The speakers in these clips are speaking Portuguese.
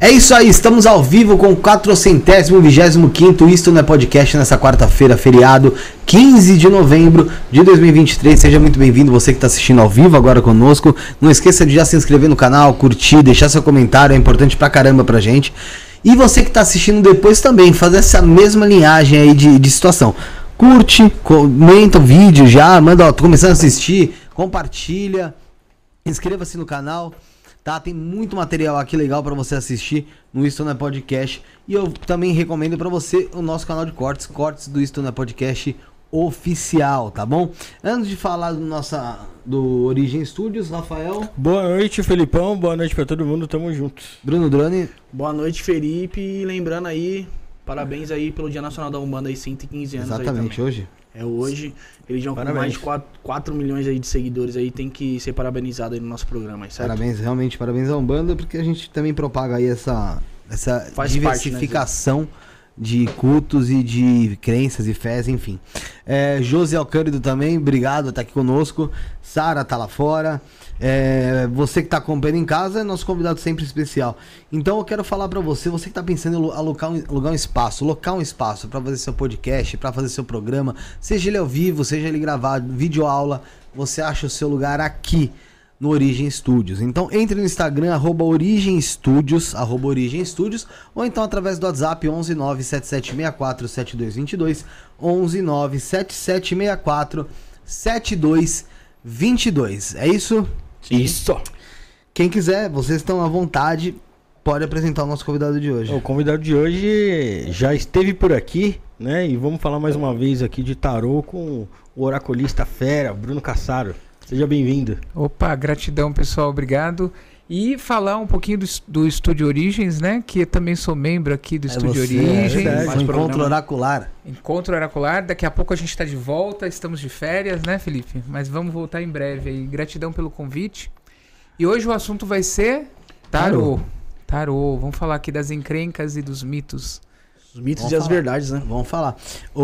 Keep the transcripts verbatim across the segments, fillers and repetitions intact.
É isso aí, estamos ao vivo com o quatrocentésimo vigésimo quinto Isto Não É Podcast nessa quarta-feira, feriado, quinze de novembro de dois mil e vinte e três. Seja muito bem-vindo, você que está assistindo ao vivo agora conosco. Não esqueça de já se inscrever no canal, curtir, deixar seu comentário, é importante pra caramba pra gente. E você que está assistindo depois também, fazer essa mesma linhagem aí de, de situação. Curte, comenta o vídeo já, manda, ó, tô começando a assistir, compartilha, inscreva-se no canal. Tá, tem muito material aqui legal para você assistir no Isto Não É Podcast. E eu também recomendo para você o nosso canal de cortes, cortes do Isto Não É Podcast oficial, tá bom? Antes de falar do nossa do Origem Studios, Rafael. Boa noite, Felipão. Boa noite para todo mundo. Tamo juntos. Bruno Drone. Boa noite, Felipe. E lembrando aí, parabéns aí pelo Dia Nacional da Umbanda aí, cento e quinze anos. Exatamente, aí hoje. É hoje, religião com mais de quatro milhões aí de seguidores aí, tem que ser parabenizado aí no nosso programa, certo? Parabéns, realmente, parabéns à Umbanda, porque a gente também propaga aí essa, essa Faz diversificação parte, né, de cultos e de crenças e fés, enfim. É, Josi Alcântara também, obrigado por estar aqui conosco. Sara tá lá fora. É, você que está acompanhando em casa é nosso convidado sempre especial. Então eu quero falar para você, você que está pensando em alugar um, alugar um espaço, locar um espaço para fazer seu podcast, para fazer seu programa, seja ele ao vivo, seja ele gravado, vídeo aula, você acha o seu lugar aqui no Origem Studios. Então entre no Instagram, arroba Origem Studios, arroba Origem Studios, ou então através do WhatsApp onze nove sete sete seis quatro sete dois dois dois, onze nove sete sete seis quatro sete dois dois dois. É isso? Isso. Quem quiser, vocês estão à vontade, pode apresentar o nosso convidado de hoje. O convidado de hoje já esteve por aqui, né? E vamos falar mais uma vez aqui de tarô com o oraculista fera, Bruno Cassaro. Seja bem-vindo. Opa, gratidão, pessoal, obrigado. E falar um pouquinho do, do Estúdio Origens, né? Que eu também sou membro aqui do É Estúdio você, Origens. é Faz um encontro programa. oracular. Encontro oracular. Daqui a pouco a gente está de volta, estamos de férias, né, Felipe? Mas vamos voltar em breve aí. Gratidão pelo convite. E hoje o assunto vai ser tarô. Tarô. Vamos falar aqui das encrencas e dos mitos. Os mitos Vamos e as falar. verdades, né? Vamos falar.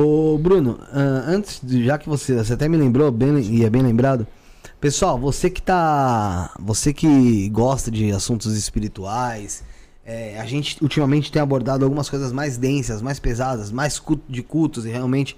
Ô Bruno, uh, antes, de, já que você, você até me lembrou, bem, e é bem lembrado, pessoal, você que tá, você que gosta de assuntos espirituais, é, a gente ultimamente tem abordado algumas coisas mais densas, mais pesadas, mais culto, de cultos e realmente,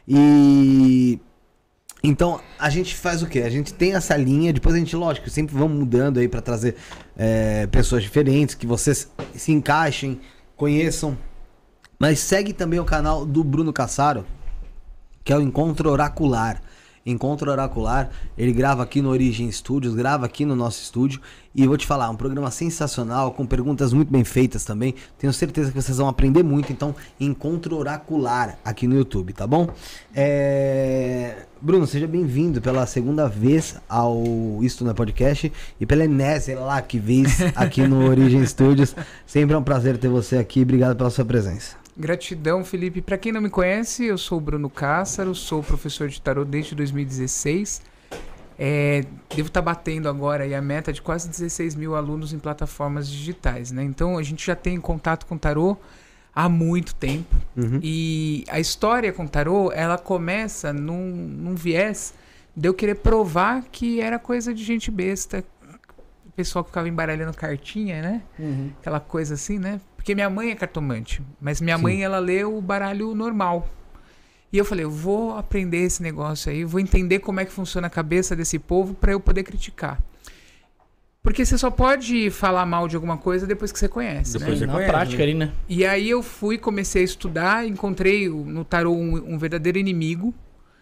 e então a gente faz o quê? A gente tem essa linha, depois a gente, lógico, sempre vamos mudando aí para trazer é, pessoas diferentes, que vocês se encaixem, conheçam, mas segue também o canal do Bruno Cassaro, que é o Encontro Oracular. Encontro Oracular, ele grava aqui no Origem Studios, grava aqui no nosso estúdio, e eu vou te falar, um programa sensacional, com perguntas muito bem feitas também, tenho certeza que vocês vão aprender muito. Então, Encontro Oracular aqui no YouTube, tá bom? É... Bruno, seja bem-vindo pela segunda vez ao Isto Não É Podcast, e pela enésima lá que vez aqui no Origem Studios. Sempre é um prazer ter você aqui, obrigado pela sua presença. Gratidão, Felipe. Para quem não me conhece, eu sou o Bruno Cassaro, sou professor de tarô desde dois mil e dezesseis. É, devo estar batendo agora aí a meta de quase dezesseis mil alunos em plataformas digitais, né? Então a gente já tem contato com tarô há muito tempo. Uhum. E a história com tarô, ela começa num, num viés de eu querer provar que era coisa de gente besta. O pessoal que ficava embaralhando cartinha, né? Uhum. Aquela coisa assim, né? Porque minha mãe é cartomante, mas minha Sim. mãe, ela lê o baralho normal. E eu falei, eu vou aprender esse negócio aí, vou entender como é que funciona a cabeça desse povo para eu poder criticar. Porque você só pode falar mal de alguma coisa depois que você conhece, depois né? Na conhece, prática né? ali, né? E aí eu fui, comecei a estudar, encontrei no tarô um, um verdadeiro inimigo.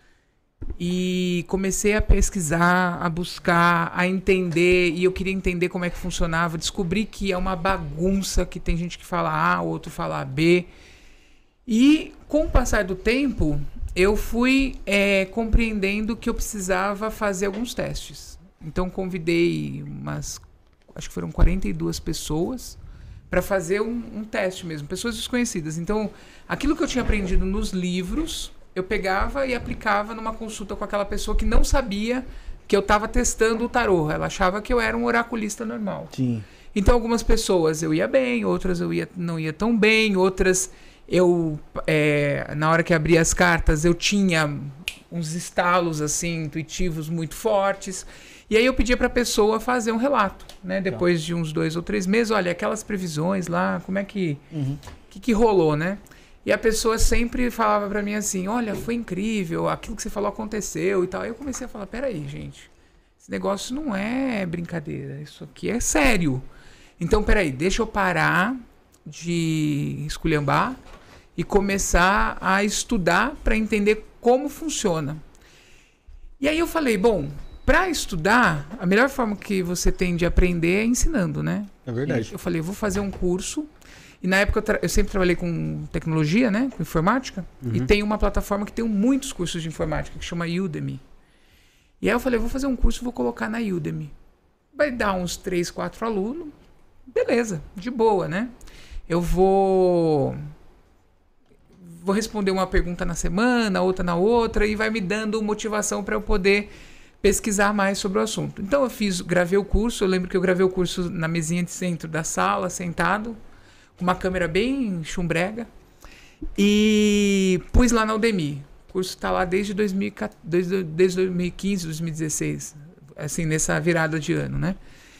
E comecei a pesquisar, a buscar, a entender, e eu queria entender como é que funcionava. Descobri que é uma bagunça, que tem gente que fala A, outro fala B. E com o passar do tempo, eu fui é, compreendendo que eu precisava fazer alguns testes. Então convidei umas, acho que foram quarenta e duas pessoas para fazer um, um teste mesmo, pessoas desconhecidas. Então aquilo que eu tinha aprendido nos livros, eu pegava e aplicava numa consulta com aquela pessoa que não sabia que eu estava testando o tarô. Ela achava que eu era um oraculista normal. Sim. Então algumas pessoas eu ia bem, outras eu ia, não ia tão bem, outras eu, é, na hora que abria as cartas, eu tinha uns estalos assim, intuitivos muito fortes. E aí eu pedia para a pessoa fazer um relato, né? Depois de uns dois ou três meses, olha, aquelas previsões lá, como é que, uhum. que, que rolou, né? E a pessoa sempre falava para mim assim, olha, foi incrível, aquilo que você falou aconteceu e tal. Aí eu comecei a falar, peraí, gente, esse negócio não é brincadeira, isso aqui é sério. Então, peraí, deixa eu parar de esculhambar e começar a estudar para entender como funciona. E aí eu falei, bom, para estudar, a melhor forma que você tem de aprender é ensinando, né? É verdade. E eu falei, eu vou fazer um curso. E na época eu, tra- eu sempre trabalhei com tecnologia, né? Com informática. Uhum. E tem uma plataforma que tem muitos cursos de informática, que chama Udemy. E aí eu falei, eu vou fazer um curso e vou colocar na Udemy. Vai dar uns três, quatro alunos. Beleza, de boa, né? Eu vou... Vou responder uma pergunta na semana, outra na outra, e vai me dando motivação para eu poder pesquisar mais sobre o assunto. Então eu fiz, gravei o curso, eu lembro que eu gravei o curso na mesinha de centro da sala, sentado, com uma câmera bem chumbrega, e pus lá na Udemy. O curso está lá desde, dois mil e quatorze, desde, desde dois mil e quinze, dois mil e dezesseis, assim, nessa virada de ano, né?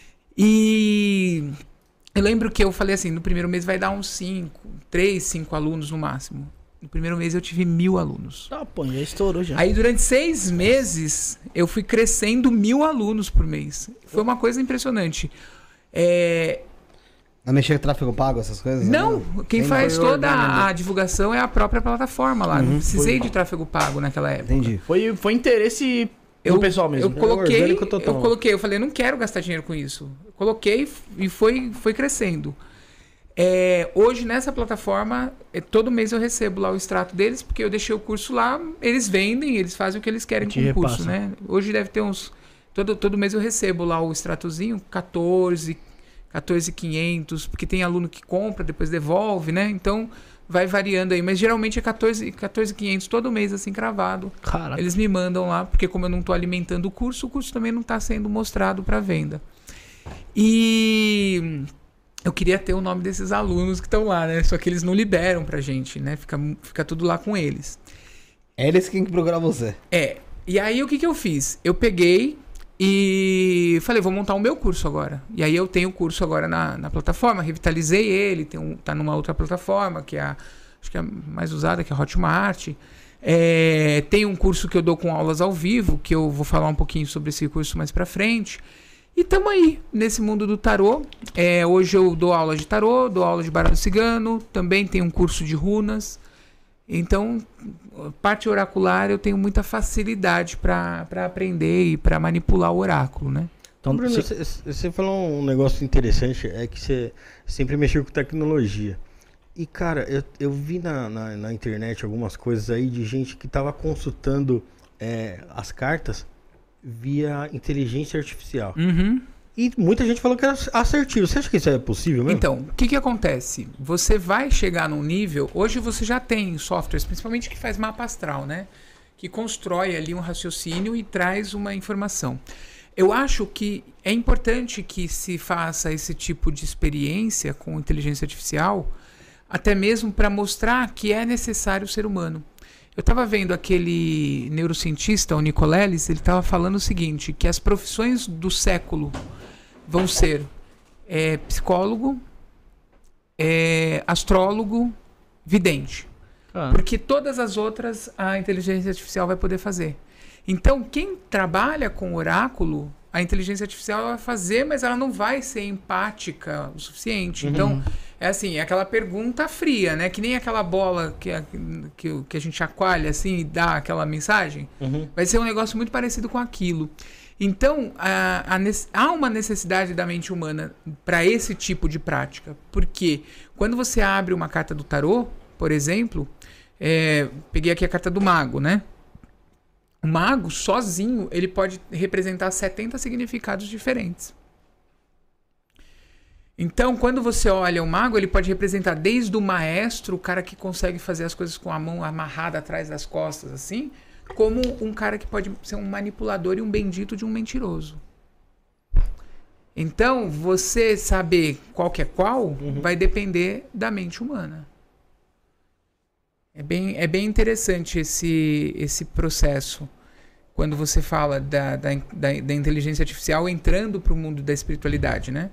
E eu lembro que eu falei assim, no primeiro mês vai dar uns cinco, três, cinco alunos no máximo. No primeiro mês eu tive mil alunos. Tá, pô, já estourou já. Aí durante seis meses eu fui crescendo mil alunos por mês. Foi uma coisa impressionante. É... A mexer com tráfego pago, essas coisas? Não, né? quem Sem faz toda ordenando. a divulgação é a própria plataforma lá. Uhum, não precisei foi... de tráfego pago naquela época. Entendi. Foi, foi interesse eu, do pessoal mesmo. Eu coloquei, eu coloquei, eu falei, eu não quero gastar dinheiro com isso. Eu coloquei e foi, foi crescendo. É, hoje, nessa plataforma, é, todo mês eu recebo lá o extrato deles, porque eu deixei o curso lá, eles vendem, eles fazem o que eles querem com o curso, né? Hoje deve ter uns... Todo, todo mês eu recebo lá o extratozinho, quatorze, quatorze mil e quinhentos, porque tem aluno que compra, depois devolve, né? Então, vai variando aí. Mas geralmente é quatorze mil e quinhentos todo mês, assim, cravado. Caraca. Eles me mandam lá, porque como eu não estou alimentando o curso, o curso também não está sendo mostrado para venda. E... eu queria ter o nome desses alunos que estão lá, né? Só que eles não liberam pra gente, né? Fica, fica tudo lá com eles. É eles que têm que procurar você. É. E aí, o que que eu fiz? Eu peguei e falei, vou montar o meu curso agora. E aí, eu tenho o curso agora na, na plataforma, revitalizei ele, tem um, tá numa outra plataforma, que é a, acho que é a mais usada, que é a Hotmart. É, tem um curso que eu dou com aulas ao vivo, que eu vou falar um pouquinho sobre esse curso mais pra frente. E estamos aí, nesse mundo do tarô. É, hoje eu dou aula de tarô, dou aula de baralho cigano, também tenho um curso de runas. Então, parte oracular eu tenho muita facilidade para aprender e para manipular o oráculo, né? Então, Bruno, você falou um negócio interessante, é que você sempre mexeu com tecnologia. E, cara, eu, eu vi na, na, na internet algumas coisas aí de gente que estava consultando é, as cartas via inteligência artificial. Uhum. E muita gente falou que era assertivo. Você acha que isso é possível mesmo? Então, o que que acontece? Você vai chegar num nível... Hoje você já tem softwares, principalmente que faz mapa astral, né? Que constrói ali um raciocínio e traz uma informação. Eu acho que é importante que se faça esse tipo de experiência com inteligência artificial, até mesmo para mostrar que é necessário o ser humano. Eu estava vendo aquele neurocientista, o Nicolelis, ele estava falando o seguinte, que as profissões do século vão ser é, psicólogo, é, astrólogo, vidente. Ah. Porque todas as outras a inteligência artificial vai poder fazer. Então, quem trabalha com oráculo, a inteligência artificial vai fazer, mas ela não vai ser empática o suficiente. Uhum. Então, é assim, é aquela pergunta fria, né? Que nem aquela bola que a, que, que a gente chacoalha assim e dá aquela mensagem. Uhum. Vai ser um negócio muito parecido com aquilo. Então, a, a, há uma necessidade da mente humana para esse tipo de prática. Porque quando você abre uma carta do tarô, por exemplo, é, peguei aqui a carta do mago, né? O mago, sozinho, ele pode representar setenta significados diferentes. Então, quando você olha o mago, ele pode representar desde o maestro, o cara que consegue fazer as coisas com a mão amarrada atrás das costas, assim, como um cara que pode ser um manipulador e um bendito de um mentiroso. Então, você saber qual que é qual, uhum, vai depender da mente humana. É bem, é bem interessante esse, esse processo. quando você fala da, da, da, da inteligência artificial entrando para o mundo da espiritualidade, né?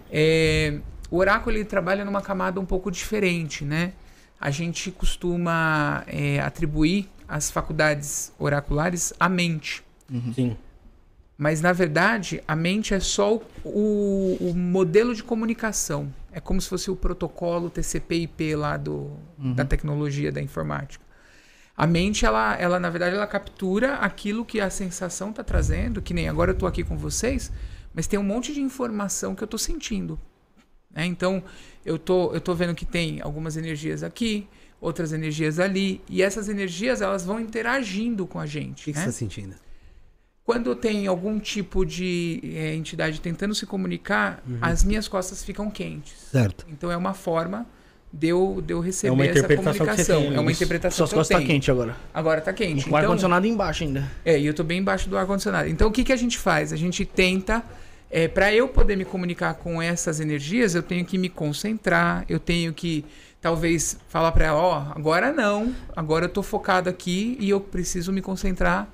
É, o oráculo ele trabalha numa camada um pouco diferente, né? A gente costuma é, atribuir as faculdades oraculares à mente. Uhum. Sim. Mas, na verdade, a mente é só o, o, o modelo de comunicação. É como se fosse o protocolo T C P I P lá do, uhum. da tecnologia da informática. A mente, ela, ela, na verdade, ela captura aquilo que a sensação está trazendo, que nem agora eu estou aqui com vocês, mas tem um monte de informação que eu estou sentindo. Né? Então, eu tô, eu tô vendo que tem algumas energias aqui, outras energias ali, e essas energias elas vão interagindo com a gente. O que, né? que você está sentindo? Quando tem algum tipo de é, entidade tentando se comunicar, uhum. as minhas costas ficam quentes. Certo. Então é uma forma de eu, de eu receber é uma essa comunicação. Tem, é uma interpretação Suas que eu costas tenho. Tá quente agora. Agora tá quente. Com então, ar-condicionado embaixo ainda. É, e eu tô bem embaixo do ar-condicionado. Então o que, que a gente faz? A gente tenta... É, para eu poder me comunicar com essas energias, eu tenho que me concentrar, eu tenho que talvez falar para ela, ó, oh, agora não, agora eu tô focado aqui e eu preciso me concentrar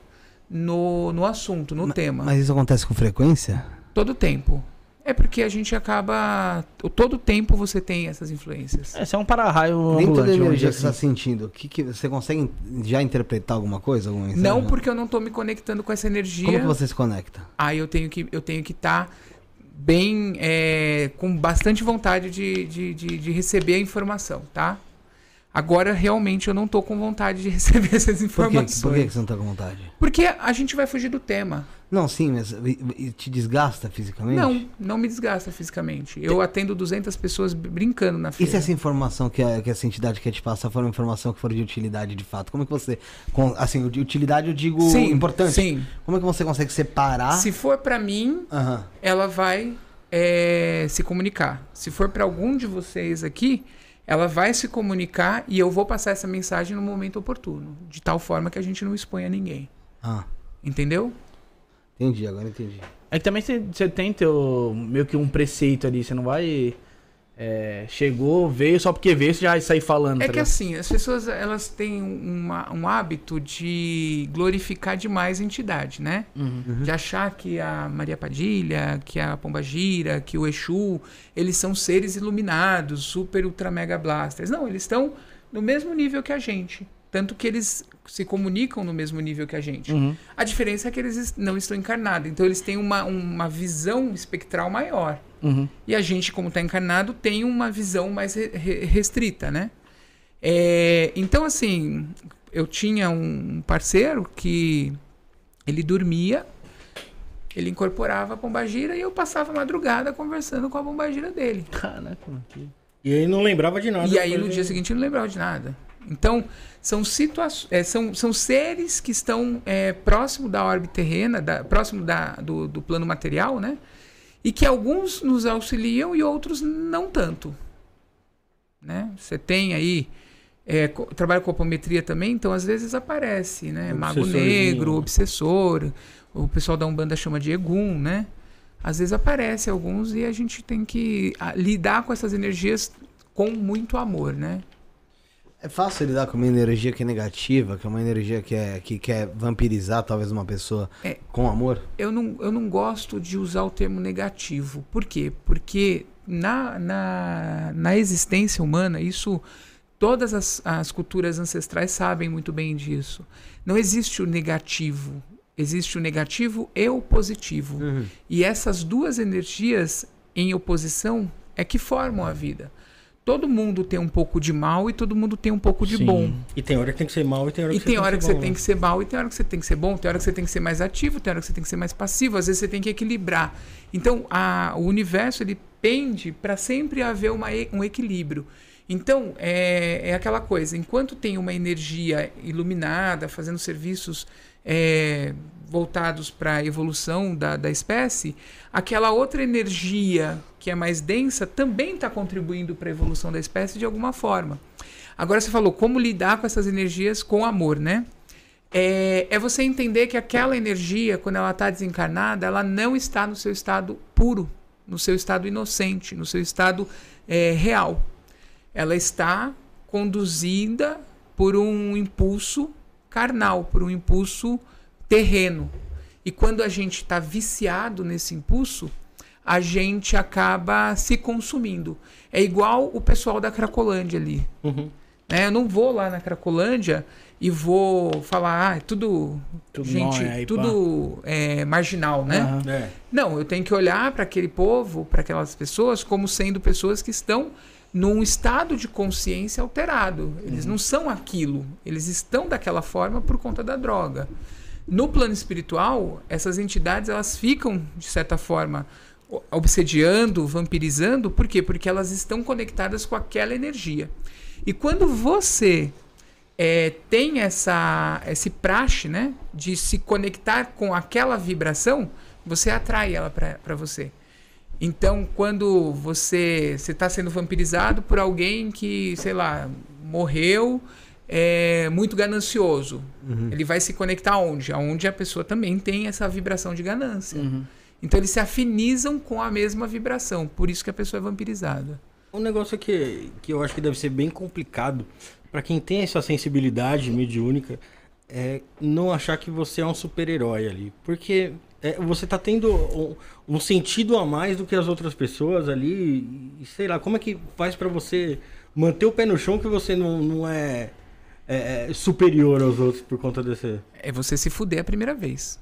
no, no assunto, no mas, tema. Mas isso acontece com frequência? Todo tempo. É porque a gente acaba... Todo tempo você tem essas influências. Esse é um para-raio dentro da ambulante, energia que assim. você está sentindo, que, que, você consegue já interpretar alguma coisa? Alguma não, porque eu não estou me conectando com essa energia. Como que você se conecta? Aí eu tenho que eu tenho que estar bem... É, com bastante vontade de, de, de, de receber a informação, tá? Agora, realmente, eu não estou com vontade de receber essas informações. Por que, por que você não está com vontade? Porque a gente vai fugir do tema. Não, sim, mas te desgasta fisicamente? Não, não me desgasta fisicamente. Eu atendo duzentas pessoas brincando na feira. E se essa informação que, a, que essa entidade quer te passar for uma informação que for de utilidade de fato? Como é que você... Com, assim, de utilidade eu digo sim, importante. Sim. Como é que você consegue separar? Se for para mim, uhum. ela vai é, se comunicar. Se for para algum de vocês aqui... Ela vai se comunicar e eu vou passar essa mensagem no momento oportuno. De tal forma que a gente não exponha ninguém. Ah. Entendeu? Entendi, agora entendi. É que também você tem teu, meio que um preceito ali. Você não vai... É, chegou, veio, só porque veio, você já sai falando. É tá que assim, as pessoas elas têm uma, um hábito de glorificar demais a entidade, né? Uhum. De achar que a Maria Padilha, que a Pombagira, que o Exu, eles são seres iluminados, super ultra mega blasters. Não, eles estão no mesmo nível que a gente. Tanto que eles se comunicam no mesmo nível que a gente. Uhum. A diferença é que eles não estão encarnados. Então eles têm uma, uma visão espectral maior. Uhum. E a gente, como está encarnado, tem uma visão mais re restrita, né? É, então, assim, eu tinha um parceiro que ele dormia, ele incorporava a pombagira e eu passava a madrugada conversando com a pombagira dele. Caraca, e aí não lembrava de nada. E aí no dia seguinte não lembrava de nada. Então, são, situações, é, são, são seres que estão é, próximo da órbita terrena, da, próximo da, do, do plano material, né? E que alguns nos auxiliam e outros não tanto. Né? Você tem aí... É, co trabalha com apometria também, então às vezes aparece, né? Mago negro, obsessor, o pessoal da Umbanda chama de Egum, né? Às vezes aparece alguns e a gente tem que a, lidar com essas energias com muito amor, né? É fácil lidar com uma energia que é negativa, que é uma energia que, é, que quer vampirizar talvez uma pessoa é, com amor? Eu não, eu não gosto de usar o termo negativo. Por quê? Porque na, na, na existência humana, isso todas as, as culturas ancestrais sabem muito bem disso. Não existe o negativo. Existe o negativo e o positivo. Uhum. E essas duas energias em oposição é que formam a vida. Todo mundo tem um pouco de mal e todo mundo tem um pouco de Sim. bom. E tem hora que tem que ser mal e tem hora que, e você, tem tem hora que, que ser você bom, tem né? que ser mal e tem hora que você tem que ser bom, tem hora que você tem que ser mais ativo, tem hora que você tem que ser mais passivo, às vezes você tem que equilibrar. Então, a, o universo ele pende para sempre haver uma, um equilíbrio. Então, é, é aquela coisa, enquanto tem uma energia iluminada, fazendo serviços é, voltados para a evolução da, da espécie, aquela outra energia que é mais densa também está contribuindo para a evolução da espécie de alguma forma. Agora você falou como lidar com essas energias com amor, né? É, é você entender que aquela energia, quando ela está desencarnada, ela não está no seu estado puro, no seu estado inocente, no seu estado é, real. Ela está conduzida por um impulso carnal, por um impulso terreno. E quando a gente está viciado nesse impulso, a gente acaba se consumindo. É igual o pessoal da Cracolândia ali. Uhum. Né? Eu não vou lá na Cracolândia e vou falar, ah, é tudo, Tudo gente, nóia aí, tudo é, marginal, né? Aham. É. Não, eu tenho que olhar para aquele povo, para aquelas pessoas, como sendo pessoas que estão num estado de consciência alterado. Eles Uhum. não são aquilo. Eles estão daquela forma por conta da droga. No plano espiritual, essas entidades elas ficam, de certa forma, o- obsediando, vampirizando. Por quê? Porque elas estão conectadas com aquela energia. E quando você é, tem essa, esse praxe, né, de se conectar com aquela vibração, você atrai ela para você. Então, quando você está sendo vampirizado por alguém que, sei lá, morreu é, muito ganancioso, ele vai se conectar aonde? Aonde a pessoa também tem essa vibração de ganância. Uhum. Então, eles se afinizam com a mesma vibração. Por isso que a pessoa é vampirizada. Um negócio que, que eu acho que deve ser bem complicado pra quem tem essa sensibilidade mediúnica é não achar que você é um super-herói ali. Porque é, você tá tendo um, um sentido a mais do que as outras pessoas ali. E sei lá, como é que faz pra você manter o pé no chão que você não, não é, é, é superior aos outros por conta desse... É você se fuder a primeira vez.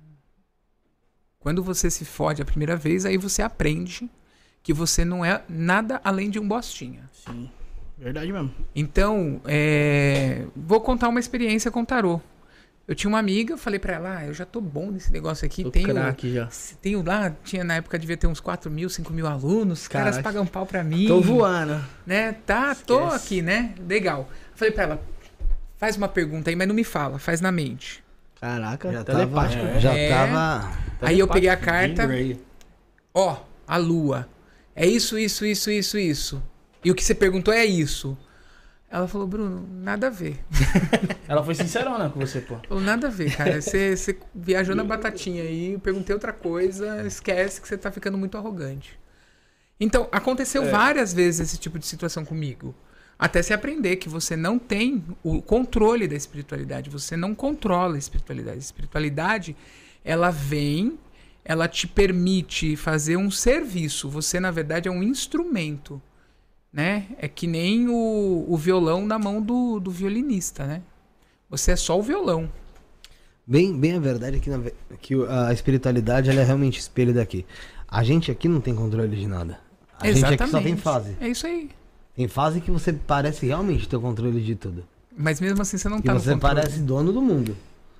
Quando você se fode a primeira vez, aí você aprende que você não é nada além de um bostinha. Sim. Verdade mesmo. Então, é, vou contar uma experiência com tarô. Eu tinha uma amiga, falei pra ela, ah, eu já tô bom nesse negócio aqui. Tô Tenho, craque já. tenho lá, tinha na época devia ter uns quatro mil, cinco mil alunos. Os caras Caraca. pagam pau pra mim. Tô voando. Né? Tá, tô Esquece. aqui, né? Legal. Falei pra ela, faz uma pergunta aí, mas não me fala, faz na mente. Caraca, Já telepático. tava, já É. tava... Aí eu peguei a carta, Aí. ó, a lua. É isso, isso, isso, isso, isso. E o que você perguntou é isso. Ela falou, Bruno, nada a ver. Ela foi sincerona com você, pô. Falou, nada a ver, cara. Você, você viajou na batatinha aí, perguntei outra coisa, esquece que você tá ficando muito arrogante. Então, aconteceu várias vezes esse tipo de situação comigo. Até se aprender que você não tem o controle da espiritualidade, você não controla a espiritualidade. A espiritualidade, ela vem, ela te permite fazer um serviço. Você, na verdade, é um instrumento, né? É que nem o, o violão na mão do, do violinista, né? Você é só o violão. Bem, bem a verdade é que, na ve- que o- a espiritualidade ela é realmente espelho daqui. A gente aqui não tem controle de nada. A gente aqui só tem fase. É isso aí. Tem fase que você parece realmente ter o controle de tudo. Mas mesmo assim você não Que tá você no controle. parece dono do mundo.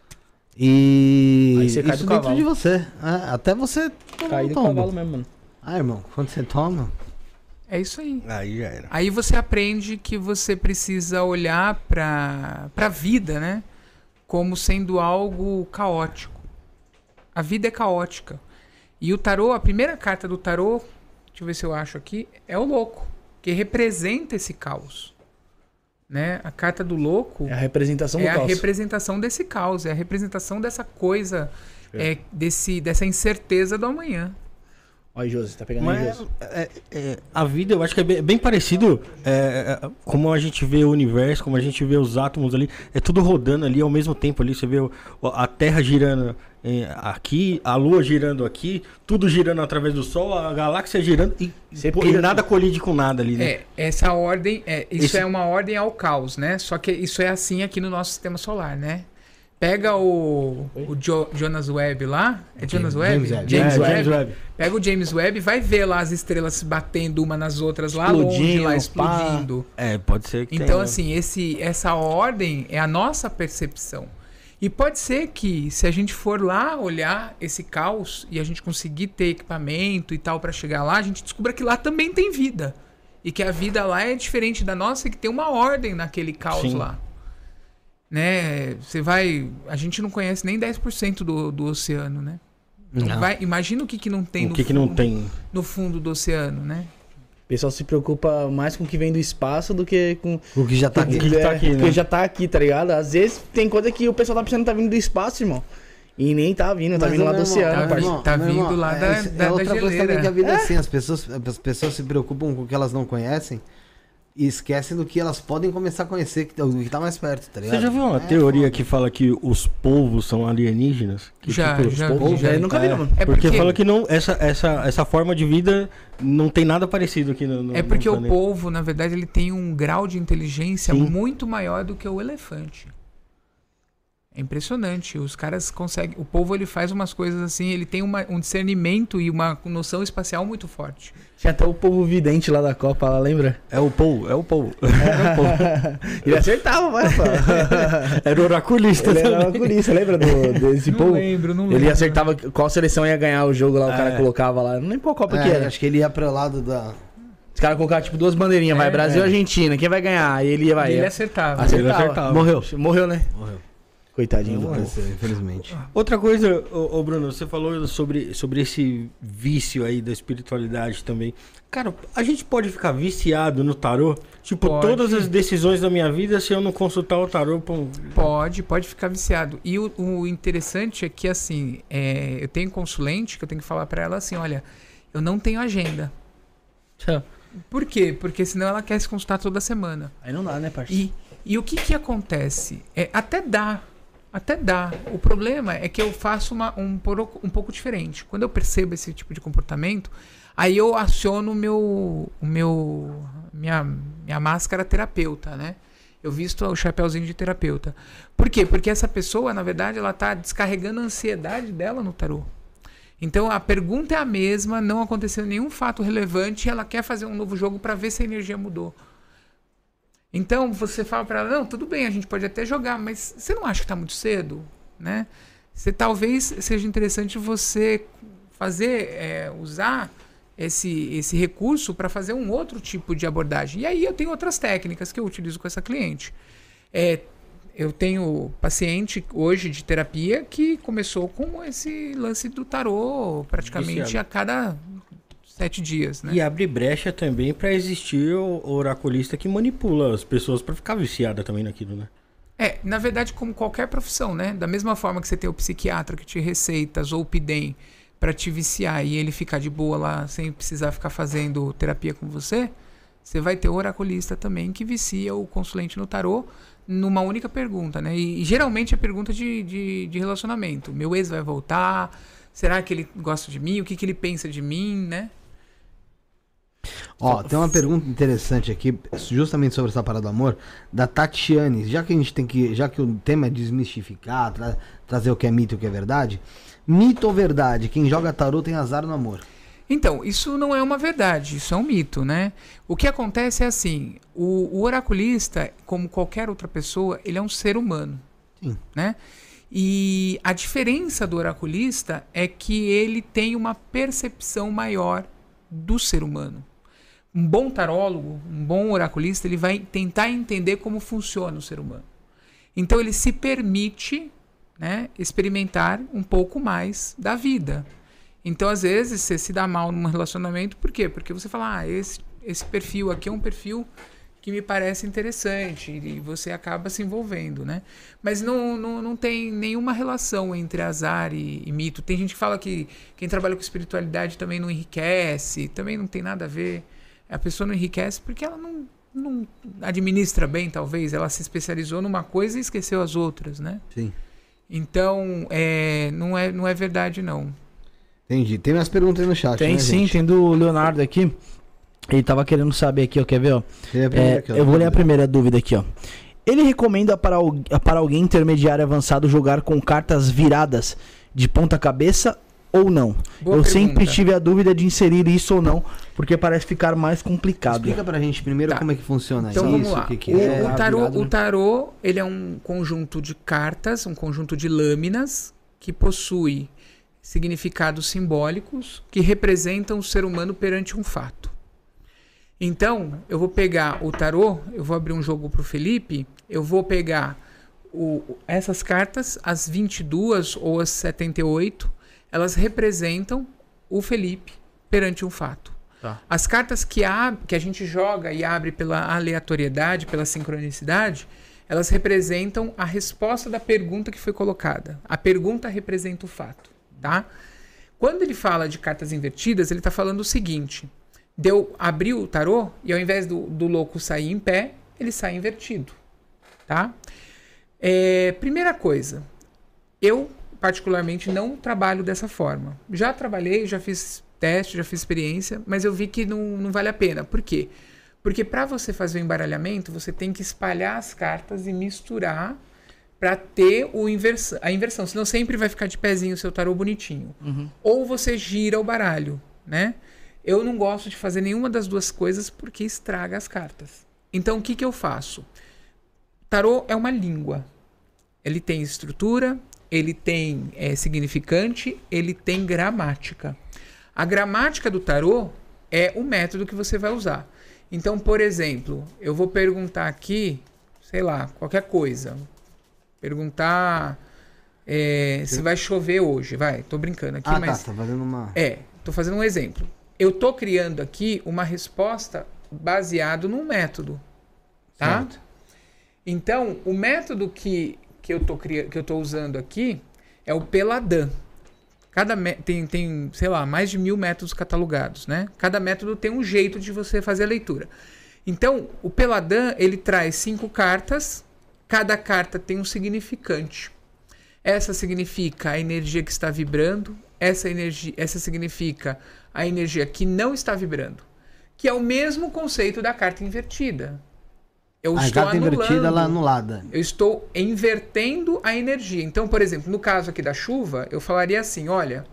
E Aí você cai isso do dentro cavalo. de você. É, até você tomar Caí um do tombo. cavalo mesmo, mano. Ah, irmão, quando você toma... É isso aí. Aí já era. Aí você aprende que você precisa olhar para a vida, né? Como sendo algo caótico. A vida é caótica. E o tarô, a primeira carta do tarô, deixa eu ver se eu acho aqui, é o louco, que representa esse caos. Né? A carta do louco É a representação do é a caos. representação desse caos, é a representação dessa coisa, é, desse, dessa incerteza do amanhã. Olha, Josi, tá pegando aí, Mas Josi. é, é, a vida, eu acho que é bem, bem parecido é, é, como a gente vê o universo, como a gente vê os átomos ali, é tudo rodando ali ao mesmo tempo ali. Você vê o- a Terra girando é, aqui, a Lua girando aqui, tudo girando através do Sol, a galáxia girando e, Você pô, pira e nada colide com nada ali, né? É, essa ordem, é, isso Esse- é uma ordem ao caos, né? Só que isso é assim aqui no nosso sistema solar, né? Pega o, o Jo- Jonas Webb lá. É Jonas Webb? James Webb. James É, Webb. James Webb. Pega o James Webb, vai ver lá as estrelas se batendo uma nas outras lá longe, Explodindo, lá pá. explodindo. É, pode ser que Então, tenha, né? assim, esse, essa ordem é a nossa percepção. E pode ser que, se a gente for lá olhar esse caos e a gente conseguir ter equipamento e tal pra chegar lá, a gente descubra que lá também tem vida. E que a vida lá é diferente da nossa e que tem uma ordem naquele caos Sim. lá. Né? Você vai... A gente não conhece nem dez por cento do, do oceano, né? Então Não. vai, imagina o que, que não tem, O no, que, que não fundo, tem? no fundo do oceano, né? O pessoal se preocupa mais com o que vem do espaço do que com O que já tá o aqui. que tá aqui, né? Porque já tá aqui, tá ligado? Às vezes tem coisa que o pessoal tá pensando que tá vindo do espaço, irmão. E nem tá vindo, tá Mas, vindo lá meu do irmão, oceano, tá parceiro. vindo. Tá meu vindo lá da- é, da- é outra da coisa geleira. também que a vida é assim, as pessoas, as pessoas se preocupam com o que elas não conhecem. E esquecem do que elas podem começar a conhecer, que, do que tá mais perto, tá ligado? Você já viu uma É, teoria foda. que fala que os polvos são alienígenas? Que, Já, tipo, os já polvos- vi, já. Eu nunca vi, não. É porque, porque, fala que não, essa, essa, essa forma de vida não tem nada parecido aqui no, no é porque no o planeta. polvo, na verdade, ele tem um grau de inteligência Sim. muito maior do que o elefante. É impressionante. Os caras conseguem. O polvo ele faz umas coisas assim, ele tem uma, um discernimento e uma noção espacial muito forte. Tinha até o povo vidente lá da Copa, lá, lembra? É o polvo, é o polvo. Ele acertava, mas pô. Era o oraculista Ele também. era oculista, lembra do, desse Não povo? lembro, não lembro. Ele acertava qual seleção ia ganhar o jogo lá, o cara É. colocava lá. Não lembro qual Copa que É, era. acho que ele ia pro lado da... Os caras colocavam tipo duas bandeirinhas, vai, É, Brasil e é. Argentina, quem vai ganhar? Aí ele ia, vai. E ele ia- acertava. acertava. Ele acertava. Morreu. Morreu, né? Morreu. Coitadinho do Não povo. aconteceu, infelizmente. Outra coisa, ô, ô Bruno, você falou sobre, sobre esse vício aí da espiritualidade também. Cara, a gente pode ficar viciado no tarô? Tipo, Pode. todas as decisões da minha vida, se eu não consultar o tarô... Pô, Pode, pode ficar viciado. E o, o interessante é que, assim, é, eu tenho consulente que eu tenho que falar pra ela assim, olha, eu não tenho agenda. Por quê? Porque senão ela quer se consultar toda semana. Aí não dá, né, parceiro? E, e o que que acontece? É, até dá, até dá. O problema é que eu faço uma, um, poro- um pouco diferente. Quando eu percebo esse tipo de comportamento, aí eu aciono o meu, o meu, minha, minha máscara terapeuta, né? Eu visto o chapéuzinho de terapeuta. Por quê? Porque essa pessoa, na verdade, ela está descarregando a ansiedade dela no tarô. Então a pergunta é a mesma, não aconteceu nenhum fato relevante e ela quer fazer um novo jogo para ver se a energia mudou. Então você fala para ela, não, tudo bem, a gente pode até jogar, mas você não acha que está muito cedo, né? Você talvez seja interessante você fazer, é, usar esse, esse recurso para fazer um outro tipo de abordagem. E aí eu tenho outras técnicas que eu utilizo com essa cliente. É, eu tenho paciente hoje de terapia que começou com esse lance do tarô praticamente Viciado. a cada sete dias, né? E abre brecha também pra existir o o oraculista que manipula as pessoas pra ficar viciada também naquilo, né? É, na verdade, como qualquer profissão, né? Da mesma forma que você tem o psiquiatra que te receitas ou o P D E M para te viciar e ele ficar de boa lá sem precisar ficar fazendo terapia com você, você vai ter o oraculista também que vicia o consulente no tarô numa única pergunta, né? E, e geralmente é pergunta de, de, de relacionamento. Meu ex vai voltar? Será que ele gosta de mim? O que, que ele pensa de mim, né? Ó, tem uma pergunta interessante aqui, justamente sobre essa parada do amor, da Tatiane. Já que a gente tem que, já que o tema é desmistificar, tra- trazer o que é mito e o que é verdade, mito ou verdade? Quem joga tarô tem azar no amor. Então, isso não é uma verdade, isso é um mito, né? O que acontece é assim, o, o oraculista, como qualquer outra pessoa, ele é um ser humano, Sim. né? E a diferença do oraculista é que ele tem uma percepção maior do ser humano. Um bom tarólogo, um bom oraculista, ele vai tentar entender como funciona o ser humano. Então ele se permite, né, experimentar um pouco mais da vida. Então, às vezes, você se dá mal num relacionamento, por quê? Porque você fala, ah, esse, esse perfil aqui é um perfil que me parece interessante, e você acaba se envolvendo, né? Mas não, não, não tem nenhuma relação entre azar e, e mito. Tem gente que fala que quem trabalha com espiritualidade também não enriquece, também não tem nada a ver. A pessoa não enriquece porque ela não, não administra bem, talvez. Ela se especializou numa coisa e esqueceu as outras, né? Sim. Então, é, não, é, não é verdade, não. Entendi. Tem mais perguntas aí no chat, Tem né, sim, gente? tem do Leonardo aqui. Ele tava querendo saber aqui, ó, quer ver, ó? Tem a primeira É, aqui, ó. eu vou ler a primeira dúvida aqui, ó. Ele recomenda para, al- para alguém intermediário avançado jogar com cartas viradas de ponta cabeça ou não? Boa eu pergunta. sempre tive a dúvida de inserir isso ou não, porque parece ficar mais complicado. Explica pra gente primeiro Tá. como é que funciona Então isso, vamos lá. o que, que o, é. o tarô, virado, o né? tarô, ele é um conjunto de cartas, um conjunto de lâminas que possui significados simbólicos que representam o ser humano perante um fato. Então, eu vou pegar o tarô, eu vou abrir um jogo pro Felipe, eu vou pegar o, essas cartas, as vinte e duas ou as setenta e oito, elas representam o Felipe perante um fato. Tá. As cartas que, ab- que a gente joga e abre pela aleatoriedade, pela sincronicidade, elas representam a resposta da pergunta que foi colocada. A pergunta representa o fato, tá? Quando ele fala de cartas invertidas, ele está falando o seguinte: Deu, abriu o tarô e ao invés do, do louco sair em pé, ele sai invertido, tá? É, primeira coisa, eu particularmente não trabalho dessa forma. Já trabalhei, já fiz teste, já fiz experiência, mas eu vi que não, não vale a pena. Por quê? Porque para você fazer o embaralhamento, você tem que espalhar as cartas e misturar para ter o invers a inversão. Senão sempre vai ficar de pezinho o seu tarô bonitinho. Uhum. Ou você gira o baralho, né? Eu não gosto de fazer nenhuma das duas coisas porque estraga as cartas. Então, o que, que eu faço? Tarô é uma língua. Ele tem estrutura, ele tem é, significante, ele tem gramática. A gramática do tarô é o método que você vai usar. Então, por exemplo, eu vou perguntar aqui, sei lá, qualquer coisa. Perguntar é, se vai chover hoje. Vai, tô brincando aqui, ah, mas... tá, tá fazendo uma... É, tô fazendo um exemplo. Eu tô criando aqui uma resposta baseado num método, tá? Certo. Então, o método que, que, eu tô cri... que eu tô usando aqui é o Peladã. Cada me... tem, tem, sei lá, mais de mil métodos catalogados, né? Cada método tem um jeito de você fazer a leitura. Então, o Peladã, ele traz cinco cartas, cada carta tem um significante. Essa significa a energia que está vibrando, essa, energia, essa significa a energia que não está vibrando, que é o mesmo conceito da carta invertida. Eu a estou carta anulando, invertida, ela anulada. Eu estou invertendo a energia. Então, por exemplo, no caso aqui da chuva, eu falaria assim, olha,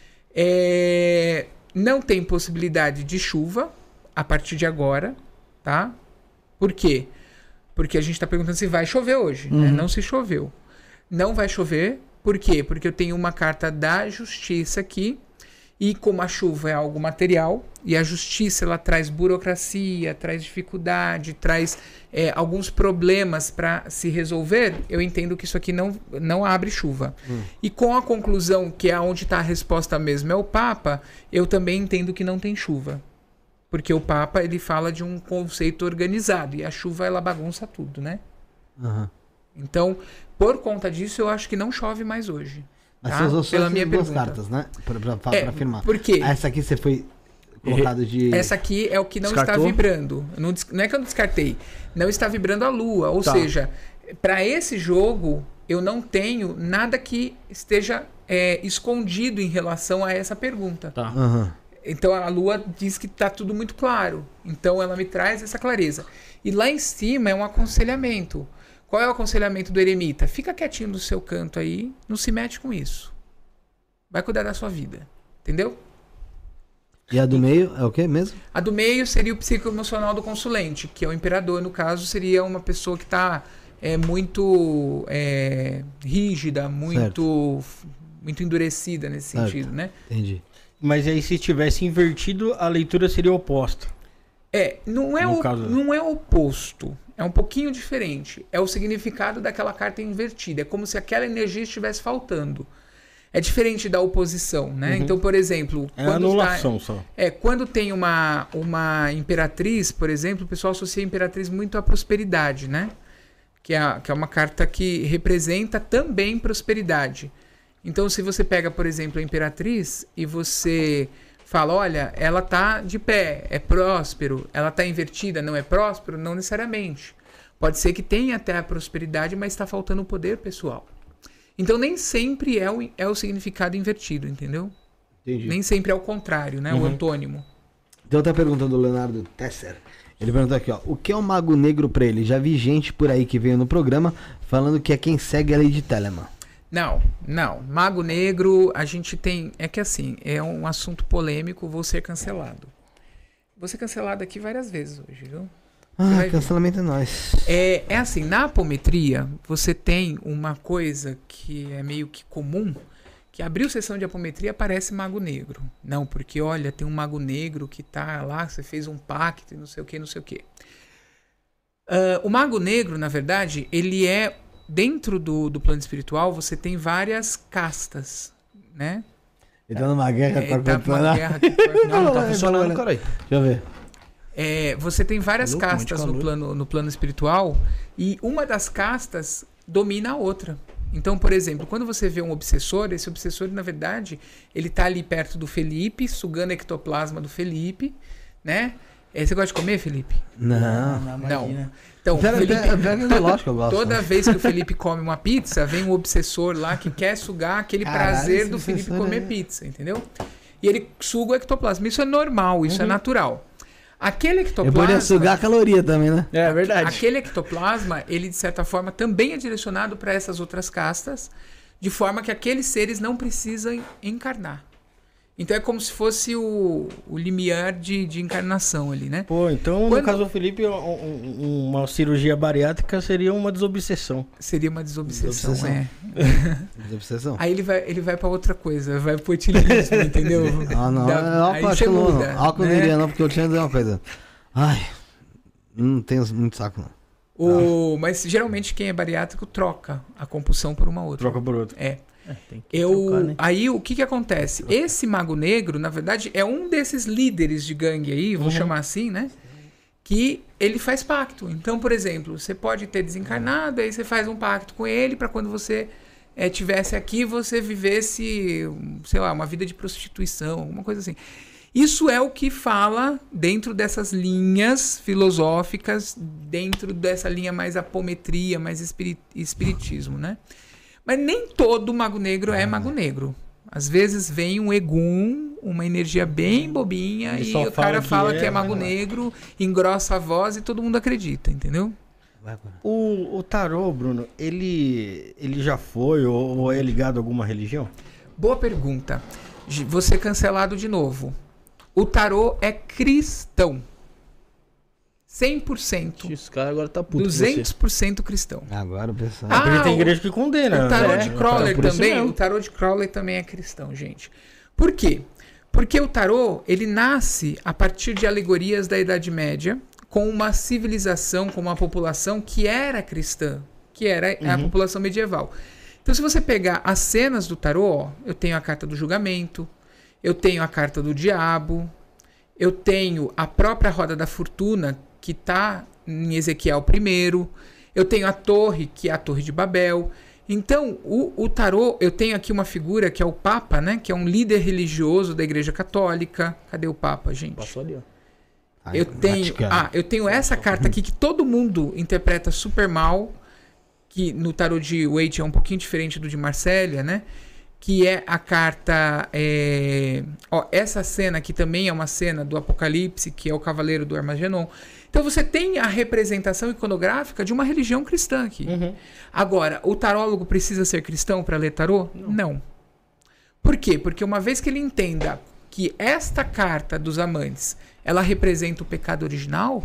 é, não tem possibilidade de chuva a partir de agora, tá? Por quê? Porque a gente está perguntando se vai chover hoje, uhum. né? Não se choveu. Não vai chover, por quê? Porque eu tenho uma carta da justiça aqui, e como a chuva é algo material, e a justiça ela traz burocracia, traz dificuldade, traz é, alguns problemas para se resolver, eu entendo que isso aqui não, não abre chuva. Hum. E com a conclusão, que é onde está a resposta mesmo, é o Papa, eu também entendo que não tem chuva. Porque o Papa ele fala de um conceito organizado, e a chuva ela bagunça tudo, né? Uhum. Então, por conta disso, eu acho que não chove mais hoje. Mas tá? você usou só Pela essas minha duas pergunta. cartas, né? Pra, pra, pra é, afirmar. Por quê? Essa aqui você foi colocado de... Essa aqui é o que não Descartou? está vibrando. Não, não é que eu não descartei. Não está vibrando a Lua. Ou tá. seja, para esse jogo, eu não tenho nada que esteja é, escondido em relação a essa pergunta. Tá. Uhum. Então a Lua diz que está tudo muito claro. Então ela me traz essa clareza. E lá em cima é um aconselhamento. Qual é o aconselhamento do eremita? Fica quietinho no seu canto aí, não se mete com isso. Vai cuidar da sua vida. Entendeu? E a do meio é o quê mesmo? A do meio seria o psicoemocional do consulente, que é o imperador, no caso, seria uma pessoa que está é, muito é, rígida, muito, muito endurecida nesse certo. sentido, né? Entendi. Mas aí se tivesse invertido, a leitura seria oposta. É, não é, No o, caso- não é oposto. É um pouquinho diferente. É o significado daquela carta invertida. É como se aquela energia estivesse faltando. É diferente da oposição, né? Então, por exemplo... É quando anulação tá- só. É, quando tem uma, uma imperatriz, por exemplo, o pessoal associa a imperatriz muito à prosperidade, né? Que é, a- que é uma carta que representa também prosperidade. Então, se você pega, por exemplo, a imperatriz e você fala, olha, ela tá de pé, é próspero, ela tá invertida, não é próspero, não necessariamente. Pode ser que tenha até a prosperidade, mas está faltando o poder pessoal. Então, nem sempre é o, é o significado invertido, entendeu? Entendi. Nem sempre é o contrário, né? O antônimo. Tem outra pergunta do Leonardo Tesser. Ele perguntou aqui, ó. O que é um mago negro pra ele? Já vi gente por aí que veio no programa falando que é quem segue a Lady Telemann. Não, não. Mago Negro, a gente tem... É que assim, é um assunto polêmico, vou ser cancelado. Vou ser cancelado aqui várias vezes hoje, viu? Você Ah, vai ver. cancelamento é nóis. É, é assim, na apometria, você tem uma coisa que é meio que comum, que abriu sessão de apometria aparece mago negro. Não, porque olha, tem um mago negro que tá lá, você fez um pacto e não sei o que, não sei o que. Uh, o mago negro, na verdade, ele é... Dentro do, do plano espiritual, você tem várias castas, né? Ele tá numa guerra É, com a tá Cortana. numa guerra aqui. Não, não tá funcionando, cara aí. Deixa eu ver. É, você tem várias Louco, castas muito no calor. plano, no plano espiritual e uma das castas domina a outra. Então, por exemplo, quando você vê um obsessor, esse obsessor, na verdade, ele tá ali perto do Felipe, sugando ectoplasma do Felipe, né? É, você gosta de comer, Felipe? Não. Não, Não. imagina. Então, Pega, Felipe, pega, pega, lógico que eu gosto. toda vez que o Felipe come uma pizza, vem um obsessor lá que quer sugar aquele Caralho, prazer esse do Felipe obsessor comer é- pizza, entendeu? E ele suga o ectoplasma. Isso é normal, isso é natural. Aquele Eu poderia ectoplasma, sugar a caloria também, né? É verdade. aquele ectoplasma, ele de certa forma também é direcionado para essas outras castas, de forma que aqueles seres não precisam encarnar. Então é como se fosse o, o limiar de, de encarnação ali, né? Pô, então Quando- no caso do Felipe, um- um- uma cirurgia bariátrica seria uma desobsessão. Seria uma desobsessão, Desobsessão. é. Desobsessão. Aí ele vai, ele vai para outra coisa, vai pro etilismo, entendeu? Ah, não. Da- é álcool, aí acho você que não. muda, Álcool não né? iria, não, porque eu tinha que dizer uma coisa. Ai. Não tenho muito saco, não. O, mas geralmente quem é bariátrico troca a compulsão por uma outra. Troca por outro. É. É, tem que Eu, trocar, né? aí o que que acontece? Esse Mago Negro, na verdade, é um desses líderes de gangue aí, vou chamar assim, né? Que ele faz pacto. Então, por exemplo, você pode ter desencarnado, aí você faz um pacto com ele para quando você eh, tivesse aqui, você vivesse, sei lá, uma vida de prostituição, alguma coisa assim. Isso é o que fala dentro dessas linhas filosóficas, dentro dessa linha mais apometria, mais espiri- espiritismo, né? Mas nem todo Mago Negro é Mago Negro. Às vezes vem um egum, uma energia bem bobinha, Ele e só o cara fala que fala é, que é mas Mago não é. Negro, engrossa a voz e todo mundo acredita, entendeu? Vai, vai. O, o tarô, Bruno, ele, ele já foi ou, ou é ligado a alguma religião? Boa pergunta. G- Você cancelado de novo. O tarô é cristão. cem por cento. Esse cara agora tá puto com você. duzentos por cento cristão. Agora o pessoal. Ah, Porque tem o- igreja que condena. O tarô né? de Crowley por isso também, mesmo. o tarô de Crowley também é cristão, gente. Por quê? Porque o tarô, ele nasce a partir de alegorias da Idade Média, com uma civilização, com uma população que era cristã, que era a população medieval. Então, se você pegar as cenas do tarô, ó, eu tenho a carta do julgamento, eu tenho a carta do diabo, eu tenho a própria roda da fortuna, que está em Ezequiel primeiro, eu tenho a torre, que é a Torre de Babel. Então, o, o tarô, eu tenho aqui uma figura que é o Papa, né? Que é um líder religioso da Igreja Católica. Cadê o Papa, gente? Passou ali, ó. Ai, Eu tenho, Vaticano. ah, eu tenho essa carta aqui que todo mundo interpreta super mal, que no tarô de Waite é um pouquinho diferente do de Marsella, né? Que é a carta, é, ó, essa cena aqui também é uma cena do Apocalipse, que é o Cavaleiro do Armageddon. Então você tem a representação iconográfica de uma religião cristã aqui. Uhum. Agora, o tarólogo precisa ser cristão para ler tarô? Não. Não. Por quê? Porque uma vez que ele entenda que esta carta dos amantes, ela representa o pecado original,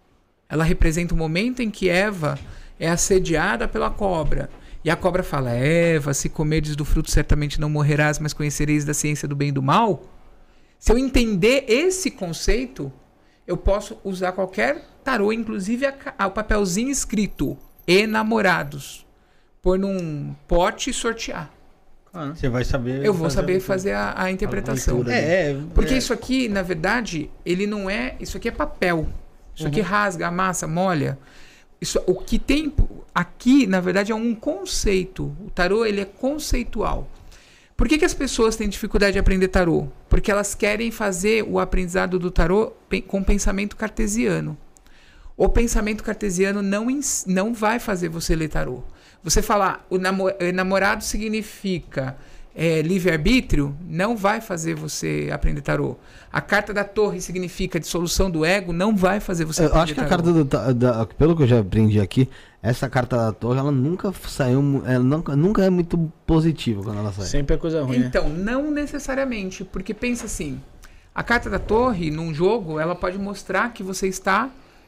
ela representa o momento em que Eva é assediada pela cobra. E a cobra fala, Eva, se comerdes do fruto certamente não morrerás, mas conhecereis da ciência do bem e do mal. Se eu entender esse conceito, eu posso usar qualquer tarô, inclusive a, ca- a- o papelzinho escrito, enamorados, pôr num pote e sortear. Você vai saber. Eu vou saber a- fazer a, a interpretação. leitura. É, é. Porque é, isso aqui, na verdade, ele não é. Isso aqui é papel. Isso aqui rasga, amassa, molha. Isso, o que tem aqui, na verdade, é um conceito. O tarô, ele é conceitual. Por que, que as pessoas têm dificuldade de aprender tarô? Porque elas querem fazer o aprendizado do tarô pe- com pensamento cartesiano. O pensamento cartesiano não, ens- não vai fazer você ler tarô. Você falar o namo- namorado significa é, livre-arbítrio, não vai fazer você aprender tarô. A carta da torre significa dissolução do ego, não vai fazer você Eu aprender acho que a tarô. carta do, ta- da, pelo que eu já aprendi aqui, essa carta da torre, ela nunca saiu, mu- ela nunca, nunca é muito positiva quando ela sai. Sempre é coisa ruim, né? Então, não necessariamente, porque pensa assim, a carta da torre, num jogo, ela pode mostrar que você está,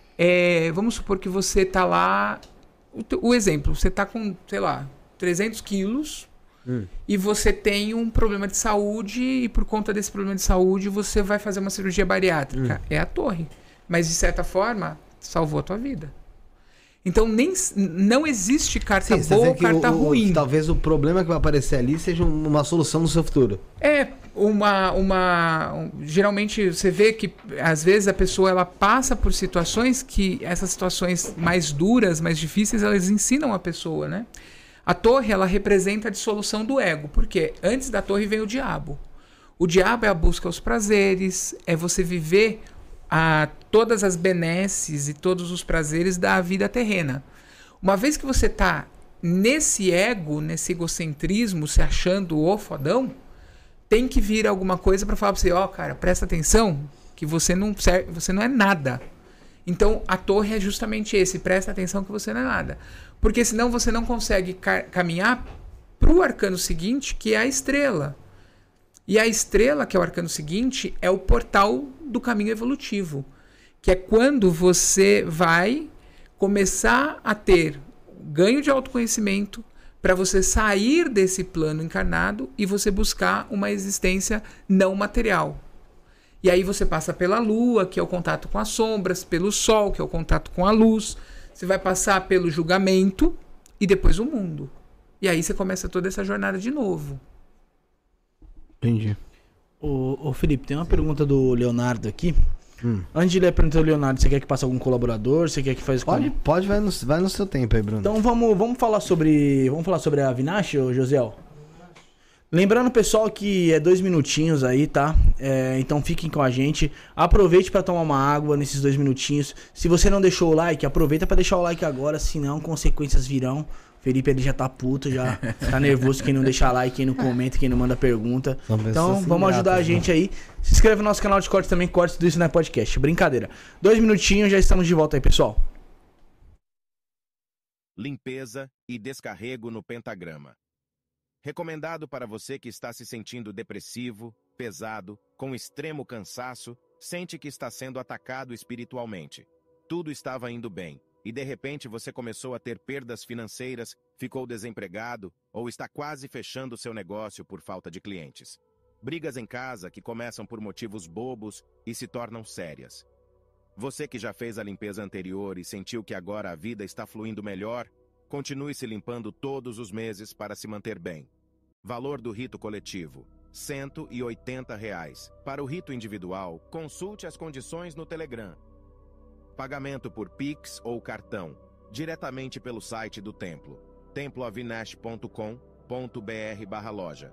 é, vamos supor que você está lá, o, te- o exemplo, você está com, sei lá, trezentos quilos Hum. e você tem um problema de saúde e por conta desse problema de saúde você vai fazer uma cirurgia bariátrica. É a torre, mas de certa forma, salvou a tua vida. Então, nem, s- não existe carta Sim, você tá boa ou dizendo que carta o- o- ruim. talvez o problema que vai aparecer ali seja um- uma solução no seu futuro. É uma, uma um- geralmente você vê que às vezes a pessoa ela passa por situações que essas situações mais duras, mais difíceis, elas ensinam a pessoa, né? A torre ela representa a dissolução do ego, porque antes da torre vem o diabo. O diabo é a busca aos prazeres, é você viver a todas as benesses e todos os prazeres da vida terrena. Uma vez que você está nesse ego, nesse egocentrismo, se achando o fodão, tem que vir alguma coisa para falar para você, ó, oh, cara, presta atenção, que você não serve, você não é nada. Então, a torre é justamente esse, presta atenção que você não é nada. Porque senão você não consegue ca- caminhar para o arcano seguinte, que é a estrela. E a estrela, que é o arcano seguinte, é o portal do caminho evolutivo. Que é quando você vai começar a ter ganho de autoconhecimento para você sair desse plano encarnado e você buscar uma existência não material. E aí você passa pela lua, que é o contato com as sombras, pelo sol, que é o contato com a luz. Você vai passar pelo julgamento e depois o mundo. E aí você começa toda essa jornada de novo. Entendi. Ô, ô Felipe, tem uma pergunta do Leonardo aqui. Hum. Antes de ler a pergunta do Leonardo, você quer que passe algum colaborador? Você quer que faz Pode, como? pode, vai no, vai no seu tempo aí, Bruno. Então vamos, vamos falar sobre. Vamos falar sobre a Avinash, ô Josiel? Lembrando, pessoal, que é dois minutinhos aí, tá? É, então fiquem com a gente. Aproveite para tomar uma água nesses dois minutinhos. Se você não deixou o like, aproveita para deixar o like agora, senão consequências virão. Felipe, ele já tá puto, já tá nervoso quem não deixa like, quem não comenta, quem não manda pergunta. Então vamos ajudar a gente aí. Se inscreve no nosso canal de cortes também, cortes tudo isso na podcast. Brincadeira. Dois minutinhos, já estamos de volta aí, pessoal. Limpeza e descarrego no pentagrama. Recomendado para você que está se sentindo depressivo, pesado, com extremo cansaço, sente que está sendo atacado espiritualmente. Tudo estava indo bem, e de repente você começou a ter perdas financeiras, ficou desempregado, ou está quase fechando seu negócio por falta de clientes. Brigas em casa que começam por motivos bobos e se tornam sérias. Você que já fez a limpeza anterior e sentiu que agora a vida está fluindo melhor, continue se limpando todos os meses para se manter bem. Valor do rito coletivo, cento e oitenta reais. Para o rito individual, consulte as condições no Telegram. Pagamento por Pix ou cartão, diretamente pelo site do templo, temploavinash ponto com ponto br barra loja.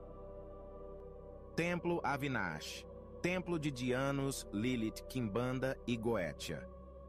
Templo Avinash, Templo de Dianos, Lilith, Quimbanda e Goetia.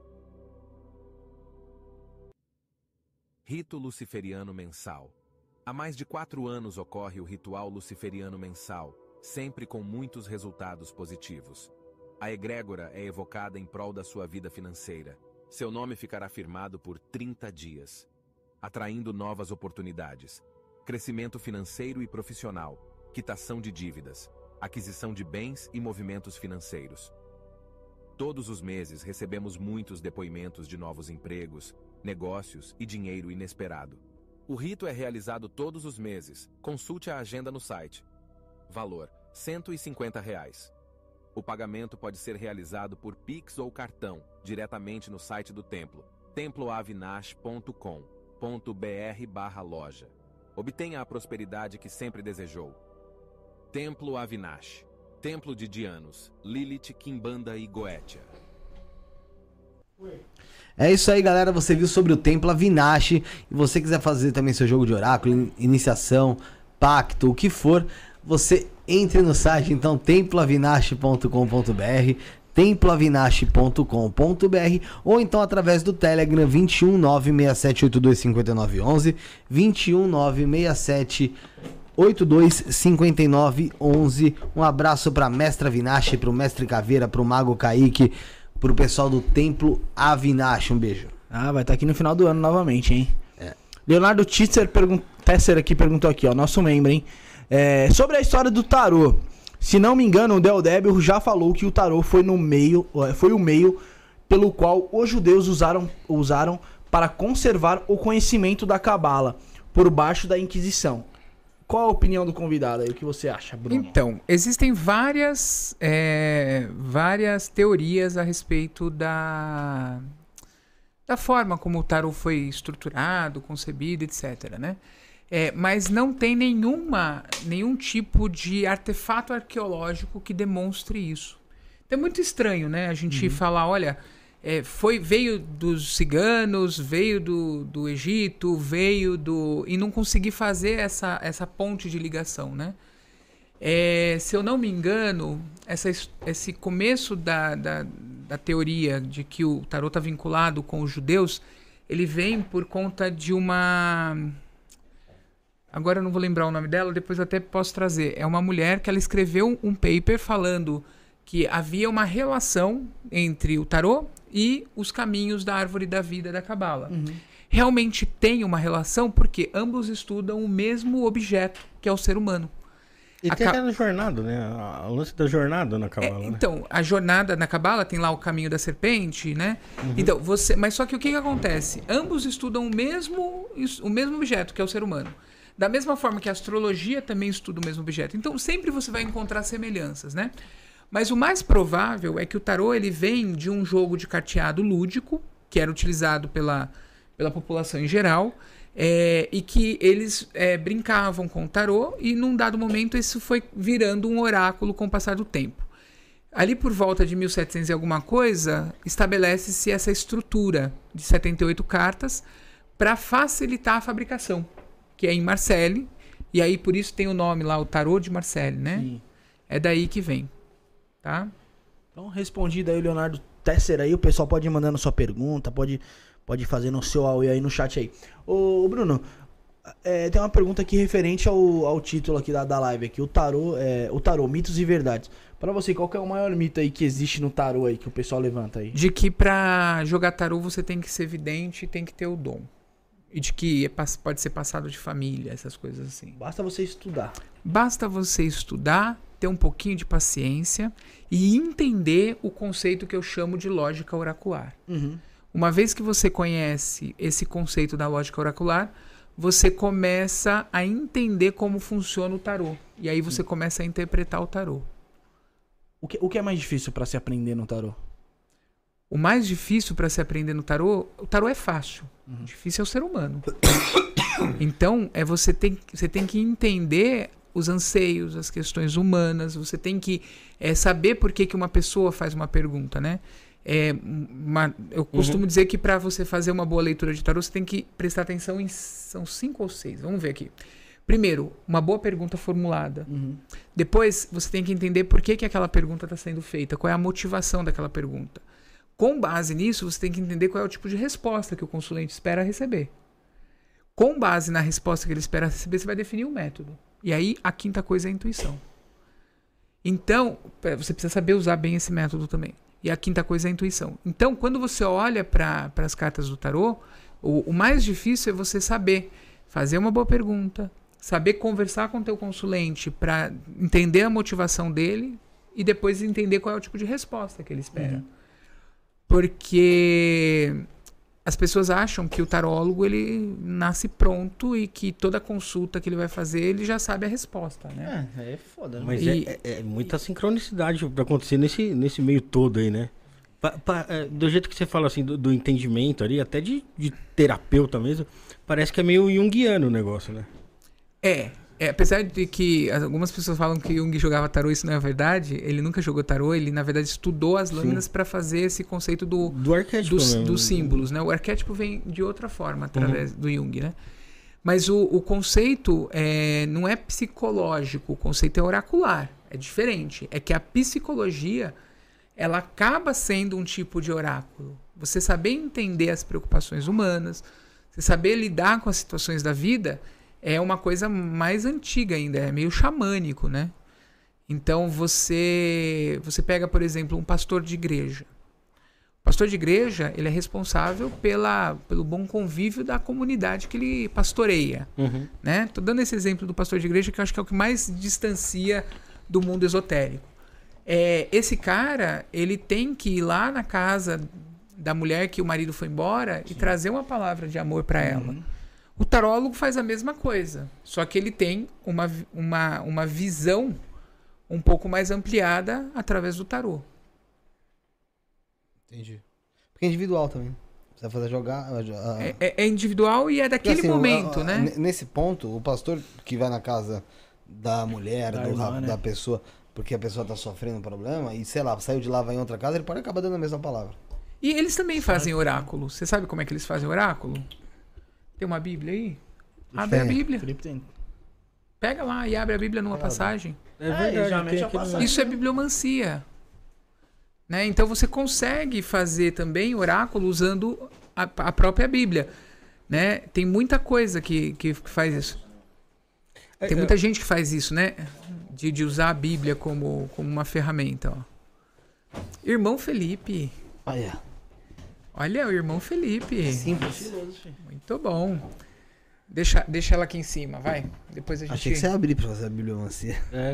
Rito Luciferiano Mensal. Há mais de quatro anos ocorre o ritual luciferiano mensal, sempre com muitos resultados positivos. A egrégora é evocada em prol da sua vida financeira. Seu nome ficará firmado por trinta dias, atraindo novas oportunidades, crescimento financeiro e profissional, quitação de dívidas, aquisição de bens e movimentos financeiros. Todos os meses recebemos muitos depoimentos de novos empregos, negócios e dinheiro inesperado. O rito é realizado todos os meses. Consulte a agenda no site. Valor: cento e cinquenta reais. O pagamento pode ser realizado por Pix ou cartão, diretamente no site do templo, temploavinash ponto com ponto br barra loja. Obtenha a prosperidade que sempre desejou. Templo Avinash, Templo de Dianos, Lilith, Quimbanda e Goetia. É isso aí, galera. Você viu sobre o Templo Avinash. E você quiser fazer também seu jogo de oráculo, iniciação, pacto, o que for, você entre no site, então, temploavinash ponto com ponto br, temploavinash ponto com ponto br, ou então através do Telegram vinte e um nove seis sete oito dois cinco nove um um, vinte e um nove seis sete oito dois cinco nove um um. Um abraço pra Mestra Avinash, pro Mestre Caveira, pro Mago Kaique, pro pessoal do Templo Avinash. Um beijo. Ah, vai estar aqui no final do ano novamente, hein? É. Leonardo Tisser, pergun Tesser aqui perguntou aqui, ó, nosso membro, hein? É, sobre a história do tarô. Se não me engano, o Del Débio já falou que o tarô foi no meio, foi o meio pelo qual os judeus usaram, usaram para conservar o conhecimento da Cabala por baixo da Inquisição. Qual a opinião do convidado aí? O que você acha, Bruno? Então, existem várias, é, várias teorias a respeito da, da forma como o tarô foi estruturado, concebido, etcétera, né? É, mas não tem nenhuma, nenhum tipo de artefato arqueológico que demonstre isso. Então é muito estranho, né? A gente uhum. falar, olha, é, foi, veio dos ciganos, veio do, do Egito, veio do... E não conseguir fazer essa, essa ponte de ligação, né? É, se eu não me engano, essa, esse começo da, da, da teoria de que o tarô está vinculado com os judeus, ele vem por conta de uma... Agora eu não vou lembrar o nome dela, depois eu até posso trazer. É uma mulher que ela escreveu um paper falando que havia uma relação entre o tarô e os caminhos da árvore da vida da Cabala. Uhum. Realmente tem uma relação porque ambos estudam o mesmo objeto, que é o ser humano. E a tem ca... aquela jornada, né? O lance da jornada na Cabala. É, né? então, a jornada na Cabala tem lá o caminho da serpente, né? Uhum. Então, você... Mas só que o que, que acontece? Ambos estudam o mesmo, o mesmo objeto, que é o ser humano. Da mesma forma que a astrologia também estuda o mesmo objeto. Então, sempre você vai encontrar semelhanças, né? Mas o mais provável é que o tarô ele vem de um jogo de carteado lúdico, que era utilizado pela, pela população em geral, é, e que eles é, brincavam com o tarô, e num dado momento isso foi virando um oráculo com o passar do tempo. Ali por volta de mil e setecentos e alguma coisa, estabelece-se essa estrutura de setenta e oito cartas para facilitar a fabricação, que é em Marseille, e aí por isso tem o nome lá, o tarô de Marseille, né? Sim. É daí que vem, tá? Então, respondido aí o Leonardo Tesser aí, o pessoal pode ir mandando sua pergunta, pode, pode fazer no seu auê aí no chat aí. Ô, Bruno, é, tem uma pergunta aqui referente ao, ao título aqui da, da live aqui, o tarô, é, o tarô, mitos e verdades. Pra você, qual que é o maior mito aí que existe no tarô aí, que o pessoal levanta aí? De que pra jogar tarô você tem que ser vidente e tem que ter o dom. E de que é, pode ser passado de família, essas coisas assim. Basta você estudar. Basta você estudar, ter um pouquinho de paciência e entender o conceito que eu chamo de lógica oracular. Uhum. Uma vez que você conhece esse conceito da lógica oracular, você começa a entender como funciona o tarô. E aí você Sim. começa a interpretar o tarô. O que, o que é mais difícil para se aprender no tarô? O mais difícil para se aprender no tarô, o tarô é fácil. Uhum. O difícil é o ser humano. Então, é você tem, você tem que entender os anseios, as questões humanas. Você tem que é, saber por que, que uma pessoa faz uma pergunta, né? É, uma, eu costumo uhum. dizer que para você fazer uma boa leitura de tarô, você tem que prestar atenção em... São cinco ou seis. Vamos ver aqui. Primeiro, uma boa pergunta formulada. Uhum. Depois, você tem que entender por que, que aquela pergunta está sendo feita. Qual é a motivação daquela pergunta. Com base nisso, você tem que entender qual é o tipo de resposta que o consulente espera receber. Com base na resposta que ele espera receber, você vai definir o método. E aí, a quinta coisa é a intuição. Então, você precisa saber usar bem esse método também. E a quinta coisa é a intuição. Então, quando você olha para as cartas do tarô, o, o mais difícil é você saber fazer uma boa pergunta, saber conversar com o teu consulente para entender a motivação dele e depois entender qual é o tipo de resposta que ele espera. Uhum. Porque as pessoas acham que o tarólogo ele nasce pronto e que toda consulta que ele vai fazer ele já sabe a resposta, né? É, é foda. Né? Mas e, é, é muita sincronicidade para acontecer nesse, nesse meio todo aí, né? Pa, pa, é, do jeito que você fala assim, do, do entendimento ali, até de, de terapeuta mesmo, parece que é meio junguiano o negócio, né? É. É, apesar de que algumas pessoas falam que Jung jogava tarô, isso não é verdade. Ele nunca jogou tarô, ele na verdade estudou as lâminas para fazer esse conceito do, do arquétipo dos, mesmo. dos símbolos, né? O arquétipo vem de outra forma através uhum. do Jung, né? Mas o, o conceito é, não é psicológico, o conceito é oracular, é diferente. É que a psicologia ela acaba sendo um tipo de oráculo. Você saber entender as preocupações humanas, você saber lidar com as situações da vida é uma coisa mais antiga ainda, é meio xamânico, né? Então você você pega, por exemplo, um pastor de igreja. O pastor de igreja, ele é responsável pela, pelo bom convívio da comunidade que ele pastoreia, uhum. né? Tô dando esse exemplo do pastor de igreja que eu acho que é o que mais distancia do mundo esotérico. É, esse cara, ele tem que ir lá na casa da mulher que o marido foi embora Sim. e trazer uma palavra de amor para ela. Uhum. O tarólogo faz a mesma coisa, só que ele tem uma, uma, uma visão um pouco mais ampliada através do tarô. Entendi. Porque é individual também. Você vai fazer jogar... A... É, é individual e é daquele assim, momento, a, a, né? Nesse ponto, o pastor que vai na casa da mulher, da, do, irmã, né? da pessoa, porque a pessoa tá sofrendo um problema, e sei lá, saiu de lá, vai em outra casa, ele pode acabar dando a mesma palavra. E eles também fazem oráculo. Você sabe como é que eles fazem oráculo? Tem uma Bíblia aí? Abre tem. a Bíblia. Pega lá e abre a Bíblia numa passagem. É verdade. É, Isso é bibliomancia. Né? Então você consegue fazer também oráculo usando a, a própria Bíblia. Né? Tem muita coisa que, que faz isso. Tem muita gente que faz isso, né? De, de usar a Bíblia como, como uma ferramenta. Ó. Irmão Felipe. Olha. Olha, o irmão Felipe. Simples. Muito bom. Deixa, deixa ela aqui em cima, vai. Depois a gente... Achei que você ia abrir pra fazer a bibliomancia. É.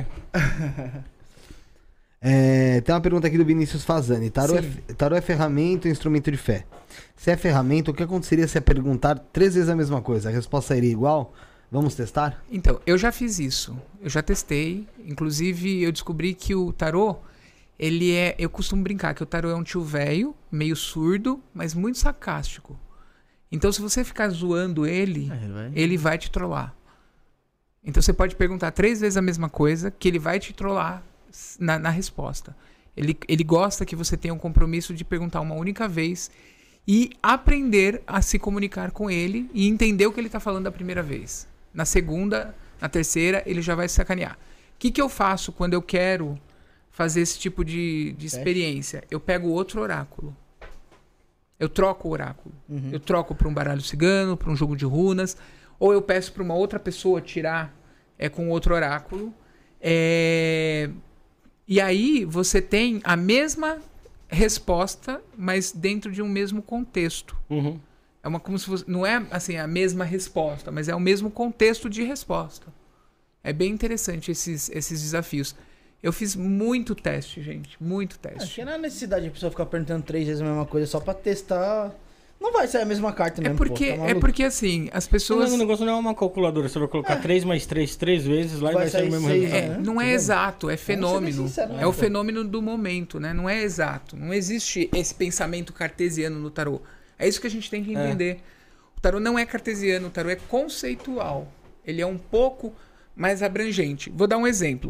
É, tem uma pergunta aqui do Vinícius Fazani. Tarô é, Sim. tarô é ferramenta ou instrumento de fé? Se é ferramenta, o que aconteceria se é perguntar três vezes a mesma coisa? A resposta seria igual? Vamos testar? Então, eu já fiz isso. Eu já testei. Inclusive, eu descobri que o tarô, ele é... Eu costumo brincar que o tarô é um tio velho, meio surdo, mas muito sarcástico. Então, se você ficar zoando ele, É, ele vai- ele vai te trollar. Então, você pode perguntar três vezes a mesma coisa, que ele vai te trollar na, na resposta. Ele, ele gosta que você tenha um compromisso de perguntar uma única vez e aprender a se comunicar com ele e entender o que ele está falando da primeira vez. Na segunda, na terceira, ele já vai se sacanear. O que, que eu faço quando eu quero fazer esse tipo de, de experiência? Eu pego outro oráculo. Eu troco o oráculo. Uhum. Eu troco para um baralho cigano, para um jogo de runas, ou eu peço para uma outra pessoa tirar é, com outro oráculo. É... E aí você tem a mesma resposta, mas dentro de um mesmo contexto. Uhum. É uma como se fosse, não é assim a mesma resposta, mas é o mesmo contexto de resposta. É bem interessante esses, esses desafios. Eu fiz muito teste, gente, muito Acho teste. que não é necessidade de a pessoa ficar perguntando três vezes a mesma coisa só pra testar. Não vai ser a mesma carta É mesmo, porque, pô, tá é maluco? porque assim, as pessoas... O negócio não é uma calculadora. Você vai colocar três mais três três vezes lá e Vai vai ser o sair mesmo seis, resultado. É, né? não é Entendeu? exato, é fenômeno. sincero, né, É o pô? fenômeno do momento, né? Não é exato. Não existe esse pensamento cartesiano no tarô. É isso que a gente tem que entender. O tarô não é cartesiano, o tarô é conceitual. Ele é um pouco mais abrangente. Vou dar um exemplo.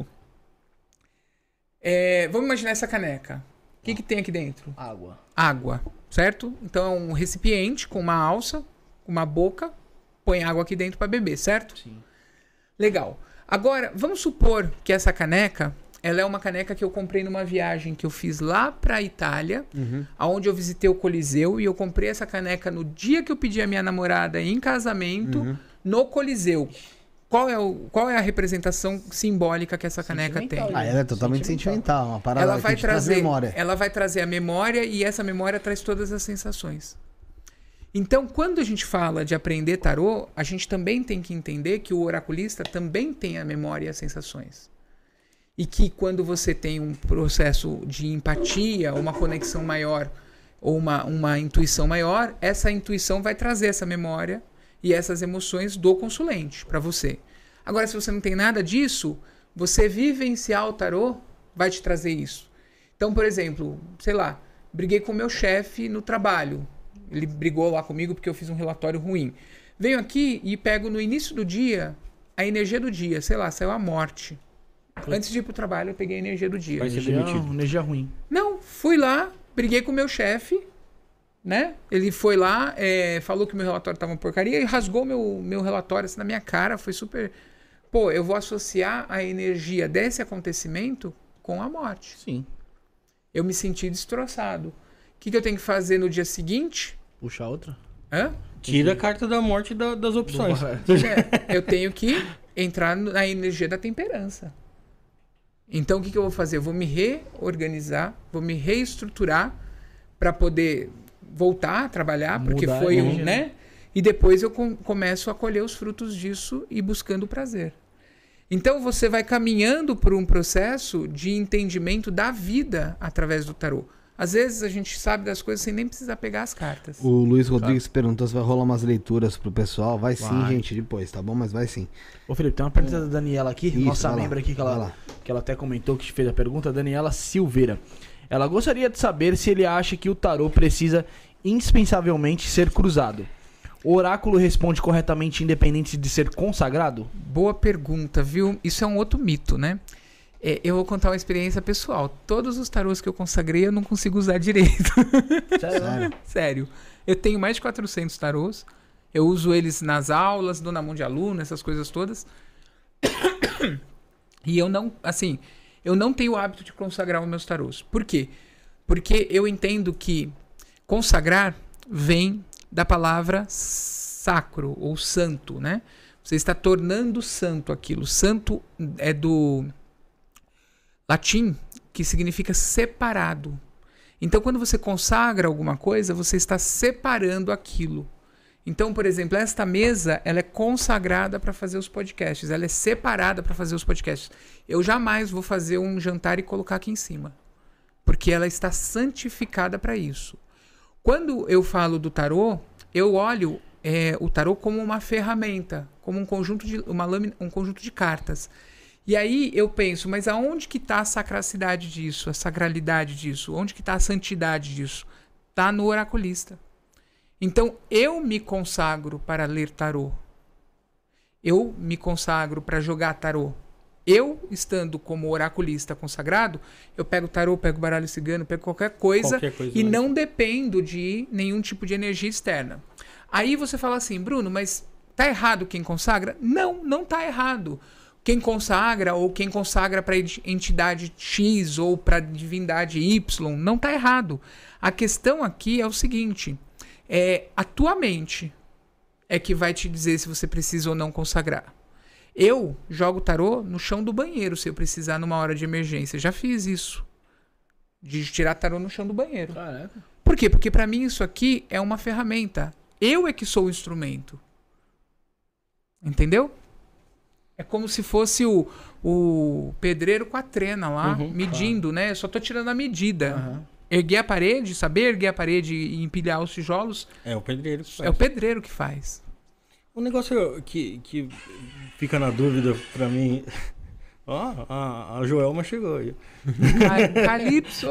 É, vamos imaginar essa caneca. O que, que tem aqui dentro? Água. Água, certo? Então é um recipiente com uma alça, com uma boca, põe água aqui dentro para beber, certo? Sim. Legal. Agora, vamos supor que essa caneca, ela é uma caneca que eu comprei numa viagem que eu fiz lá pra Itália, aonde eu visitei o Coliseu, e eu comprei essa caneca no dia que eu pedi a minha namorada em casamento, no Coliseu. Qual é, o, qual é a representação simbólica que essa caneca tem? Sentimental, Ah, ela é totalmente sentimental, uma parada Ela que vai te traz trazer, memória. ela vai trazer a memória, e essa memória traz todas as sensações. Então, quando a gente fala de aprender tarô, a gente também tem que entender que o oraculista também tem a memória e as sensações. E que quando você tem um processo de empatia, uma conexão maior, ou uma, uma intuição maior, essa intuição vai trazer essa memória e essas emoções do consulente para você. Agora, se você não tem nada disso, você vivenciar o tarô vai te trazer isso. Então, por exemplo, sei lá, briguei com o meu chefe no trabalho. Ele brigou lá comigo porque eu fiz um relatório ruim. Venho aqui e pego no início do dia a energia do dia. Sei lá, saiu a morte. Antes de ir pro trabalho, eu peguei a energia do dia. Vai ser Energia, demitido. energia ruim. Não, fui lá, briguei com o meu chefe, né? Ele foi lá, é, falou que o meu relatório tava uma porcaria e rasgou meu, meu relatório assim na minha cara. Foi super... Pô, eu vou associar a energia desse acontecimento com a morte. Sim. Eu me senti destroçado. O que, que eu tenho que fazer no dia seguinte? Puxar outra? Hã? Tira a carta da morte da- das opções. É, eu tenho que entrar na energia da temperança. Então, o que, que eu vou fazer? Eu vou me reorganizar, vou me reestruturar para poder voltar a trabalhar, porque Mudar a foi um, energia, né? E depois eu com- começo a colher os frutos disso e buscando o prazer. Então, você vai caminhando por um processo de entendimento da vida através do tarô. Às vezes, a gente sabe das coisas sem nem precisar pegar as cartas. O Luiz Rodrigues perguntou se vai rolar umas leituras pro pessoal. Vai, sim, Vai. gente, depois, tá bom? Mas vai sim. Ô, Felipe, tem uma pergunta da Daniela aqui, Isso, nossa vai lá, membro aqui, que vai ela, lá. que ela até comentou que fez a pergunta, Daniela Silveira. Ela gostaria de saber se ele acha que o tarô precisa indispensavelmente ser cruzado. O oráculo responde corretamente independente de ser consagrado? Boa pergunta, viu? Isso é um outro mito, né? É, eu vou contar uma experiência pessoal. Todos os tarôs que eu consagrei eu não consigo usar direito. Sério? Sério. Eu tenho mais de quatrocentos tarôs. Eu uso eles nas aulas, dou na mão de aluno, essas coisas todas. E eu não, assim, eu não tenho o hábito de consagrar os meus tarôs. Por quê? Porque eu entendo que consagrar vem da palavra sacro ou santo, né? Você está tornando santo aquilo. Santo é do latim, que significa separado. Então, quando você consagra alguma coisa, você está separando aquilo. Então, por exemplo, esta mesa, ela é consagrada para fazer os podcasts. Ela é separada para fazer os podcasts. Eu jamais vou fazer um jantar e colocar aqui em cima. Porque ela está santificada para isso. Quando eu falo do tarô, eu olho é, o tarô como uma ferramenta, como um conjunto de, uma lâmina, um conjunto de cartas. E aí eu penso, mas aonde que está a sacracidade disso, a sacralidade disso? Onde que está a santidade disso? Está no oraculista. Então, eu me consagro para ler tarô. Eu me consagro para jogar tarô. Eu, estando como oraculista consagrado, eu pego tarô, pego baralho cigano, pego qualquer coisa, Qualquer coisa e mesmo. não dependo de nenhum tipo de energia externa. Aí você fala assim, Bruno, mas tá errado quem consagra? Não, não tá errado. Quem consagra ou quem consagra para entidade X ou para divindade Y, não tá errado. A questão aqui é o seguinte... É, a tua mente é que vai te dizer se você precisa ou não consagrar. Eu jogo tarô no chão do banheiro se eu precisar numa hora de emergência. Já fiz isso. De tirar tarô no chão do banheiro. Caraca. Por quê? Porque pra mim isso aqui é uma ferramenta. Eu é que sou o instrumento. Entendeu? É como se fosse o, o pedreiro com a trena lá, Uhum, medindo, né? Eu só tô tirando a medida. Aham. Erguer a parede, saber erguer a parede e empilhar os tijolos, É o pedreiro que faz. é o pedreiro que faz. Um negócio que, que fica na dúvida pra mim... Ó, a, a Joelma chegou aí. Ca- Calypso!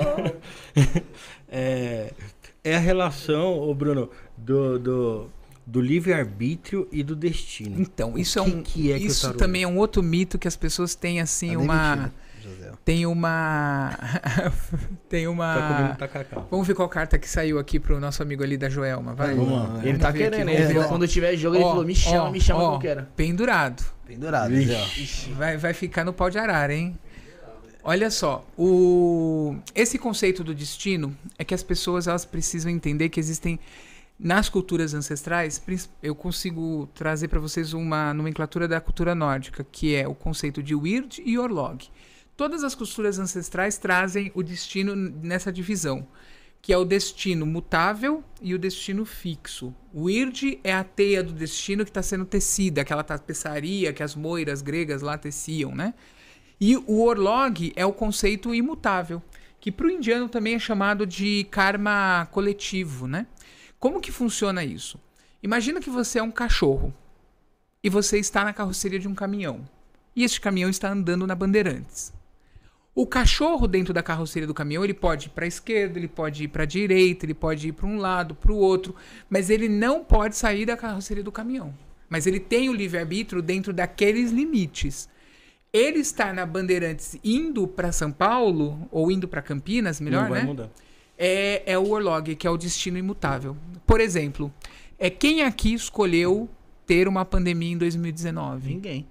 É, é a relação, ô Bruno, do, do, do livre-arbítrio e do destino. Então, isso O é que um. que é que o isso tarô também é um outro mito que as pessoas têm assim, Tá uma. demitido, José. Tem uma. tem Tá uma. comendo tacacá. Vamos ver qual carta que saiu aqui pro nosso amigo ali da Joelma. Vai. Vamos lá. Ele tá ver aqui, querendo, vamos ele ver, falou, ó. quando tiver jogo, ele Ó, falou, me chama, ó, me chama ó, que eu quero. Pendurado. Pendurado, Vixe. Zé, ó. Vai, vai ficar no pau de arara, hein? Olha só, o... esse conceito do destino é que as pessoas elas precisam entender que existem nas culturas ancestrais. prin- Eu consigo trazer para vocês uma nomenclatura da cultura nórdica, que é o conceito de Weird e Orlog. Todas as culturas ancestrais trazem o destino nessa divisão, que é o destino mutável e o destino fixo. O Weird é a teia do destino que está sendo tecida, aquela tapeçaria que as moiras gregas lá teciam, né? E o Orlog é o conceito imutável, que para o indiano também é chamado de karma coletivo, né? Como que funciona isso? Imagina que você é um cachorro e você está na carroceria de um caminhão. E este caminhão está andando na Bandeirantes. O cachorro dentro da carroceria do caminhão, ele pode ir para a esquerda, ele pode ir para a direita, ele pode ir para um lado, para o outro, mas ele não pode sair da carroceria do caminhão. Mas ele tem o livre-arbítrio dentro daqueles limites. Ele estar na Bandeirantes indo para São Paulo, ou indo para Campinas, melhor, Não vai né? mudar. É, é o Orlog, que é o destino imutável. Por exemplo, é quem aqui escolheu ter uma pandemia em dois mil e dezenove? Ninguém.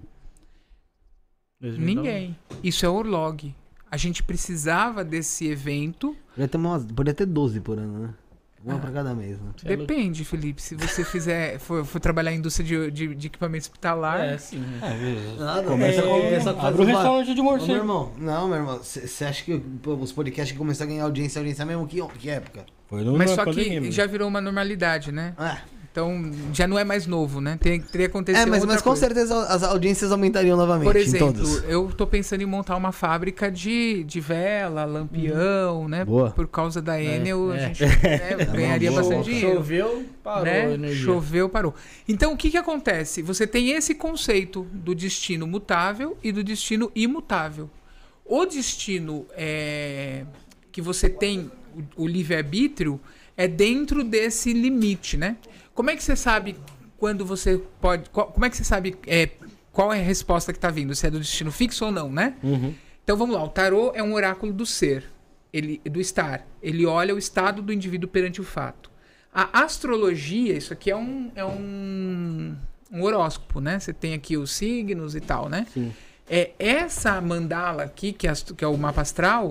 Ninguém. Isso é Orlog. A gente precisava desse evento. Podia ter, umas, podia ter doze por ano, né? Uma pra cada mês, né? Cê é louco. Depende, Felipe. Se você fizer, for, for trabalhar em indústria de, de, de equipamento hospitalar, É, sim. né? Nada, Começa é, com... começa a Abre um fazer uma- restaurante de Ô, meu morcego. irmão, não, meu irmão, você acha que pô, os podcasts que começaram a ganhar audiência, audiência mesmo? Que, que época? Foi no- mas na só pandemia que mesmo. já virou uma normalidade, né? É, Então já não é mais novo, né? Tem, teria que acontecer é mas, outra mas com coisa. certeza as audiências aumentariam novamente. Por em exemplo, todos. eu tô pensando em montar uma fábrica de, de vela, lampião, né? Boa. Por causa da Enel, a é. gente né, ganharia boa, bastante boa. dinheiro. Choveu, parou a Né? energia. Choveu, parou. Então, o que que acontece? Você tem esse conceito do destino mutável e do destino imutável. O destino é, que você tem, o, o livre-arbítrio, é dentro desse limite, né? Como é que você sabe quando você pode... Qual, como é que você sabe é, qual é a resposta que está vindo? Se é do destino fixo ou não, né? Uhum. Então, vamos lá. O tarô é um oráculo do ser, ele, do estar. Ele olha o estado do indivíduo perante o fato. A astrologia, isso aqui é um, é um, um horóscopo, né? Você tem aqui os signos e tal, né? Sim. É, essa mandala aqui, que é, ast- que é o mapa astral,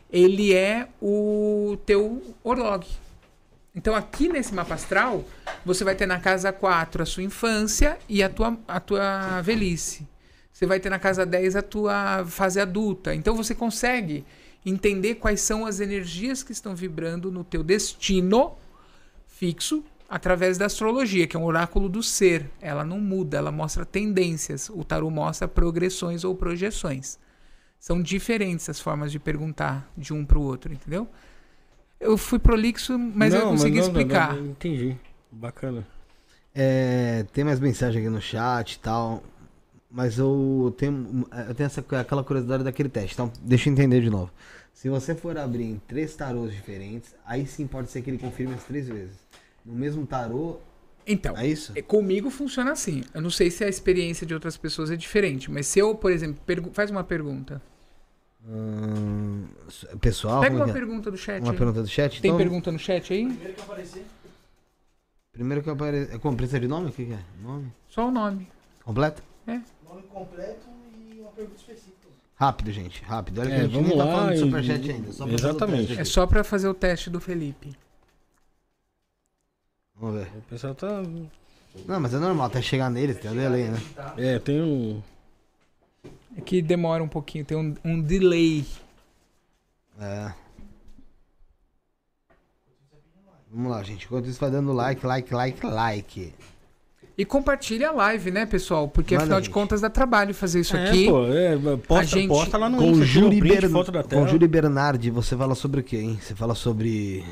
ele é o teu orlog. Então aqui nesse mapa astral, você vai ter na casa quatro a sua infância e a tua, a tua velhice. Você vai ter na casa dez a tua fase adulta. Então você consegue entender quais são as energias que estão vibrando no teu destino fixo através da astrologia, que é um oráculo do ser. Ela não muda, ela mostra tendências. O tarô mostra progressões ou projeções. São diferentes as formas de perguntar de um para o outro, entendeu? Eu fui prolixo, mas Não, eu consegui mas não, explicar. não, não, entendi. Bacana. É, tem mais mensagem aqui no chat e tal. Mas eu tenho, eu tenho essa, aquela curiosidade daquele teste. Então, deixa eu entender de novo. Se você for abrir em três tarôs diferentes, aí sim pode ser que ele confirme as três vezes. No mesmo tarô. Então, é isso? Comigo funciona assim. Eu não sei se a experiência de outras pessoas é diferente, mas se eu, por exemplo, pergu- faz uma pergunta. Hum, pessoal, Pega como uma é que é? pergunta do chat. Uma aí. pergunta do chat? Tem Então, pergunta no chat aí? Primeiro que aparecer. primeiro que aparece. É como? Precisa de nome? O que, que é? Nome? Só o nome. Completo? Nome completo e uma pergunta específica. Rápido, gente. Rápido. Olha que É, a gente vamos nem tá lá falando de e- superchat ainda. Só pra fazer o Exatamente. teste É aqui. só pra fazer o teste do Felipe. Vamos ver. O pessoal tá... Não, mas é normal, até chegar neles, tem um delay, né? É, tem um... É que demora um pouquinho, tem um, um delay. É. Vamos lá, gente. Enquanto isso, vai dando like, like, like, like. E compartilha a live, né, pessoal? Porque Manda, afinal de gente. contas dá trabalho fazer isso é, aqui. pô, é, posta, a gente- posta lá no Com Insta, tira um Júri, print, Bern... foto da tela. Com Júri Bernardi, você fala sobre o quê, hein? Você fala sobre...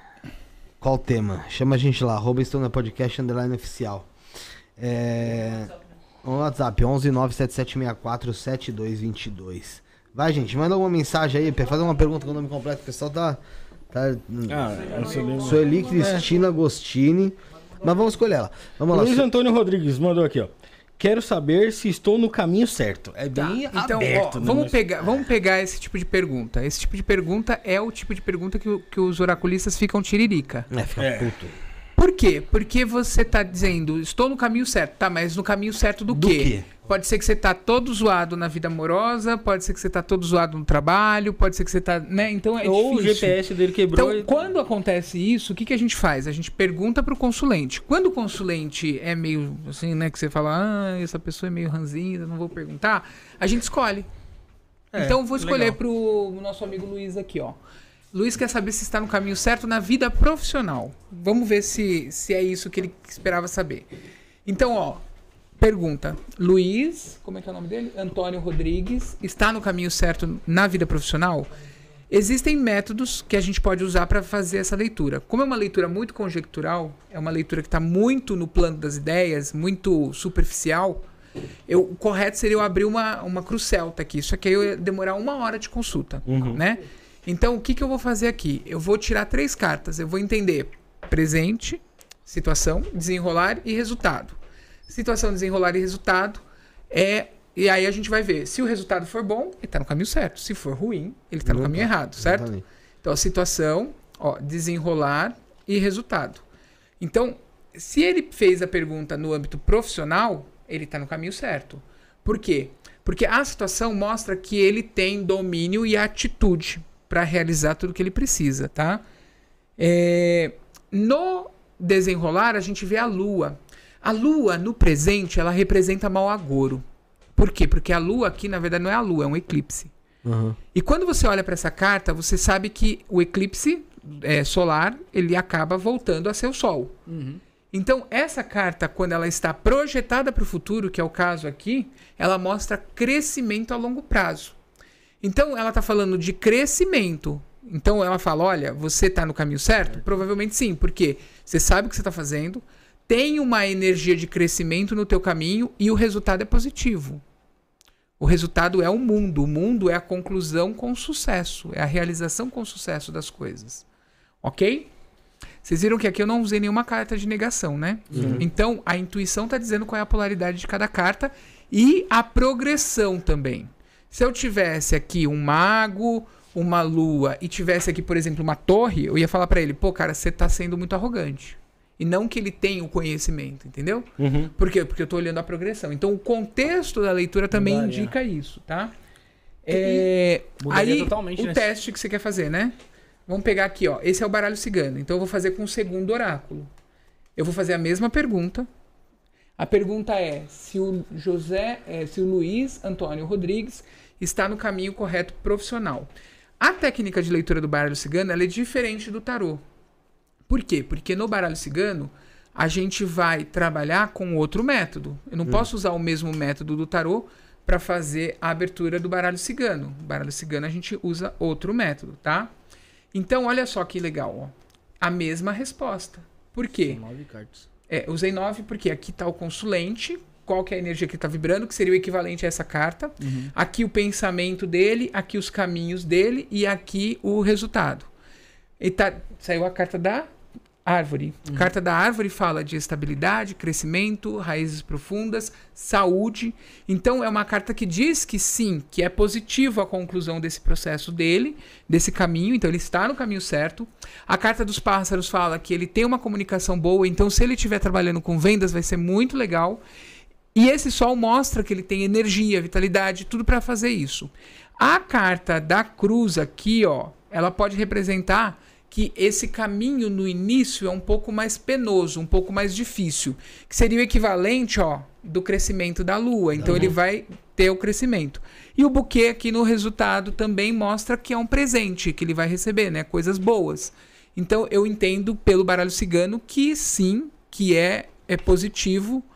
Qual tema? Chama a gente lá, arroba Estona Podcast, underline oficial. É... O WhatsApp, onze nove sete sete seis quatro sete dois dois dois. Vai, gente, manda alguma mensagem aí, pra fazer uma pergunta com o nome completo. O pessoal tá... tá... Ah, esse livro- Sueli Cristina Agostini. Mas vamos escolher ela. Vamos lá. Luiz Su- Antônio Rodrigues mandou aqui, ó. Quero saber se estou no caminho certo. É Tá, bem então, aberto. ó, né? vamos, Mas- pegar, vamos pegar esse tipo de pergunta. Esse tipo de pergunta é o tipo de pergunta que, o- que os oraculistas ficam tiririca. É, fica É. puto. Por quê? Porque você tá dizendo, estou no caminho certo. Tá, mas no caminho certo do, Do quê? quê? Pode ser que você tá todo zoado na vida amorosa, pode ser que você tá todo zoado no trabalho, pode ser que você tá, né? Então é Ou o difícil. G P S dele quebrou. Então, e- quando acontece isso, o que, que a gente faz? A gente pergunta pro consulente. Quando o consulente é meio assim, né, que você fala, ah, essa pessoa é meio ranzinza, não vou perguntar, a gente escolhe. É, então, vou escolher legal. pro nosso amigo Luiz aqui, ó. Luiz quer saber se está no caminho certo na vida profissional. Vamos ver se, se é isso que ele esperava saber. Então, ó, pergunta. Luiz, como é que é o nome dele? Antônio Rodrigues, está no caminho certo na vida profissional? Existem métodos que a gente pode usar para fazer essa leitura. Como é uma leitura muito conjectural, é uma leitura que está muito no plano das ideias, muito superficial, eu, o correto seria eu abrir uma, uma cruz celta aqui. Isso aqui eu ia demorar uma hora de consulta, Uhum. né? Então, o que, que eu vou fazer aqui? Eu vou tirar três cartas. Eu vou entender presente, situação, desenrolar e resultado. Situação, desenrolar e resultado é... E aí a gente vai ver. Se o resultado for bom, ele tá no caminho certo. Se for ruim, ele tá no Não caminho tá. errado, certo? Exatamente. Então, a situação, ó, desenrolar e resultado. Então, se ele fez a pergunta no âmbito profissional, ele tá no caminho certo. Por quê? Porque a situação mostra que ele tem domínio e atitude para realizar tudo que ele precisa, tá? É, no desenrolar, a gente vê a lua. A lua, no presente, ela representa mau agouro. Por quê? Porque a lua aqui, na verdade, não é a lua, é um eclipse. Uhum. E quando você olha para essa carta, você sabe que o eclipse é, solar, ele acaba voltando a ser o sol. Então, essa carta, quando ela está projetada para o futuro, que é o caso aqui, ela mostra crescimento a longo prazo. Então, ela está falando de crescimento. Então, ela fala, olha, você está no caminho certo? Provavelmente sim, porque você sabe o que você está fazendo, tem uma energia de crescimento no teu caminho e o resultado é positivo. O resultado é o mundo. O mundo é a conclusão com sucesso. É a realização com sucesso das coisas. Ok? Vocês viram que aqui eu não usei nenhuma carta de negação, né? Uhum. Então, a intuição está dizendo qual é a polaridade de cada carta e a progressão também. Se eu tivesse aqui um mago, uma lua e tivesse aqui, por exemplo, uma torre, eu ia falar para ele, pô, cara, você tá sendo muito arrogante. E não que ele tenha o conhecimento, entendeu? Uhum. Por quê? Porque eu tô olhando a progressão. Então, o contexto da leitura também Varia. indica isso, tá? É, Mudaria aí, totalmente, o né? teste que você quer fazer, né? Vamos pegar aqui, ó. Esse é o baralho cigano. Então eu vou fazer com o segundo oráculo. Eu vou fazer a mesma pergunta. A pergunta é se o José, é, se o Luiz Antônio Rodrigues está no caminho correto profissional. A técnica de leitura do baralho cigano, ela é diferente do tarô. Por quê? Porque no baralho cigano, a gente vai trabalhar com outro método. Eu não hum. posso usar o mesmo método do tarô para fazer a abertura do baralho cigano. No baralho cigano a gente usa outro método, tá? Então, olha só que legal, ó. A mesma resposta. Por quê? São nove cartas. É, usei nove porque aqui está o consulente, qual que é a energia que está vibrando, que seria o equivalente a essa carta. Uhum. Aqui o pensamento dele, aqui os caminhos dele e aqui o resultado. E tá, saiu a carta da árvore. Uhum. A carta da árvore fala de estabilidade, crescimento, raízes profundas, saúde. Então é uma carta que diz que sim, que é positivo a conclusão desse processo dele, desse caminho. Então ele está no caminho certo. A carta dos pássaros fala que ele tem uma comunicação boa. Então se ele estiver trabalhando com vendas vai ser muito legal. E esse sol mostra que ele tem energia, vitalidade, tudo para fazer isso. A carta da cruz aqui, ó, ela pode representar que esse caminho no início é um pouco mais penoso, um pouco mais difícil, que seria o equivalente, ó, do crescimento da lua. Então uhum. ele vai ter o crescimento. E o buquê aqui no resultado também mostra que é um presente que ele vai receber, né? Coisas boas. Então eu entendo pelo baralho cigano que sim, que é, é positivo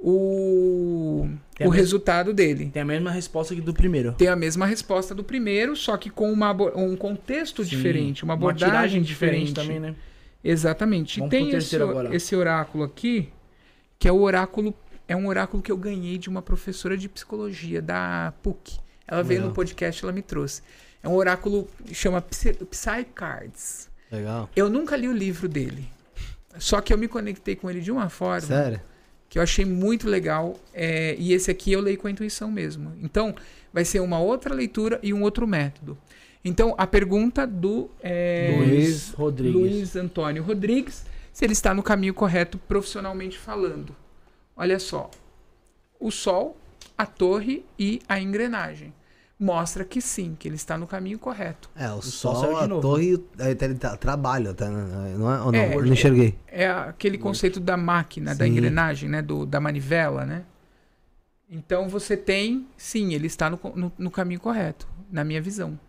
o, o resultado dele. Tem a mesma resposta que do primeiro. Tem a mesma resposta do primeiro, só que com uma, um contexto Sim, diferente, uma abordagem uma tiragem diferente. diferente também, né? Exatamente. Vamos tem esse, esse oráculo aqui, que é o oráculo, é um oráculo que eu ganhei de uma professora de psicologia da P U C. Ela veio Legal. no podcast, ela me trouxe. É um oráculo que chama Psy, Psy Cards. Legal. Eu nunca li o livro dele. Só que eu me conectei com ele de uma forma... Sério? Que eu achei muito legal, é, e esse aqui eu leio com a intuição mesmo. Então, vai ser uma outra leitura e um outro método. Então, a pergunta do é, Luiz Rodrigues. Luiz Antônio Rodrigues, se ele está no caminho correto profissionalmente falando. Olha só, o sol, a torre e a engrenagem. Mostra que sim, que ele está no caminho correto. É, o, o sol, sol a torre e ele tá, trabalha, tá, não é? Ou não? É, eu não enxerguei. É aquele conceito da máquina, sim. da engrenagem, né? Do, da manivela, né? Então você tem, sim, ele está no, no, no caminho correto, na minha visão.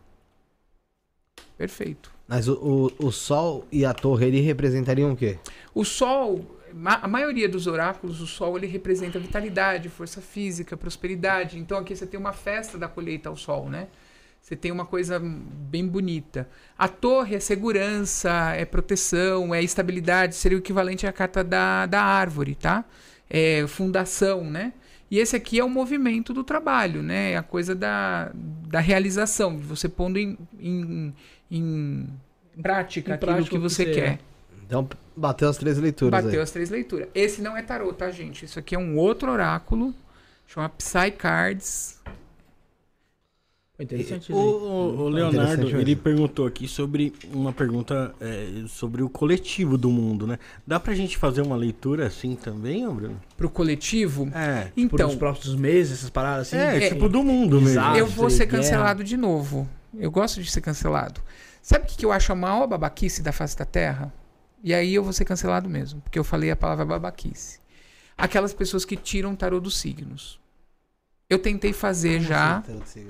Perfeito. Mas o, o, o sol e a torre, ele representariam o quê? O sol... A maioria dos oráculos, o sol ele representa vitalidade, força física, prosperidade. Então aqui você tem uma festa da colheita ao sol, né? Você tem uma coisa bem bonita. A torre é segurança, é proteção, é estabilidade. Seria o equivalente à carta da, da árvore, tá? É fundação, né? E esse aqui é o movimento do trabalho, né? É a coisa da, da realização. Você pondo em, em, em prática em aquilo prática que você que quer. Então, bateu as três leituras Bateu aí. as três leituras. Esse não é tarô, tá, gente? Isso aqui é um outro oráculo. Chama Psy Cards. Interessante. O, o, o Leonardo, ele perguntou aqui sobre uma pergunta é, sobre o coletivo do mundo, né? Dá pra gente fazer uma leitura assim também, ô Bruno? Pro coletivo? É. Então, os próximos meses, essas paradas assim? É, é tipo do mundo mesmo. Eu vou ser cancelado de novo. Eu gosto de ser cancelado. Sabe o que, que eu acho a maior babaquice da face da Terra? E aí eu vou ser cancelado mesmo, porque eu falei a palavra babaquice. Aquelas pessoas que tiram o tarô dos signos. Eu tentei fazer Como já.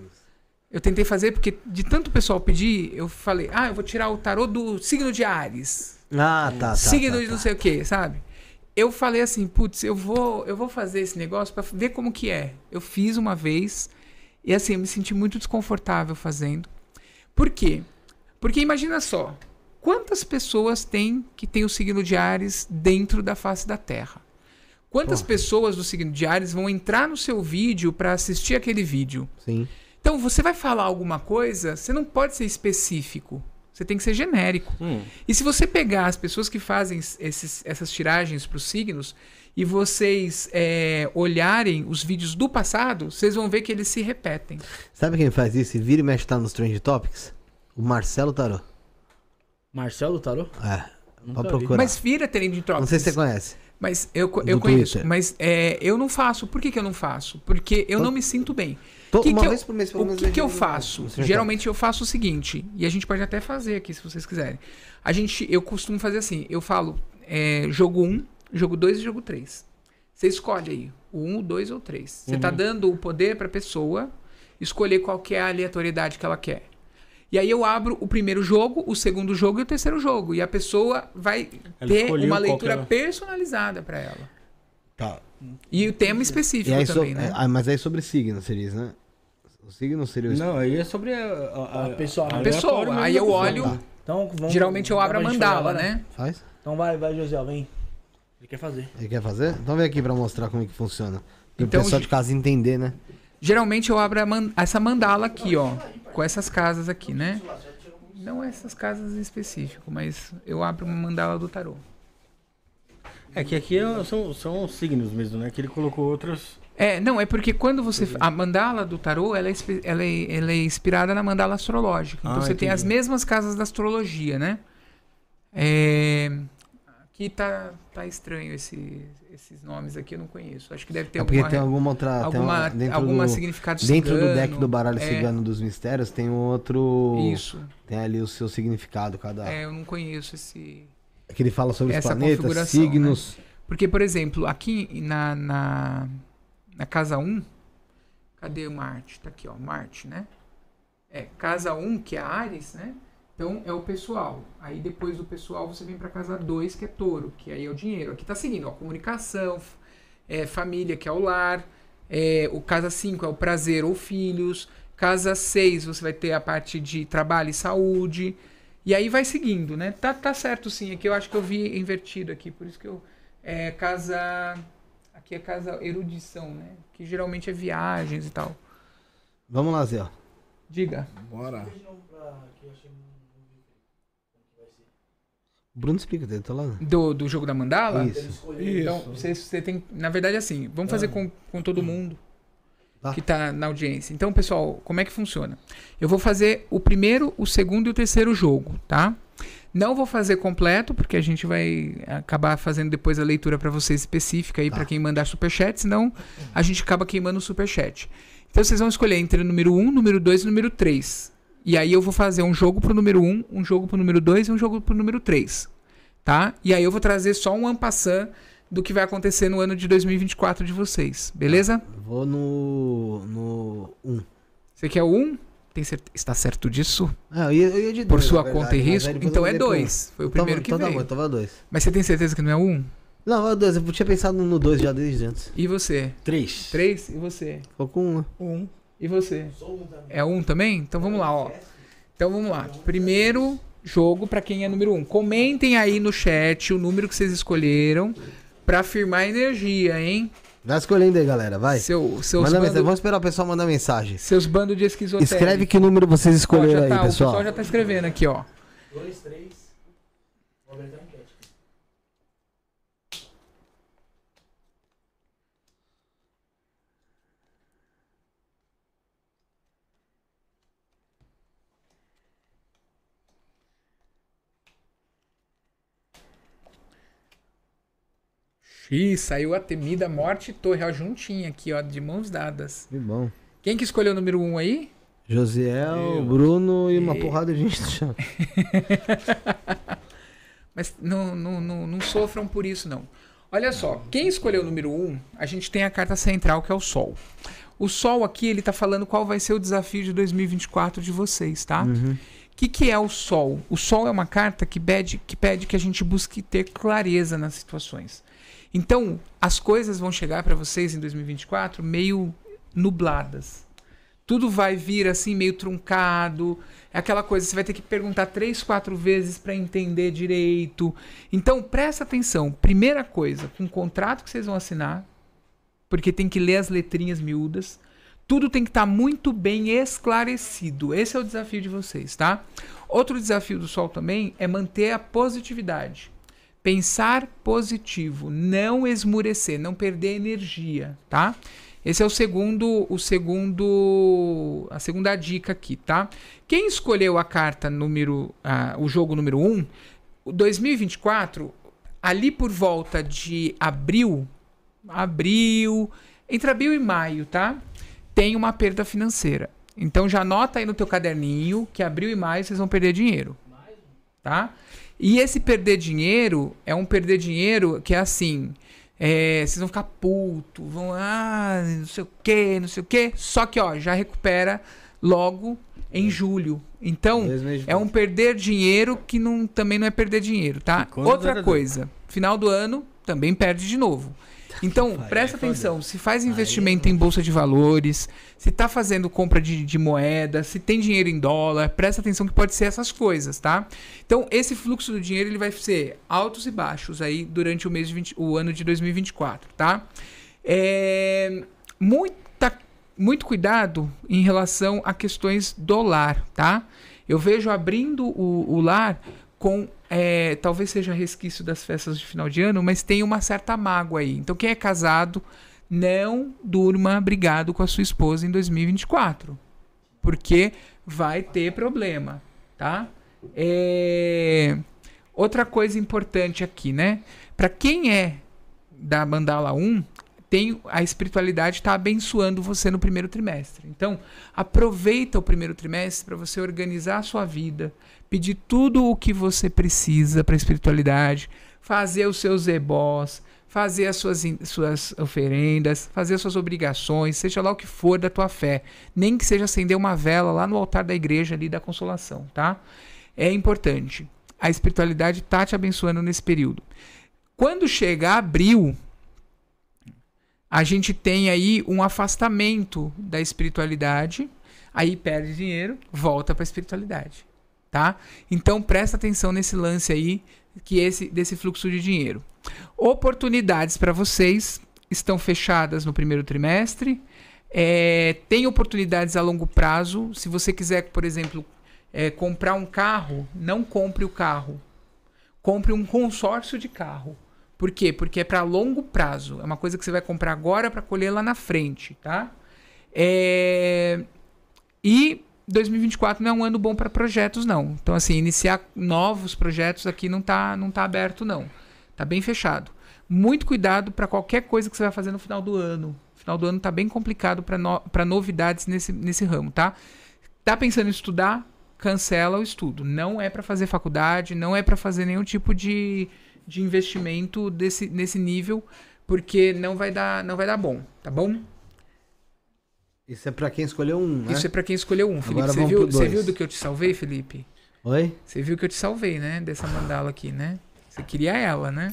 Eu tentei fazer porque de tanto o pessoal pedir, eu falei, ah, eu vou tirar o tarô do signo de Áries. Ah, tá, tá. Signo tá, de tá. não sei o que, sabe? Eu falei assim, putz, eu vou, eu vou fazer esse negócio pra ver como que é. Eu fiz uma vez e assim, eu me senti muito desconfortável fazendo. Por quê? Porque imagina só, quantas pessoas tem que tem o signo de Áries dentro da face da Terra? Quantas Porra. pessoas do signo de Áries vão entrar no seu vídeo para assistir aquele vídeo? Sim. Então, você vai falar alguma coisa, você não pode ser específico. Você tem que ser genérico. Hum. E se você pegar as pessoas que fazem esses, essas tiragens para os signos e vocês é, olharem os vídeos do passado, vocês vão ver que eles se repetem. Sabe quem faz isso e vira e mexe tá nos Trend Topics? O Marcelo Tarô. Marcelo Tarô? É, pode procurar. Mas vira Trend Topics. Não sei se você conhece. Mas eu, co- eu Do conheço. Twitter. Mas é, eu não faço. Por que, que eu não faço? Porque eu não me sinto bem. To- Que uma que eu- vez por mês, pelo o menos, que, eu que eu digo, faço? você já Geralmente eu faço o seguinte, e a gente pode até fazer aqui, se vocês quiserem. A gente, eu costumo fazer assim, eu falo é, jogo um, jogo dois e jogo três. Você escolhe aí, o um, o dois ou o três. Você tá dando o poder pra pessoa escolher qual que é a aleatoriedade que ela quer. E aí eu abro o primeiro jogo, o segundo jogo e o terceiro jogo. E a pessoa vai Ela ter escolheu uma qual que leitura ela- personalizada pra ela. Tá. E o tema E específico aí, também, so- né? ah, mas aí sobre signo, seria isso, né? O signo seria o Não, aí é sobre a, a, A pessoa. a- A pessoa, aleatório mesmo aí da eu pessoa. olho- Tá. Então, vamos, Geralmente eu dá abro a pra gente mandala, fazer agora? né? Faz? Então vai, vai, Josiel, vem. Ele quer fazer. Ele quer fazer? Então vem aqui pra mostrar como é que funciona. Para Então, o pessoal ge- de casa entender, né? Geralmente eu abro a man- essa mandala aqui, ó. Com essas casas aqui, né? Não essas casas em específico, mas eu abro uma mandala do tarô. É que aqui é- são, são signos mesmo, né? Que ele colocou outras. É, não, é porque quando você. A mandala do tarô, ela é, espe- ela é, ela é inspirada na mandala astrológica. Então Ah, você tem entendi. as mesmas casas da astrologia, né? É, aqui tá, tá estranho esse- esses nomes aqui, eu não conheço. Acho que deve ter É porque alguma, tem alguma outra. tem alguma, uma- dentro alguma do, significado Dentro do cigano. deck do baralho É, cigano dos mistérios tem um outro. Isso. Tem ali o seu significado, cada. É, eu não conheço esse. Que ele fala sobre os essa planetas, configuração, signos. Porque, por exemplo, aqui na, na, na casa um, cadê o Marte? Tá aqui, ó, Marte, né? É, casa um, que é Áries, né? Então é o pessoal. Aí depois do pessoal você vem pra casa dois, que é Touro, que aí é o dinheiro. Aqui tá seguindo, ó, comunicação, f- é, família, que é o lar. É, o casa cinco é o prazer ou filhos. Casa seis você vai ter a parte de trabalho e saúde. E aí vai seguindo, né? Tá, tá certo sim, aqui eu acho que eu vi invertido aqui, por isso que eu... É casa... Aqui é casa erudição, né? Que geralmente é viagens e tal. Vamos lá, Zé. ó. Diga. Bora. O Bruno explica, ele tá lá. né? Do, do jogo da mandala? Isso. Então, você, você tem... Na verdade, assim, vamos fazer com, com todo mundo Tá. que tá na audiência. Então, pessoal, como é que funciona? Eu vou fazer o primeiro, o segundo e o terceiro jogo, tá? Não vou fazer completo, porque a gente vai acabar fazendo depois a leitura para vocês específica aí, Tá. para quem mandar superchat, senão a gente acaba queimando o superchat. Então vocês vão escolher entre o número um, número dois e o número três. E aí eu vou fazer um jogo pro número um, um jogo pro número dois e um jogo pro número três. Tá? E aí eu vou trazer só um ampassã do que vai acontecer no ano de dois mil e vinte e quatro de vocês. Beleza? Eu vou no. no um. Você quer o um? Tem certe... Está certo disso? Ah, eu ia, eu ia de Por dois, sua na conta e verdade, mas risco? aí depois Então eu é mudei pro um. dois. Foi o Então, primeiro que então tá veio. bom, então vai dois. Mas você tem certeza que não é um? Não, vai dois. Eu tinha pensado no dois já desde antes. E você? Três. Três? E você? Ficou com um, né? Um. E você? É um também? Então vamos lá, ó. Então vamos lá. Primeiro jogo pra quem é número um. Comentem aí no chat o número que vocês escolheram pra afirmar a energia, hein? Vai escolhendo aí, galera. Vai. Seu, seus Manda bando, mensagem. Vamos esperar o pessoal mandar mensagem. seus bandos de esquizofrenia. Escreve que número vocês Ó, escolheram já tá, aí, o pessoal. pessoal já tá escrevendo aqui, ó. Dois, três. Vou abrir a enquete. Ih, saiu a temida morte e torre, ó, juntinha aqui, ó, de mãos dadas. Que bom. Quem que escolheu o número um aí? Josiel, Bruno e uma E- porrada de gente no chão. Mas não, não, não, não sofram por isso, não. Olha só, quem escolheu o número um, a gente tem a carta central, que é o Sol. O Sol aqui, ele tá falando qual vai ser o desafio de dois mil e vinte e quatro de vocês, tá? O que, que é o Sol? O Sol é uma carta que pede, que pede que a gente busque ter clareza nas situações. Então, as coisas vão chegar para vocês em dois mil e vinte e quatro meio nubladas. Tudo vai vir assim meio truncado. É aquela coisa, você vai ter que perguntar três, quatro vezes para entender direito. Então, presta atenção. Primeira coisa, com o contrato que vocês vão assinar, porque tem que ler as letrinhas miúdas. Tudo tem que estar muito bem esclarecido. Esse é o desafio de vocês, tá? Outro desafio do Sol também é manter a positividade. Pensar positivo, não esmurecer, não perder energia, tá? Esse é o segundo, o segundo, a segunda dica aqui, tá? Quem escolheu a carta número, ah, o jogo número um, o dois mil e vinte e quatro, ali por volta de abril, abril, entre abril e maio, tá? Tem uma perda financeira. Então já anota aí no teu caderninho que abril e maio vocês vão perder dinheiro, tá? E esse perder dinheiro é um perder dinheiro que é assim, é, vocês vão ficar puto, vão, ah, não sei o que, não sei o que, só que ó, já recupera logo em julho. Então, é um perder dinheiro que não, também não é perder dinheiro, tá? Outra coisa, final do ano também perde de novo. Então, presta atenção, se faz investimento em bolsa de valores, se tá fazendo compra de, de moeda, se tem dinheiro em dólar, presta atenção que pode ser essas coisas, tá? Então, esse fluxo do dinheiro ele vai ser altos e baixos aí durante o mês de vinte, o ano de dois mil e vinte e quatro, tá? É, muita, muito cuidado em relação a questões do lar, tá? Eu vejo abrindo o, o lar com... É, talvez seja resquício das festas de final de ano, mas tem uma certa mágoa aí. Então, quem é casado, não durma brigado com a sua esposa em dois mil e vinte e quatro. Porque vai ter problema, tá? É... Outra coisa importante aqui, né? Para quem é da Mandala um, tem, a espiritualidade está abençoando você no primeiro trimestre. Então, aproveita o primeiro trimestre para você organizar a sua vida, pedir tudo o que você precisa para a espiritualidade, fazer os seus ebós, fazer as suas, suas oferendas, fazer as suas obrigações, seja lá o que for da tua fé. Nem que seja acender uma vela lá no altar da igreja ali da consolação, tá? É importante. A espiritualidade está te abençoando nesse período. Quando chega abril, a gente tem aí um afastamento da espiritualidade, aí perde dinheiro, volta para a espiritualidade. Tá? Então presta atenção nesse lance aí, que esse desse fluxo de dinheiro. Oportunidades para vocês estão fechadas no primeiro trimestre. É, tem oportunidades a longo prazo. Se você quiser, por exemplo, é, comprar um carro, não compre o carro. Compre um consórcio de carro. Por quê? Porque é para longo prazo. É uma coisa que você vai comprar agora para colher lá na frente, tá? É... E dois mil e vinte e quatro não é um ano bom para projetos, não. Então, assim, iniciar novos projetos aqui não tá, não tá aberto, não. Tá bem fechado. Muito cuidado para qualquer coisa que você vai fazer no final do ano. O final do ano tá bem complicado para no, para novidades nesse, nesse ramo, tá? Tá pensando em estudar? Cancela o estudo. Não é para fazer faculdade, não é para fazer nenhum tipo de, de investimento desse, nesse nível, porque não vai dar, não vai dar bom, tá bom? Isso é pra quem escolheu um, né? Isso é pra quem escolheu um, Felipe. Agora Você viu, você viu do que eu te salvei, Felipe? Oi? Você viu que eu te salvei, né? Dessa mandala aqui, né? Você queria ela, né?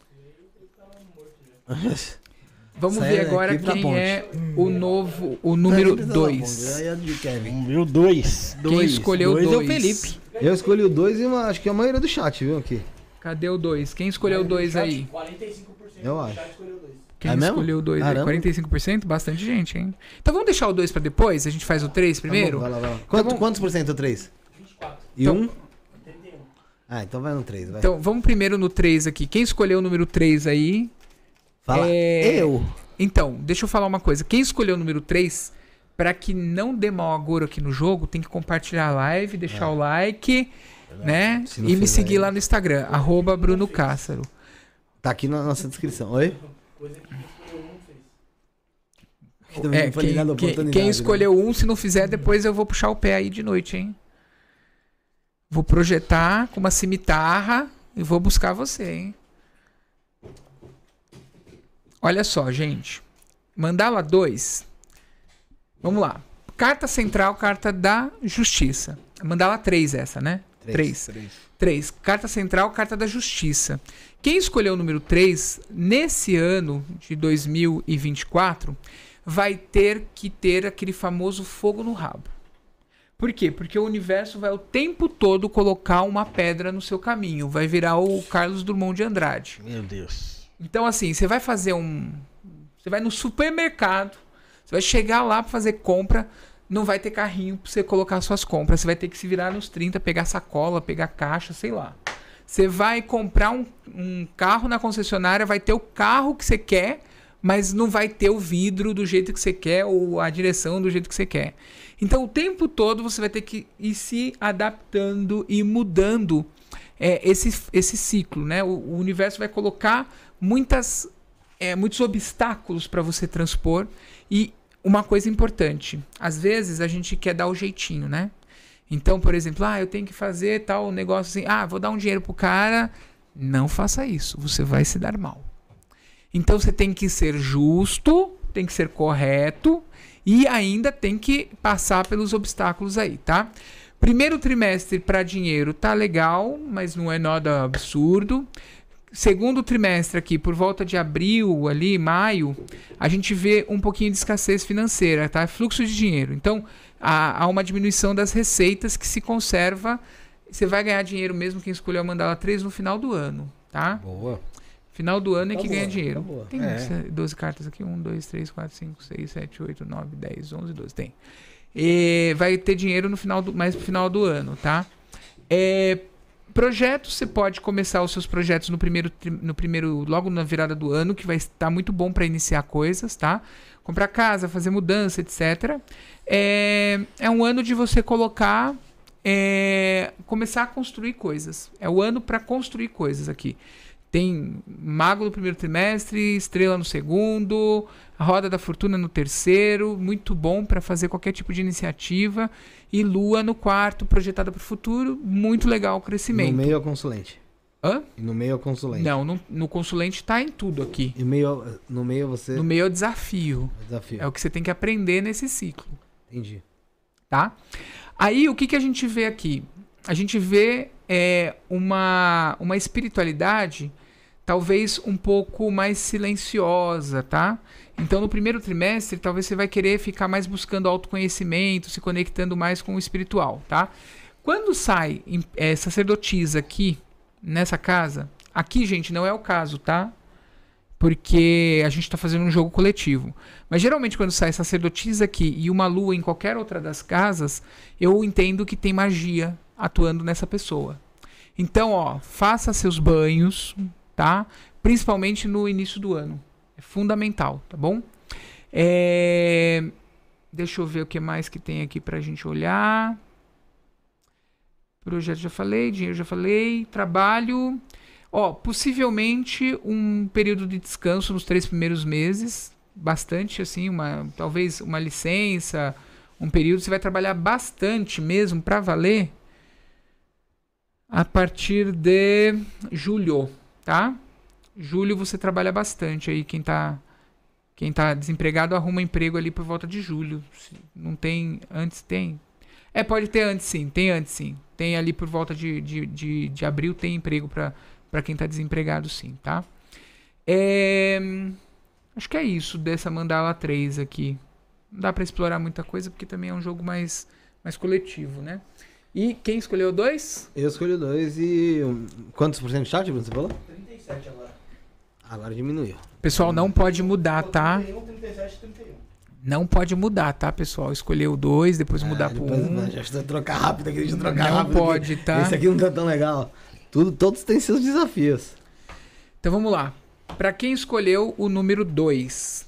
Vamos Sai ver agora daqui pra quem ponte. é o novo, o número dois. Número dois. Quem escolheu o Dois é o dois? Felipe. Eu escolhi o dois e uma, acho que a maioria do chat, viu, aqui. Cadê o dois? Quem escolheu o dois aí? quarenta e cinco por cento Eu do acho. chat escolheu dois. Quem É mesmo? escolheu o dois aí? Caramba. quarenta e cinco por cento? Bastante gente, hein? Então vamos deixar o dois pra depois? A gente faz o três primeiro? Tá bom, vai lá, vai lá. Quanto, vamos- Quantos por cento o três? vinte e quatro. E Então- um? trinta e um. Ah, então vai no três, vai. Então vamos primeiro no três aqui. Quem escolheu o número três aí? Fala. é- Eu. Então, deixa eu falar uma coisa. Quem escolheu o número três, para que não dê mau agouro aqui no jogo, tem que compartilhar a live, deixar o like, né? Se não E me fizer, seguir aí- lá no Instagram, arroba Bruno Cássaro. Tá aqui na nossa descrição. Oi? Coisa que quem escolheu um fez. Aqui também É, não foi quem, ligado à quem- oportunidade, quem né? escolheu um, se não fizer, depois eu vou puxar o pé aí de noite, hein? Vou projetar com uma cimitarra e vou buscar você, hein? Olha só, gente. Mandala dois. Vamos lá. Carta central, carta da justiça. Mandala três essa, né? Três. três. três. Carta central, carta da justiça. Quem escolheu o número três, nesse ano de dois mil e vinte e quatro, vai ter que ter aquele famoso fogo no rabo. Por quê? Porque o universo vai o tempo todo colocar uma pedra no seu caminho. Vai virar o Carlos Drummond de Andrade. Meu Deus. Então, assim, você vai fazer um... Você vai no supermercado, você vai chegar lá para fazer compra, não vai ter carrinho para você colocar suas compras. Você vai ter que se virar nos trinta, pegar sacola, pegar caixa, sei lá. Você vai comprar um, um carro na concessionária, vai ter o carro que você quer, mas não vai ter o vidro do jeito que você quer ou a direção do jeito que você quer. Então, o tempo todo você vai ter que ir se adaptando e mudando é, esse, esse ciclo, né? O, o universo vai colocar muitas, é, muitos obstáculos para você transpor. E uma coisa importante, às vezes a gente quer dar o jeitinho, né? Então, por exemplo, ah, eu tenho que fazer tal negócio assim, ah, vou dar um dinheiro pro cara. Não faça isso, você vai se dar mal. Então você tem que ser justo, tem que ser correto e ainda tem que passar pelos obstáculos aí, tá? Primeiro trimestre para dinheiro tá legal, mas não é nada absurdo. Segundo trimestre aqui, por volta de abril, ali, maio, a gente vê um pouquinho de escassez financeira, tá? Fluxo de dinheiro. Então, há, há uma diminuição das receitas que se conserva. Você vai ganhar dinheiro mesmo quem escolheu a mandala três no final do ano, tá? Boa. Final do ano é Tá que boa, ganha dinheiro. tá boa. Tem É. doze cartas aqui. um, dois, três, quatro, cinco, seis, sete, oito, nove, dez, onze, doze. Tem. E vai ter dinheiro no final do, mais pro final do ano, tá? É, projetos, você pode começar os seus projetos no primeiro, no primeiro, logo na virada do ano, que vai estar muito bom para iniciar coisas, tá? Comprar casa, fazer mudança, etcétera. É, é um ano de você colocar, é, começar a construir coisas. É o ano para construir coisas aqui. Tem Mago no primeiro trimestre, Estrela no segundo, a Roda da Fortuna no terceiro, muito bom para fazer qualquer tipo de iniciativa. E Lua no quarto, projetada para o futuro, muito legal o crescimento. No meio é o consulente. Hã? E no meio é o consulente. Não, no, no consulente tá em tudo aqui. E no meio, no meio você... No meio é o desafio. Desafio. É o que você tem que aprender nesse ciclo, Entendi. tá? Aí, o que, que a gente vê aqui? A gente vê é, uma, uma espiritualidade talvez um pouco mais silenciosa, tá? Então, no primeiro trimestre, talvez você vai querer ficar mais buscando autoconhecimento, se conectando mais com o espiritual, tá? Quando sai é, sacerdotisa aqui, nessa casa, aqui, gente, não é o caso, tá? Porque a gente tá fazendo um jogo coletivo. Mas, geralmente, quando sai sacerdotisa aqui e uma lua em qualquer outra das casas, eu entendo que tem magia atuando nessa pessoa. Então, ó, faça seus banhos, tá? Principalmente no início do ano. É fundamental, tá bom? É... Deixa eu ver o que mais que tem aqui pra gente olhar. Projeto já falei, dinheiro já falei, trabalho. Ó, possivelmente um período de descanso nos três primeiros meses. Bastante, assim, uma, talvez uma licença, um período. Você vai trabalhar bastante mesmo pra valer a partir de julho, tá? Julho você trabalha bastante aí, quem tá, quem tá desempregado arruma emprego ali por volta de julho. Não tem, antes tem. É, pode ter antes sim, tem antes sim. Tem ali por volta de, de, de, de abril tem emprego pra, pra quem tá desempregado sim, tá? É, acho que é isso dessa mandala três aqui. Não dá pra explorar muita coisa porque também é um jogo mais, mais coletivo, né? E quem escolheu dois? Eu escolhi dois e... um, quantos por cento de chat, Bruno, você falou? trinta e sete agora. Agora diminuiu. Pessoal, não pode mudar, tá? trinta e um, trinta e sete, trinta e um. Não pode mudar, tá, pessoal? Escolheu dois, depois mudar pro depois, um. Deixa eu trocar rápido aqui, deixa eu trocar Não rápido. pode, aqui. tá? Esse aqui não tá tão legal. Tudo, todos têm seus desafios. Então vamos lá. Pra quem escolheu o número dois?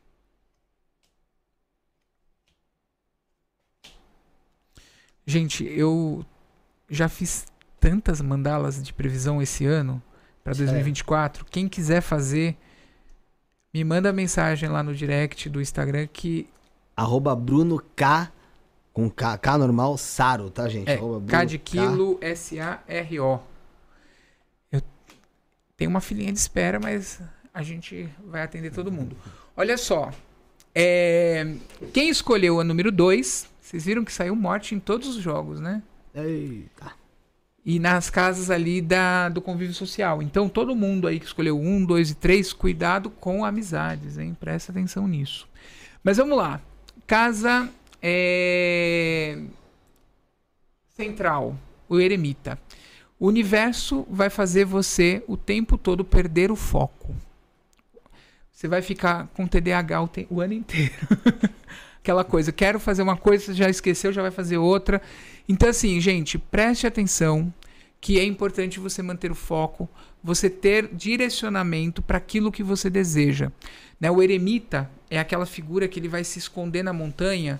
Gente, eu já fiz tantas mandalas de previsão esse ano para dois mil e vinte e quatro. Quem quiser fazer, me manda mensagem lá no direct do Instagram que Arroba Bruno K, com K, K normal, Saro, tá, gente? é Arroba Bruno K de quilo, S A R O. Eu tenho uma filinha de espera, mas a gente vai atender todo mundo. Olha só, é, quem escolheu a número dois, vocês viram que saiu morte em todos os jogos, né? Eita. E nas casas ali da, do convívio social. Então, todo mundo aí que escolheu um, dois e três, cuidado com amizades, hein? Presta atenção nisso. Mas vamos lá. Casa é... central, o eremita. O universo vai fazer você o tempo todo perder o foco. Você vai ficar com T D A H o, te- o ano inteiro. Aquela coisa, quero fazer uma coisa, já esqueceu, já vai fazer outra. Então, assim, gente, preste atenção que é importante você manter o foco, você ter direcionamento para aquilo que você deseja. Né? O eremita é aquela figura que ele vai se esconder na montanha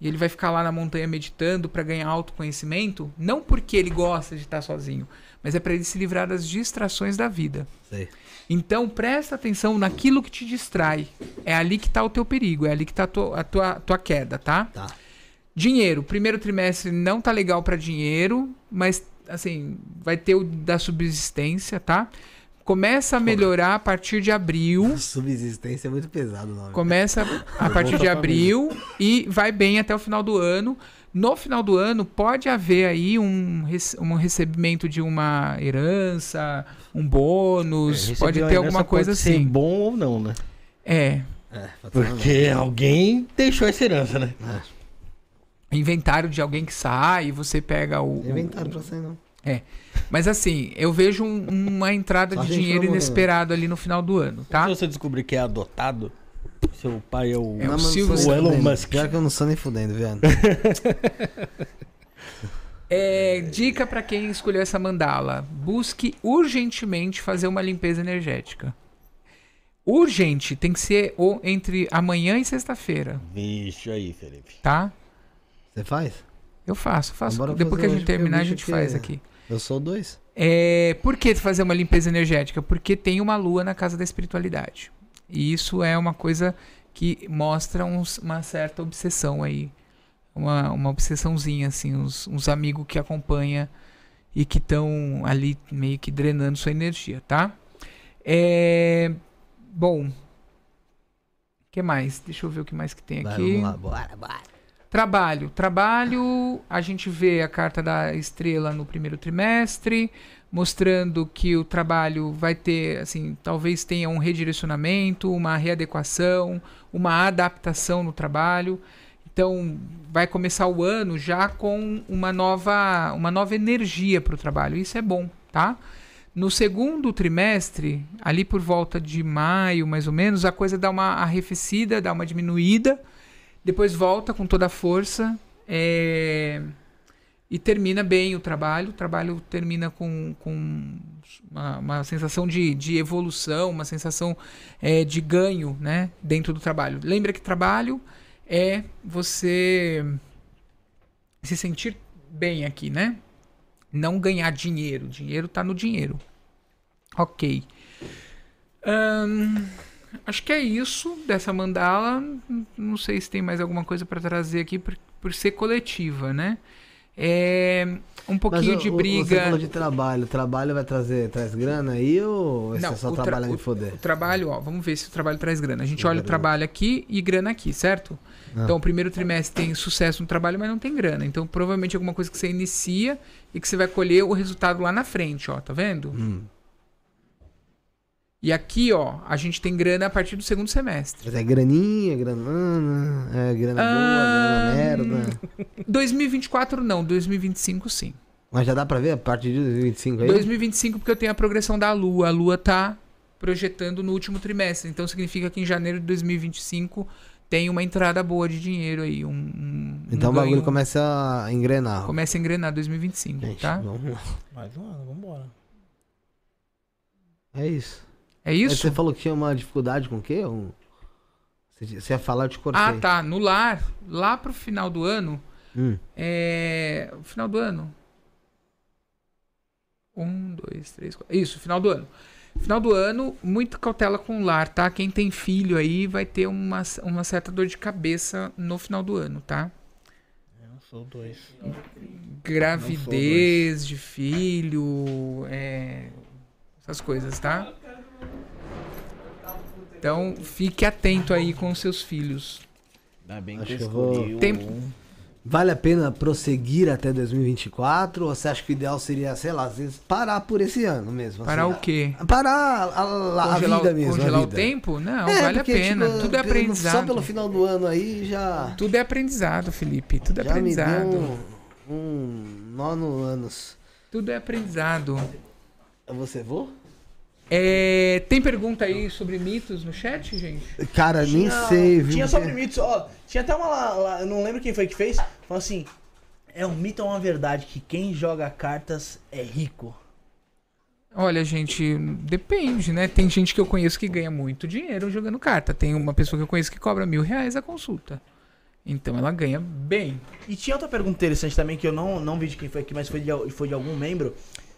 e ele vai ficar lá na montanha meditando para ganhar autoconhecimento, não porque ele gosta de estar sozinho, mas é para ele se livrar das distrações da vida. Sei. Então presta atenção naquilo que te distrai. É ali que está o teu perigo, é ali que está a tua, a tua, tua queda, tá? Tá. Dinheiro, primeiro trimestre não tá legal para dinheiro, mas assim, vai ter o da subsistência, tá? Começa a melhorar a partir de abril. Subsistência é muito pesado, não. Começa a partir de abril e vai bem até o final do ano. No final do ano, pode haver aí um, rece- um recebimento de uma herança, um bônus, É, pode receber ter uma alguma herança coisa pode ser assim. bom ou não, né? É. É, pode ser Porque alguém deixou essa herança, né? Inventário de alguém que sai e você pega o. não. Inventário pra sair, não. Mas assim, eu vejo um- uma entrada Só de gente dinheiro pra morrer, inesperado ali no final do ano, tá? Se você descobrir que é adotado, seu pai é o... É o Não, mas não Silvio sou nem o Elon fudendo. Musk. Pior que eu não sou nem fudendo, velho. É, dica pra quem escolheu essa mandala: busque urgentemente fazer uma limpeza energética. Urgente, tem que ser ou entre amanhã e sexta-feira, Vixe aí, Felipe. tá? Você faz? Eu faço, faço. Bora Depois fazer que a hoje, gente porque o terminar, a bicho gente aqui faz é- aqui. Eu sou dois. É, por que fazer uma limpeza energética? Porque tem uma lua na casa da espiritualidade. E isso é uma coisa que mostra uns- uma certa obsessão aí. Uma, uma obsessãozinha, assim, uns, uns amigos que acompanham e que estão ali meio que drenando sua energia, tá? É, bom, o que mais? Deixa eu ver o que mais que tem Vai, aqui. vamos lá, bora, bora. Trabalho. Trabalho, a gente vê a carta da estrela no primeiro trimestre, mostrando que o trabalho vai ter, assim, talvez tenha um redirecionamento, uma readequação, uma adaptação no trabalho. Então, vai começar o ano já com uma nova, uma nova energia para o trabalho. Isso é bom, tá? No segundo trimestre, ali por volta de maio, mais ou menos, a coisa dá uma arrefecida, dá uma diminuída. Depois volta com toda a força é, e termina bem o trabalho. O trabalho termina com, com uma, uma sensação de, de evolução, uma sensação é, de ganho, né, dentro do trabalho. Lembra que trabalho é você se sentir bem aqui, né? Não ganhar dinheiro. Dinheiro tá no dinheiro. Ok. Ahn... Acho que é isso dessa mandala. Não sei se tem mais alguma coisa para trazer aqui por, por ser coletiva, né? É um pouquinho Mas, de o- o- briga. Você falou de trabalho. Trabalho vai trazer traz grana aí ou você Não, só o tra- trabalha o- em foder? O trabalho, ó, vamos ver se o trabalho traz grana. A gente Eu olha o quero trabalho aqui e grana aqui, certo? Ah. Então, o primeiro trimestre tem sucesso no trabalho, mas não tem grana. Então, provavelmente alguma coisa que você inicia e que você vai colher o resultado lá na frente, ó, tá vendo? Hum. E aqui, ó, a gente tem grana a partir do segundo semestre. Mas é graninha, granana, é grana boa, Ah, grana merda. dois mil e vinte e quatro não, dois mil e vinte e cinco sim. Mas já dá pra ver a partir de dois mil e vinte e cinco aí? dois mil e vinte e cinco porque eu tenho a progressão da Lua. A Lua tá projetando no último trimestre. Então significa que em janeiro de dois mil e vinte e cinco tem uma entrada boa de dinheiro aí. Um, um, Então um o bagulho ganho- começa a engrenar. começa a engrenar dois mil e vinte e cinco, Gente, tá? vamos lá. Mais um ano, vambora. É isso. É Aí isso? você falou que tinha uma dificuldade com o quê? Um... Você você ia falar, eu te cortei. Ah, tá. No lar, lá pro final do ano, Hum. é... O final do ano? Um, dois, três, quatro... Isso, final do ano. Final do ano, muito cautela com o lar, tá? Quem tem filho aí vai ter uma, uma certa dor de cabeça no final do ano, tá? Eu sou dois. Gravidez de filho, é... essas coisas, tá? Então, fique atento aí com os seus filhos. Ainda bem Acho que eu que eu vou- escolhi o... Tem- Vale a pena prosseguir até dois mil e vinte e quatro? Ou você acha que o ideal seria, sei lá, às vezes parar por esse ano mesmo? Parar assim? o quê? Parar a, a- a Congelar, vida o- mesmo. a congelar o vida. tempo? Não, É, vale a porque, pena. tipo, Tudo é pelo- aprendizado. Só pelo final do ano aí já, Tudo é aprendizado, Felipe. Tudo é já me aprendizado. deu um, um nó no ânus. Tudo é aprendizado. Você vou? É, tem pergunta aí sobre mitos no chat, gente? Cara, nem Tinha- sei, viu? Tinha porque- sobre mitos, ó. Tinha até uma lá, lá, eu não lembro quem foi que fez. Falou assim: é um mito ou uma verdade que quem joga cartas é rico? Olha, gente, depende, né? Tem gente que eu conheço que ganha muito dinheiro jogando carta. Tem uma pessoa que eu conheço que cobra mil reais a consulta. Então ela ganha bem. E tinha outra pergunta interessante também, que eu não, não vi de quem foi aqui, mas foi de, foi de algum membro.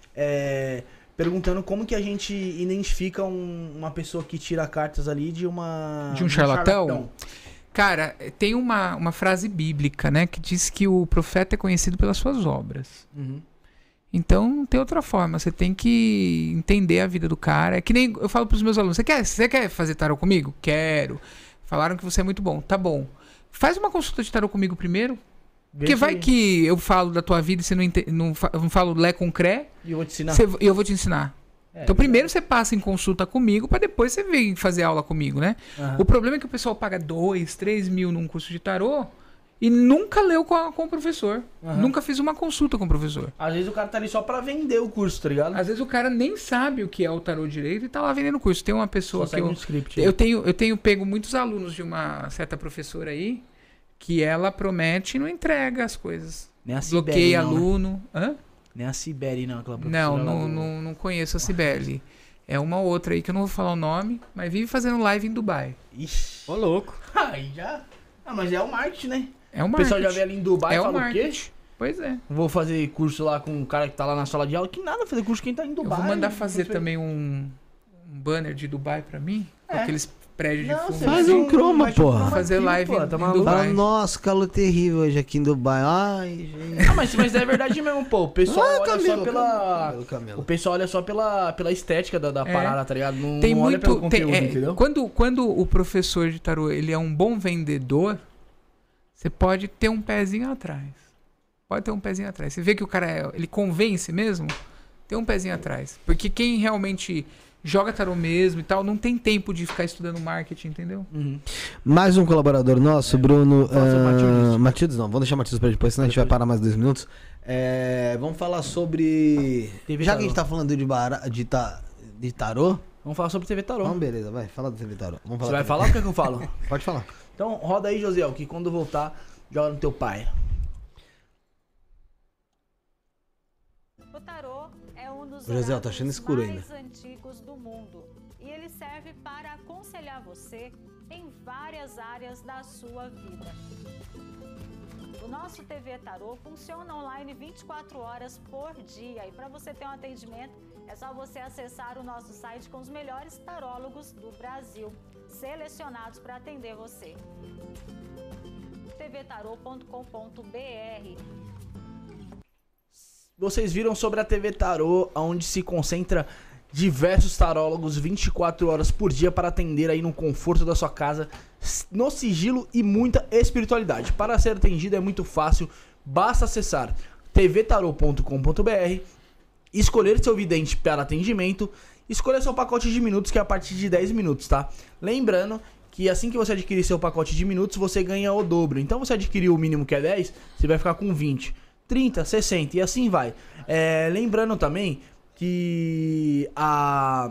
É, perguntando como que a gente identifica um- uma pessoa que tira cartas ali de uma... De um de charlatão? Cara, tem uma, uma frase bíblica, né? Que diz que o profeta é conhecido pelas suas obras. Uhum. Então não tem outra forma. Você tem que entender a vida do cara. É que nem eu falo pros meus alunos: você quer, você quer fazer tarô comigo? Quero. Falaram que você é muito bom. Tá bom. Faz uma consulta de tarô comigo primeiro. Vê Porque se- vai que eu falo da tua vida e você não, ente- não, fa- não falo lé com cré. E eu vou te ensinar. você- E eu vou te ensinar. É, Então primeiro você passa em consulta comigo pra depois você vir fazer aula comigo, né? Aham. O problema é que o pessoal paga dois, três mil num curso de tarô e nunca leu com, a- com o professor. Aham. Nunca fiz uma consulta com o professor. Às vezes o cara tá ali só pra vender o curso, tá ligado? Às vezes o cara nem sabe o que é o tarô direito e tá lá vendendo curso. Tem uma pessoa Só que segue eu, um script. eu tenho, eu tenho pego muitos alunos de uma certa professora aí que ela promete e não entrega as coisas. Nem a Cibele, Bloqueia não, né? aluno. Hã? Nem a Cibele, não. Aquela Não, professora lá não, do- não, não conheço a Cibele. É uma outra aí que eu não vou falar o nome, mas vive fazendo live em Dubai. Ixi. Ô, louco. Aí já... Ah, mas é o marketing, né? É o O marketing. pessoal já vê ali em Dubai e É o fala o quê? marketing. Pois é. Vou fazer curso lá com um cara que tá lá na sala de aula. Que nada, fazer curso quem tá em Eu Dubai. vou mandar fazer Você- também um, um banner de Dubai pra mim, com É. aqueles prédios Não, de fundo. você Faz vai um ter croma, vai ter um porra. croma Fazer key, live pô, em- tá em maluco? Dubai. Fala, nossa, calor terrível hoje aqui em Dubai. Ai, gente. Ah, mas, mas é verdade mesmo, pô. O pessoal Ah, olha camelo, só pela... camelo, camelo. O pessoal olha só pela, pela estética da, da É. parada, tá ligado? Não, Tem não olha pelo muito. Tem, conteúdo, é, entendeu? quando, quando o professor de tarô ele é um bom vendedor, você pode ter um pezinho atrás. Pode ter um pezinho atrás. Você vê que o cara é, ele convence mesmo, tem um pezinho atrás. Porque quem realmente joga tarô mesmo e tal, não tem tempo de ficar estudando marketing, entendeu? Uhum. Mais um colaborador nosso, Bruno. Fala sobre ah, Matildes. Matildes, não, vamos deixar Matildes pra depois, senão a gente vai parar mais dois minutos. É, vamos falar sobre. T V Já tarô. que a gente tá falando de, bara... de, ta... de tarô. Vamos falar sobre T V Tarô. Vamos, beleza, vai, fala do T V Tarô. Vamos Você falar vai do- falar ou quer que eu falo? Pode falar. Então roda aí, Josiel, que quando voltar, joga no teu pai. O tarô é um dos José, tá oráculos achando escuro mais ainda. antigos do mundo e ele serve para aconselhar você em várias áreas da sua vida. O nosso T V Tarô funciona online vinte e quatro horas por dia e para você ter um atendimento é só você acessar o nosso site com os melhores tarólogos do Brasil, selecionados para atender você. t v tarô ponto com ponto b r. Vocês viram sobre a T V Tarô, onde se concentra diversos tarólogos vinte e quatro horas por dia para atender aí no conforto da sua casa, no sigilo e muita espiritualidade. Para ser atendido é muito fácil, basta acessar t v tarô ponto com ponto b r, escolher seu vidente para atendimento, escolha seu pacote de minutos, que é a partir de dez minutos, tá? Lembrando que assim que você adquirir seu pacote de minutos, você ganha o dobro. Então você adquirir o mínimo que é dez, você vai ficar com vinte, trinta, sessenta e assim vai. É, lembrando também que a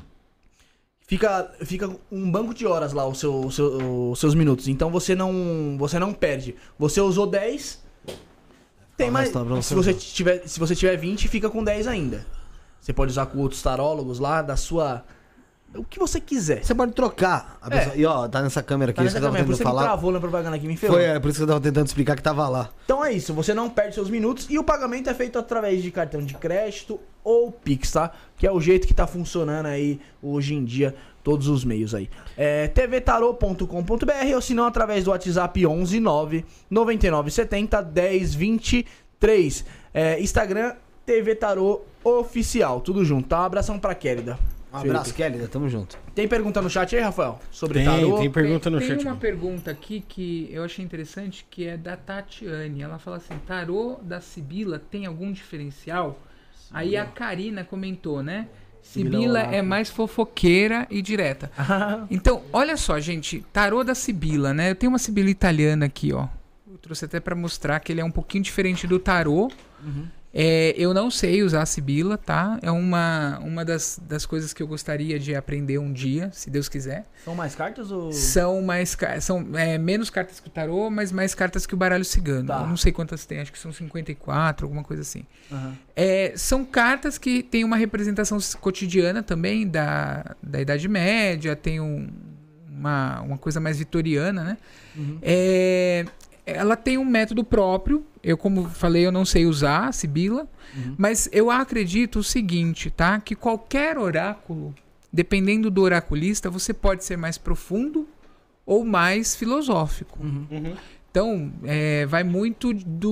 fica, fica um banco de horas lá o seu, o seu- os seus minutos. Então você não você não perde. Você usou dez, tem O mais. resto dá pra Se você você usar. tiver se você tiver vinte, fica com dez ainda. Você pode usar com outros tarólogos lá da sua o que você quiser. Você pode trocar. A É. pessoa... E ó, tá nessa câmera aqui, Tá isso nessa que eu tava câmera, por isso tentando que me falar. travou na propaganda aqui, me ferrou. Foi, é, por isso que eu tava tentando explicar que tava lá. Então é isso, você não perde seus minutos e o pagamento é feito através de cartão de crédito ou Pix, tá? Que é o jeito que tá funcionando aí hoje em dia, todos os meios aí. É t v tarô ponto com ponto b r ou se não através do WhatsApp onze nove nove nove sete zero dez vinte e três. É, Instagram T V Tarô Oficial, tudo junto, tá? Um abração pra Kélida. Um abraço, Kelly, tamo junto. Tem pergunta no chat aí, Rafael? Sobre Tem, tarô? tem pergunta no tem chat. uma aqui. pergunta aqui que eu achei interessante, que é da Tatiane. Ela fala assim, tarô da Sibila tem algum diferencial? Aí a Karina comentou, né? Sibila Sibila Oráculo. é mais fofoqueira e direta. Então, olha só, gente, tarô da Sibila, né? Eu tenho uma Sibila italiana aqui, ó. Eu trouxe até pra mostrar que ele é um pouquinho diferente do tarô. É, eu não sei usar a Sibila, tá? É uma, uma das, das coisas que eu gostaria de aprender um dia, se Deus quiser. São mais cartas ou... São mais ca- são é, menos cartas que o tarô, mas mais cartas que o baralho cigano. Tá. Eu não sei quantas tem, acho que são cinquenta e quatro, alguma coisa assim. Aham. É, são cartas que têm uma representação cotidiana também da, da Idade Média, tem um- uma, uma coisa mais vitoriana, né? Uhum. É, ela tem um método próprio. Eu, como falei, eu não sei usar a Sibila. Uhum. Mas eu acredito o seguinte, tá? Que qualquer oráculo, dependendo do oraculista, você pode ser mais profundo ou mais filosófico. Uhum. Uhum. Então, é, vai muito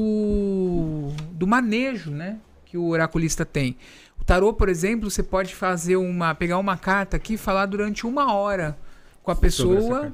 do, do manejo, né? Que o oraculista tem. O tarô, por exemplo, você pode fazer uma, pegar uma carta aqui e falar durante uma hora com a pessoa.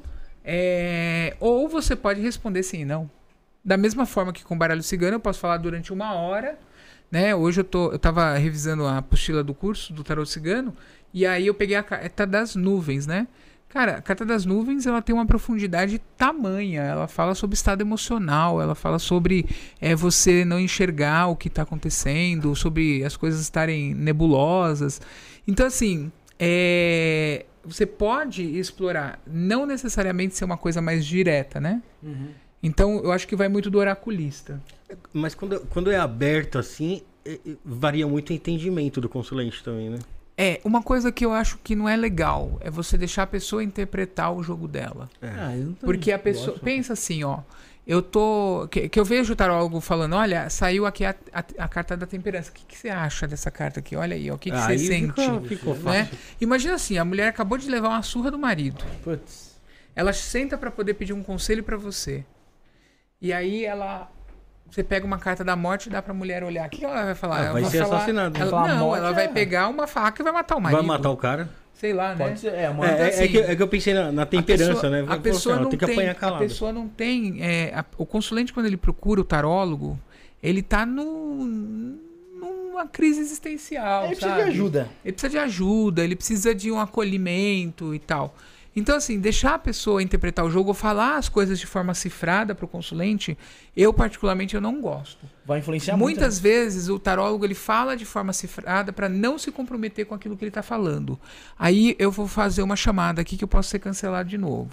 É, ou você pode responder sim e não. Da mesma forma que com baralho cigano, eu posso falar durante uma hora, né? Hoje eu, tô, eu tava revisando a apostila do curso do tarô cigano, e aí eu peguei a carta das nuvens, né? Cara, a carta das nuvens, ela tem uma profundidade tamanha. Ela fala sobre estado emocional, ela fala sobre é, você não enxergar o que está acontecendo, sobre as coisas estarem nebulosas. Então, assim, é, você pode explorar, não necessariamente ser uma coisa mais direta, né? Uhum. Então, eu acho que vai muito do oraculista. Mas quando, quando é aberto assim, é, é, varia muito o entendimento do consulente também, né? É, uma coisa que eu acho que não é legal é você deixar a pessoa interpretar o jogo dela. É. Ah, eu não tô- Porque a pessoa... gosto. Pensa assim, ó. Eu tô... Que, que eu vejo o tarólogo falando, olha, saiu aqui a, a, a carta da temperança. O que, que você acha dessa carta aqui? Olha aí, ó. O que, que você Aí sente? ficou- ficou né? fácil. Imagina assim, a mulher acabou de levar uma surra do marido. Putz. Ela senta pra poder pedir um conselho pra você. E aí ela... Você pega uma carta da morte e dá pra mulher olhar. O que ela vai falar? Ah, ela vai ser falar, assassinada. ela- Falar não, morte ela é- vai pegar uma faca e vai matar o marido. Vai matar o cara? Sei lá, né? Pode ser. É, uma... É, é- assim, é que, é que eu pensei na, na temperança, a pessoa, né? A Falou pessoa assim, ó, não tem que tem, apanhar a calado. pessoa não tem. é, a- o consulente, quando ele procura o tarólogo, ele tá no, numa crise existencial. Ele precisa sabe? de ajuda. Ele precisa de ajuda, ele precisa de um acolhimento e tal. Então, assim, deixar a pessoa interpretar o jogo ou falar as coisas de forma cifrada para o consulente, eu, particularmente, eu não gosto. Vai influenciar muito. Muitas né? vezes o tarólogo ele fala de forma cifrada para não se comprometer com aquilo que ele está falando. Aí eu vou fazer uma chamada aqui que eu posso ser cancelado de novo.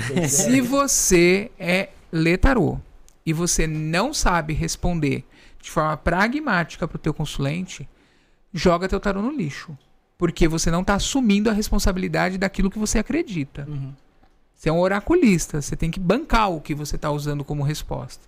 Se você é lê tarô e você não sabe responder de forma pragmática para o teu consulente, joga teu tarô no lixo. Porque você não está assumindo a responsabilidade daquilo que você acredita. Uhum. Você é um oraculista, você tem que bancar o que você está usando como resposta.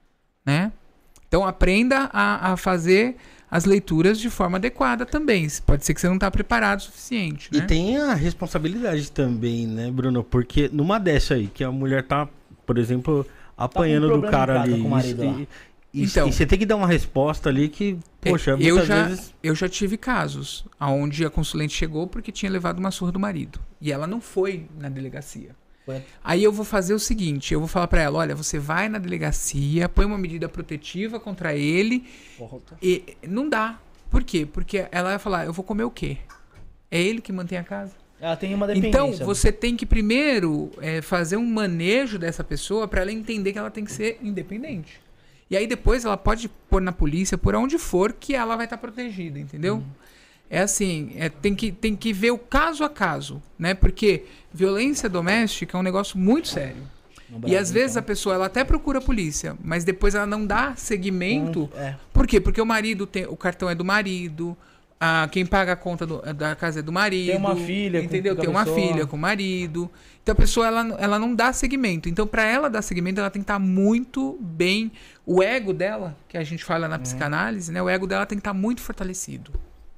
Né? Então aprenda a, a fazer as leituras de forma adequada também. Pode ser que você não está preparado o suficiente. E né? tem a responsabilidade também, né, Bruno? Porque numa dessa aí, que a mulher tá, por exemplo, apanhando do problema em cara casa ali. com o marido e, lá. e, Então. e você tem que dar uma resposta ali que, poxa, eu muitas já, vezes... eu já tive casos onde a consulente chegou porque tinha levado uma surra do marido. E ela não foi na delegacia. Foi. Aí eu vou fazer o seguinte, eu vou falar pra ela, olha, você vai na delegacia, põe uma medida protetiva contra ele Volta. e não dá. Por quê? Porque ela vai falar, eu vou comer o quê? É ele que mantém a casa? Ela tem uma dependência. Então, você tem que primeiro é, fazer um manejo dessa pessoa pra ela entender que ela tem que ser independente. E aí depois ela pode pôr na polícia, por onde for, que ela vai estar protegida, entendeu? Uhum. É assim, é, tem, que, tem que ver o caso a caso, né? Porque violência doméstica é um negócio muito sério. No E Brasil, às vezes então. a pessoa ela até procura a polícia, mas depois ela não dá seguimento. Um- é. Por quê? Porque o marido tem, o cartão é do marido, a, quem paga a conta do- da casa é do marido. Tem uma filha com- entendeu? com a Tem uma pessoa. filha com o marido. Então a pessoa ela, ela não dá seguimento. Então para ela dar seguimento ela tem que estar muito bem. O ego dela, que a gente fala na psicanálise, né? O ego dela tem que estar muito fortalecido.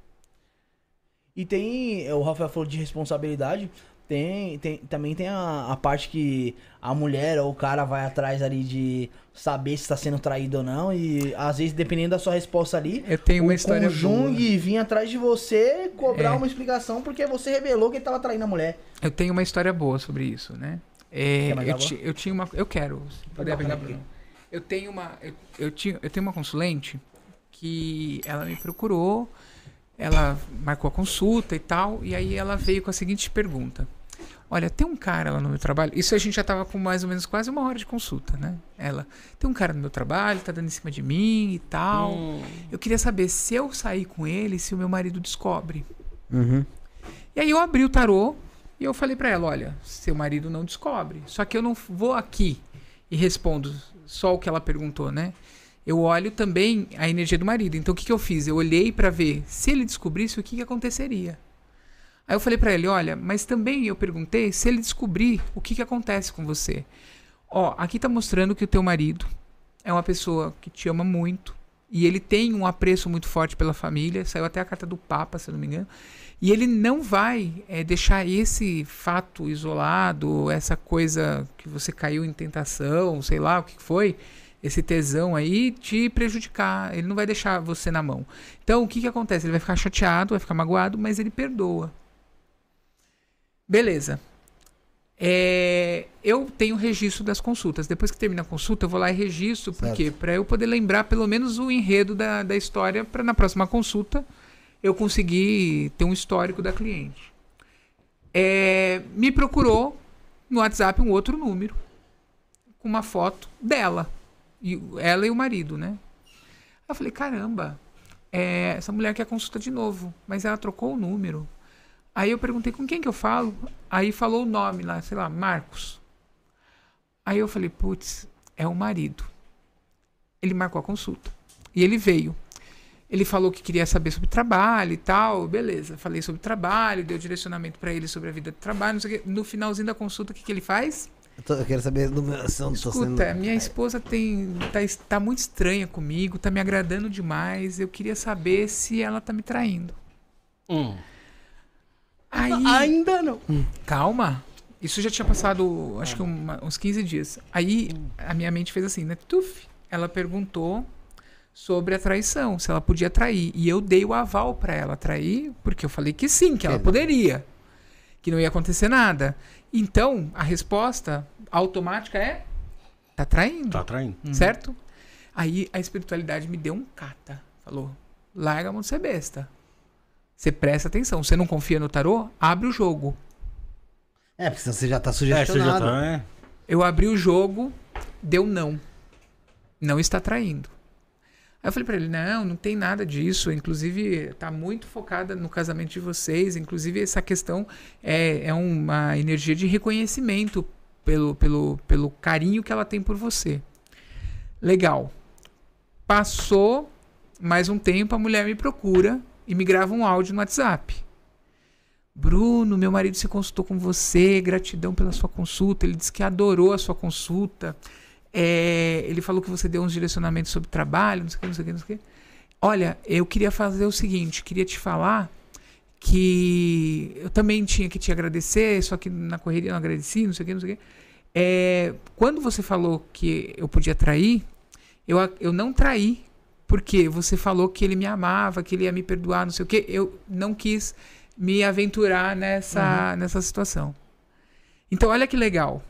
E tem, o Rafael falou de responsabilidade, tem, tem, também tem a, a parte que a mulher ou o cara vai atrás ali de saber se está sendo traído ou não, e às vezes, dependendo da sua resposta ali, Eu tenho uma o história conjungue vir atrás de você cobrar É. uma explicação porque você revelou que ele estava traindo a mulher. Eu tenho uma história boa sobre isso, né? É, Quer mais eu, água? ti- eu tinha uma. Eu quero, se puder Pode pegar, dar, Bruno. Eu tenho uma. Eu, eu, tinha, eu tenho uma consulente que ela me procurou, ela marcou a consulta e tal, e aí ela veio com a seguinte pergunta. Olha, tem um cara lá no meu trabalho. Isso a gente já tava com mais ou menos quase uma hora de consulta, né? Ela, tem um cara no meu trabalho, tá dando em cima de mim e tal. Hum. Eu queria saber se eu sair com ele, se o meu marido descobre. Uhum. E aí eu abri o tarô e eu falei pra ela, olha, seu marido não descobre. Só que eu não vou aqui e respondo só o que ela perguntou, né? Eu olho também a energia do marido. Então o que, que eu fiz? Eu olhei pra ver se ele descobrisse o que, que aconteceria. Aí eu falei pra ele, olha, mas também eu perguntei se ele descobrir o que, que acontece com você. Ó, aqui tá mostrando que o teu marido é uma pessoa que te ama muito e ele tem um apreço muito forte pela família. Saiu até a carta do Papa, se eu não me engano. E ele não vai é, deixar esse fato isolado, essa coisa que você caiu em tentação, sei lá o que foi, esse tesão aí, te prejudicar. Ele não vai deixar você na mão. Então, o que, que acontece? Ele vai ficar chateado, vai ficar magoado, mas ele perdoa. Beleza. É, eu tenho registro das consultas. Depois que termina a consulta, eu vou lá e registro. Por quê? Para eu poder lembrar pelo menos o enredo da, da história, para na próxima consulta eu conseguir ter um histórico da cliente. É, me procurou no WhatsApp um outro número com uma foto dela. E, ela e o marido, né? Eu falei, caramba, é, essa mulher quer consulta de novo, mas ela trocou o número. Aí eu perguntei com quem que eu falo. Aí falou o nome lá, sei lá, Marcos. Aí eu falei, putz, é o marido. Ele marcou a consulta. E ele veio. Ele falou que queria saber sobre trabalho e tal. Beleza, falei sobre trabalho, deu direcionamento pra ele sobre a vida de trabalho. Não sei o quê. No finalzinho da consulta, o que, que ele faz? Eu, tô, eu quero saber do meu... Se eu não tô Escuta, sendo... minha esposa tem, tá, tá muito estranha comigo, tá me agradando demais. Eu queria saber se ela tá me traindo. Hum. Aí, Ainda não. calma. Isso já tinha passado, acho que uma, uns quinze dias. Aí a minha mente fez assim, né? Tuf. Ela perguntou sobre a traição, se ela podia trair. E eu dei o aval pra ela trair, porque eu falei que sim, que ela poderia. Que não ia acontecer nada. Então, a resposta automática é... Tá traindo. Tá traindo. Certo? Aí a espiritualidade me deu um cata. Falou, larga a mão de ser besta. Você presta atenção. Você não confia no tarô? Abre o jogo. É, porque senão você já tá É, você sugestionado. já tá, é. Eu abri o jogo, deu não. Não está traindo. Aí eu falei pra ele, não, não tem nada disso. Inclusive, tá muito focada no casamento de vocês. Inclusive, essa questão é, é uma energia de reconhecimento pelo, pelo, pelo carinho que ela tem por você. Legal. Passou mais um tempo, a mulher me procura e me grava um áudio no WhatsApp. Bruno, meu marido se consultou com você, gratidão pela sua consulta. Ele disse que adorou a sua consulta. É, ele falou que você deu uns direcionamentos sobre trabalho, não sei o que, não sei o que, não sei o que. Olha, eu queria fazer o seguinte, queria te falar que eu também tinha que te agradecer, só que na correria eu não agradeci, não sei o que, não sei o que. É, quando você falou que eu podia trair, eu, eu não traí, porque você falou que ele me amava, que ele ia me perdoar, não sei o que. Eu não quis me aventurar nessa, uhum. nessa situação. Então, olha que legal.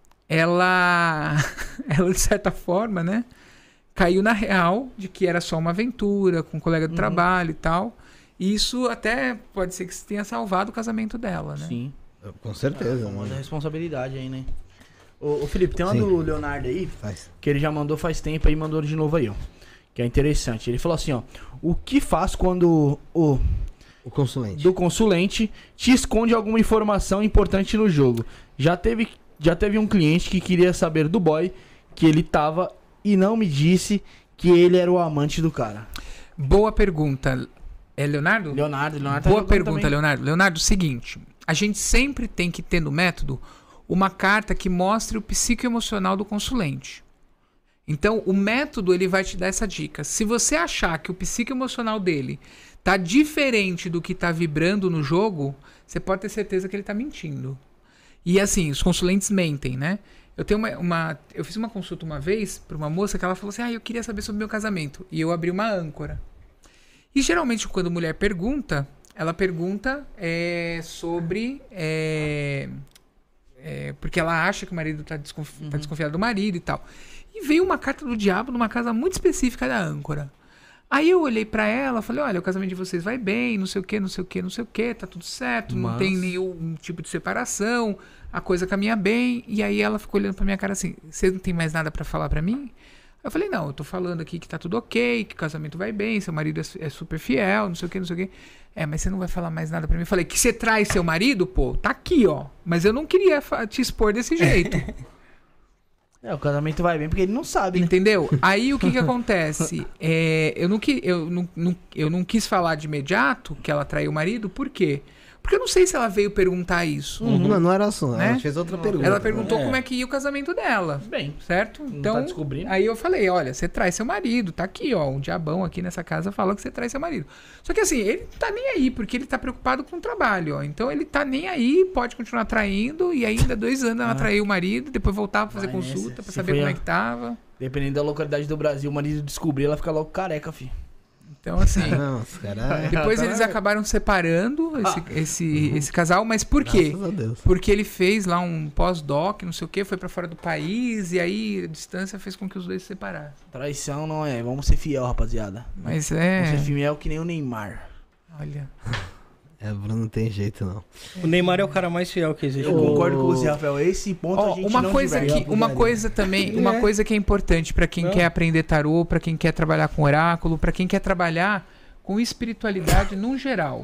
Ela, ela, de certa forma, né, caiu na real de que era só uma aventura com um colega de uhum. trabalho e tal. E isso até pode ser que tenha salvado o casamento dela, né? Sim. Com certeza. É, uma responsabilidade aí, né? Ô, ô Felipe, tem uma Sim. do Leonardo aí, faz. que ele já mandou faz tempo aí, mandou de novo aí, ó. Que é interessante. Ele falou assim, ó. O que faz quando o... O consulente. Do consulente te esconde alguma informação importante no jogo? Já teve... Já teve um cliente que queria saber do boy que ele tava e não me disse que ele era o amante do cara. Boa pergunta. É Leonardo? Leonardo, Leonardo. Boa tá pergunta, também. Leonardo. Leonardo, seguinte. A gente sempre tem que ter no método uma carta que mostre o psicoemocional do consulente. Então, o método ele vai te dar essa dica. Se você achar que o psicoemocional dele tá diferente do que tá vibrando no jogo, você pode ter certeza que ele tá mentindo. E assim, os consulentes mentem, né? Eu tenho uma, uma eu fiz uma consulta uma vez para uma moça que ela falou assim: "Ah, eu queria saber sobre o meu casamento". E eu abri uma âncora. E geralmente quando mulher pergunta, ela pergunta é, sobre é, é, porque ela acha que o marido tá, desconfi uhum. tá desconfiado do marido e tal. E veio uma carta do diabo numa casa muito específica da âncora. Aí eu olhei pra ela, falei, olha, o casamento de vocês vai bem, não sei o que, não sei o que, não sei o que, tá tudo certo, Mas... não tem nenhum tipo de separação, a coisa caminha bem. E aí ela ficou olhando pra minha cara assim, você não tem mais nada pra falar pra mim? Eu falei, não, eu tô falando aqui que tá tudo ok, que o casamento vai bem, seu marido é, é super fiel, não sei o que, não sei o que. É, mas você não vai falar mais nada pra mim. Eu falei, que você traz seu marido, pô, tá aqui, ó. Mas eu não queria te expor desse jeito. É, o casamento vai bem porque ele não sabe, né? Entendeu? Aí o que que acontece? É, eu, não, eu, não, não, eu não quis falar de imediato que ela traiu o marido, por quê? Porque Porque eu não sei se ela veio perguntar isso. Uhum. Não, não era assunto. Né? Ela fez outra pergunta. Ela perguntou É. como é que ia o casamento dela. Bem, Certo? não Então, tá descobrindo. aí eu falei, olha, você traz seu marido, tá aqui, ó, um diabão aqui nessa casa falou que você traz seu marido. Só que assim, ele não tá nem aí, porque ele tá preocupado com o trabalho, ó. Então ele tá nem aí, pode continuar traindo, e ainda dois anos ela Ah. traiu o marido, depois voltava pra fazer Vai consulta, nessa. pra Se saber foi como a- é que tava. Dependendo da localidade do Brasil, o marido descobrir, ela fica logo careca, filho. Então, assim. Nossa, caralho. Depois Tá eles na- acabaram separando esse, esse, esse casal, mas por quê? Graças a Deus. Porque ele fez lá um pós-doc, não sei o que, foi pra fora do país, e aí a distância fez com que os dois se separassem. Traição não é. Vamos ser fiel, rapaziada. Mas Vamos ser é. fiel que nem o Neymar. Olha. É, Bruno, não tem jeito, não. O Neymar é o cara mais fiel que existe. Eu no mundo. concordo com você, Rafael. Esse ponto Ó, a gente uma não coisa diverge. que, uma coisa também, uma É. coisa que é importante pra quem Não. quer aprender tarô, pra quem quer trabalhar com oráculo, pra quem quer trabalhar com espiritualidade no geral,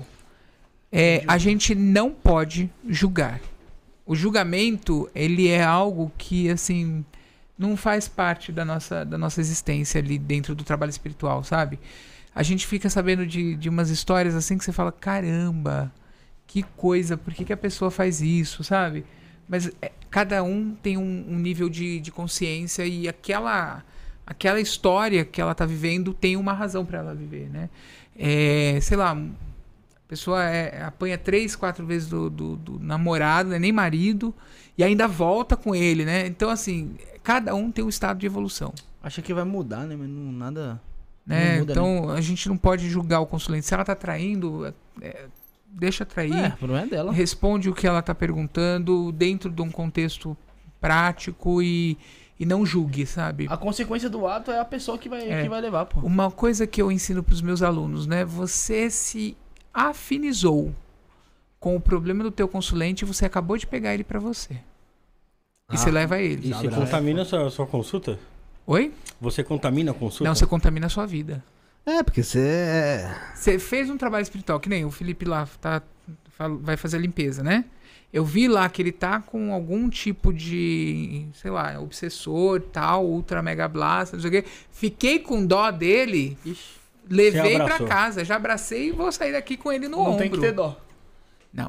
é a gente não pode julgar. O julgamento, ele é algo que assim não faz parte da nossa da nossa existência ali dentro do trabalho espiritual, sabe? A gente fica sabendo de, de umas histórias assim que você fala, caramba, que coisa, por que, que a pessoa faz isso, sabe? Mas é, cada um tem um, um nível de, de consciência e aquela, aquela história que ela tá vivendo tem uma razão para ela viver, né? É, sei lá, a pessoa é, apanha três, quatro vezes do, do, do namorado, né? Nem marido, e ainda volta com ele, né? Então, assim, cada um tem um estado de evolução. Acha que vai mudar, né? Mas não, nada... Né? Não muda, Então, a gente não pode julgar o consulente. Se ela tá traindo, é, deixa trair. É, o problema é dela. Responde o que ela está perguntando dentro de um contexto prático e, e não julgue, sabe? A consequência do ato é a pessoa que vai, É. que vai levar, pô. Uma coisa que eu ensino para os meus alunos, né? Você se afinizou com o problema do teu consulente e você acabou de pegar ele para você. E Ah, você leva ele. E você contamina a sua, sua consulta? Oi? Você contamina a consulta? Não, você contamina a sua vida. É, porque você é... Você fez um trabalho espiritual, que nem o Felipe lá tá, fal- vai fazer a limpeza, né? Eu vi lá que ele tá com algum tipo de, sei lá, obsessor, tal, ultra mega blasta, não sei o quê. Fiquei com dó dele, levei pra abraçou. casa, já abracei e vou sair daqui com ele no Não ombro. tem que ter dó. Não.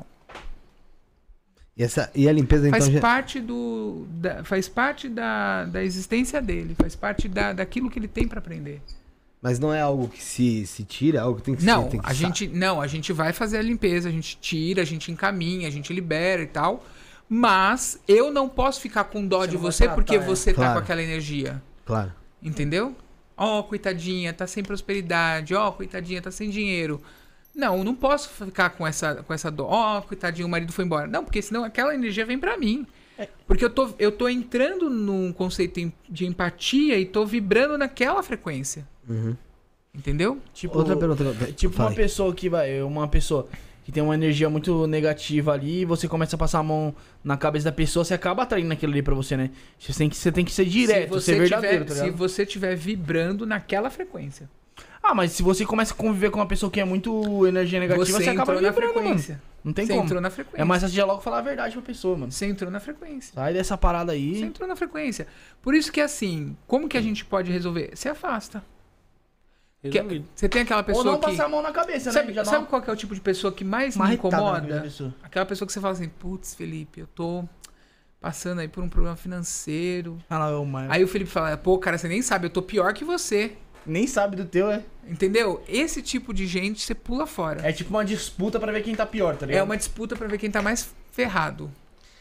E, essa... e a limpeza, então... Faz já- parte do, da, faz parte da, da existência dele, faz parte da, daquilo que ele tem pra aprender. Mas não é algo que se, se tira, é algo que tem que Não, se... tem que a sa- gente não, a gente vai fazer a limpeza, a gente tira, a gente encaminha, a gente libera e tal. Mas eu não posso ficar com dó Você de não vai você tratar, porque é. você tá Claro. com aquela energia. Claro. Entendeu? Ó, coitadinha, tá sem prosperidade. Ó, coitadinha, tá sem dinheiro. Não, eu não posso ficar com essa, com essa dó. Ó, coitadinho, o marido foi embora. Não, porque senão aquela energia vem pra mim. É. Porque eu tô, eu tô entrando num conceito em- de empatia e tô vibrando naquela frequência. Uhum. Entendeu? Tipo, Outra pergunta. é tipo Fala uma aí. pessoa que vai... Uma pessoa que tem uma energia muito negativa ali e você começa a passar a mão na cabeça da pessoa, você acaba atraindo aquilo ali pra você, né? Você tem que, você tem que ser direto, se você ser verdadeiro, tiver, tá se ligado? você estiver vibrando naquela frequência. Ah, mas se você começa a conviver com uma pessoa que é muito energia negativa, você, Você acaba entrou na vibrando, mano. frequência. Não tem Você como. entrou na frequência. É mais fácil de logo falar a verdade pra pessoa, mano. Você entrou na frequência. Sai dessa parada Você aí. entrou na frequência. Por isso que assim, como que a gente pode resolver? Se afasta. Que- Resolvido. você tem aquela Ou pessoa não que... passar a mão na cabeça, Sabe, né? Já dá sabe uma qual que é o tipo de pessoa que mais me marretada na cabeça da incomoda? pessoa. Aquela pessoa que você fala assim, putz, Felipe, eu tô passando aí por um problema financeiro. Ah, lá, é o Maio. Aí o Felipe fala, pô, cara, você nem sabe, eu tô pior que você. Nem sabe do teu, é. Entendeu? Esse tipo de gente você pula fora. É tipo uma disputa pra ver quem tá pior, tá ligado? É uma disputa pra ver quem tá mais ferrado.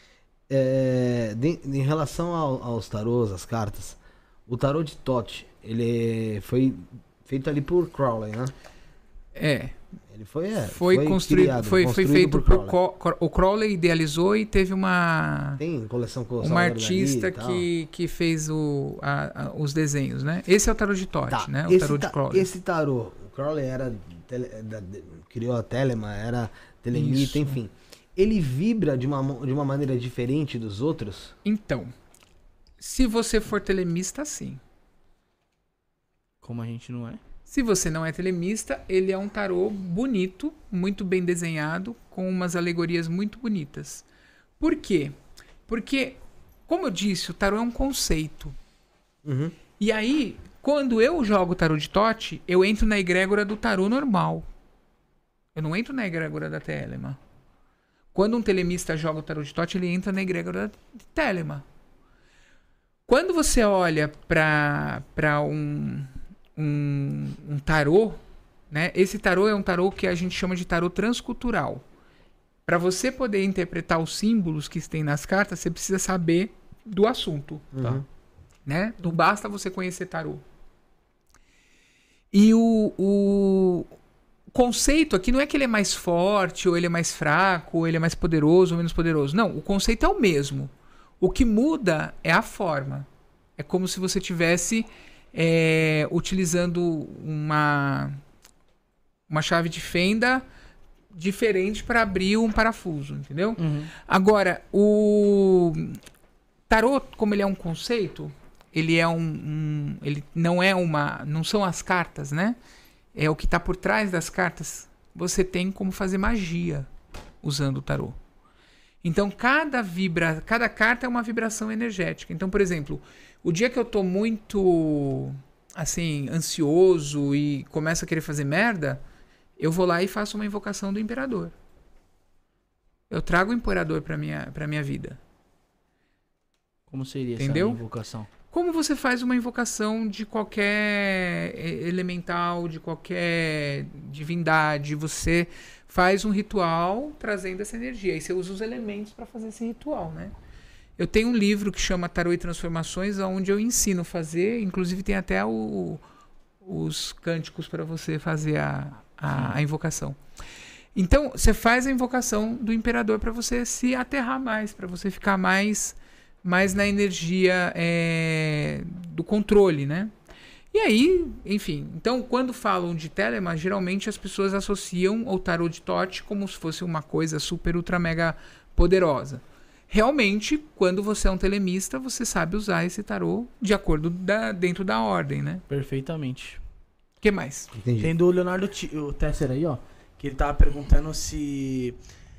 É, de- em relação ao- aos tarôs, as cartas, o tarô de Tote, ele foi feito ali por Crowley, né? É, Ele foi, é, foi, construído, criado, foi, foi construído feito por por Crowley. Co- o Crowley idealizou e teve uma Tem coleção com o uma Salvador artista Dali e tal. que, que fez o, a- a- os desenhos, né? Esse é o tarô de Tote, Tá, né? O esse, tarô de ta- Crowley. esse tarô, o Crowley era tele- da- de- criou a Telema, era telemita, Isso. enfim. Ele vibra de uma, mo- de uma maneira diferente dos outros? Então, se você for telemista, sim. Como a gente não é. Se você não é telemista, ele é um tarô bonito, muito bem desenhado, com umas alegorias muito bonitas. Por quê? Porque, como eu disse, o tarô é um conceito. Uhum. E aí, quando eu jogo tarô de Tote, eu entro na egrégora do tarô normal. Eu não entro na egrégora da Telema. Quando um telemista joga o tarô de Tote, ele entra na egrégora de Telema. Quando você olha para um, um, um tarô, né? Esse tarô é um tarô que a gente chama de tarô transcultural. Para você poder interpretar os símbolos que tem nas cartas, você precisa saber do assunto. Uhum. Tá? Né? Não basta você conhecer tarô. E o, o conceito aqui não é que ele é mais forte, ou ele é mais fraco, ou ele é mais poderoso ou menos poderoso. Não, o conceito é o mesmo. O que muda é a forma. É como se você estivesse é, utilizando uma, uma chave de fenda diferente para abrir um parafuso, entendeu? Uhum. Agora, o tarô, como ele é um conceito, ele é um, um ele não é uma, não são as cartas, né? É o que está por trás das cartas. Você tem como fazer magia usando o tarô. Então, cada vibra, cada carta é uma vibração energética. Então, por exemplo, o dia que eu tô muito, assim, ansioso e começo a querer fazer merda, eu vou lá e faço uma invocação do Imperador. Eu trago o Imperador para minha, para minha vida. Como seria Entendeu? essa invocação? Como você faz uma invocação de qualquer elemental, de qualquer divindade, você faz um ritual trazendo essa energia. Aí você usa os elementos para fazer esse ritual, né? Eu tenho um livro que chama Tarô e Transformações, onde eu ensino a fazer, inclusive tem até o, os cânticos para você fazer a, a, a invocação. Então, você faz a invocação do Imperador para você se aterrar mais, para você ficar mais... mais na energia é, do controle, né? E aí, enfim, então quando falam de Telema, geralmente as pessoas associam o tarô de Tote como se fosse uma coisa super, ultra, mega poderosa. Realmente, quando você é um telemista, você sabe usar esse tarô de acordo da, dentro da ordem, né? Perfeitamente. O que mais? Entendi. Tem do Leonardo T- o Tesser aí, ó, que ele tava perguntando se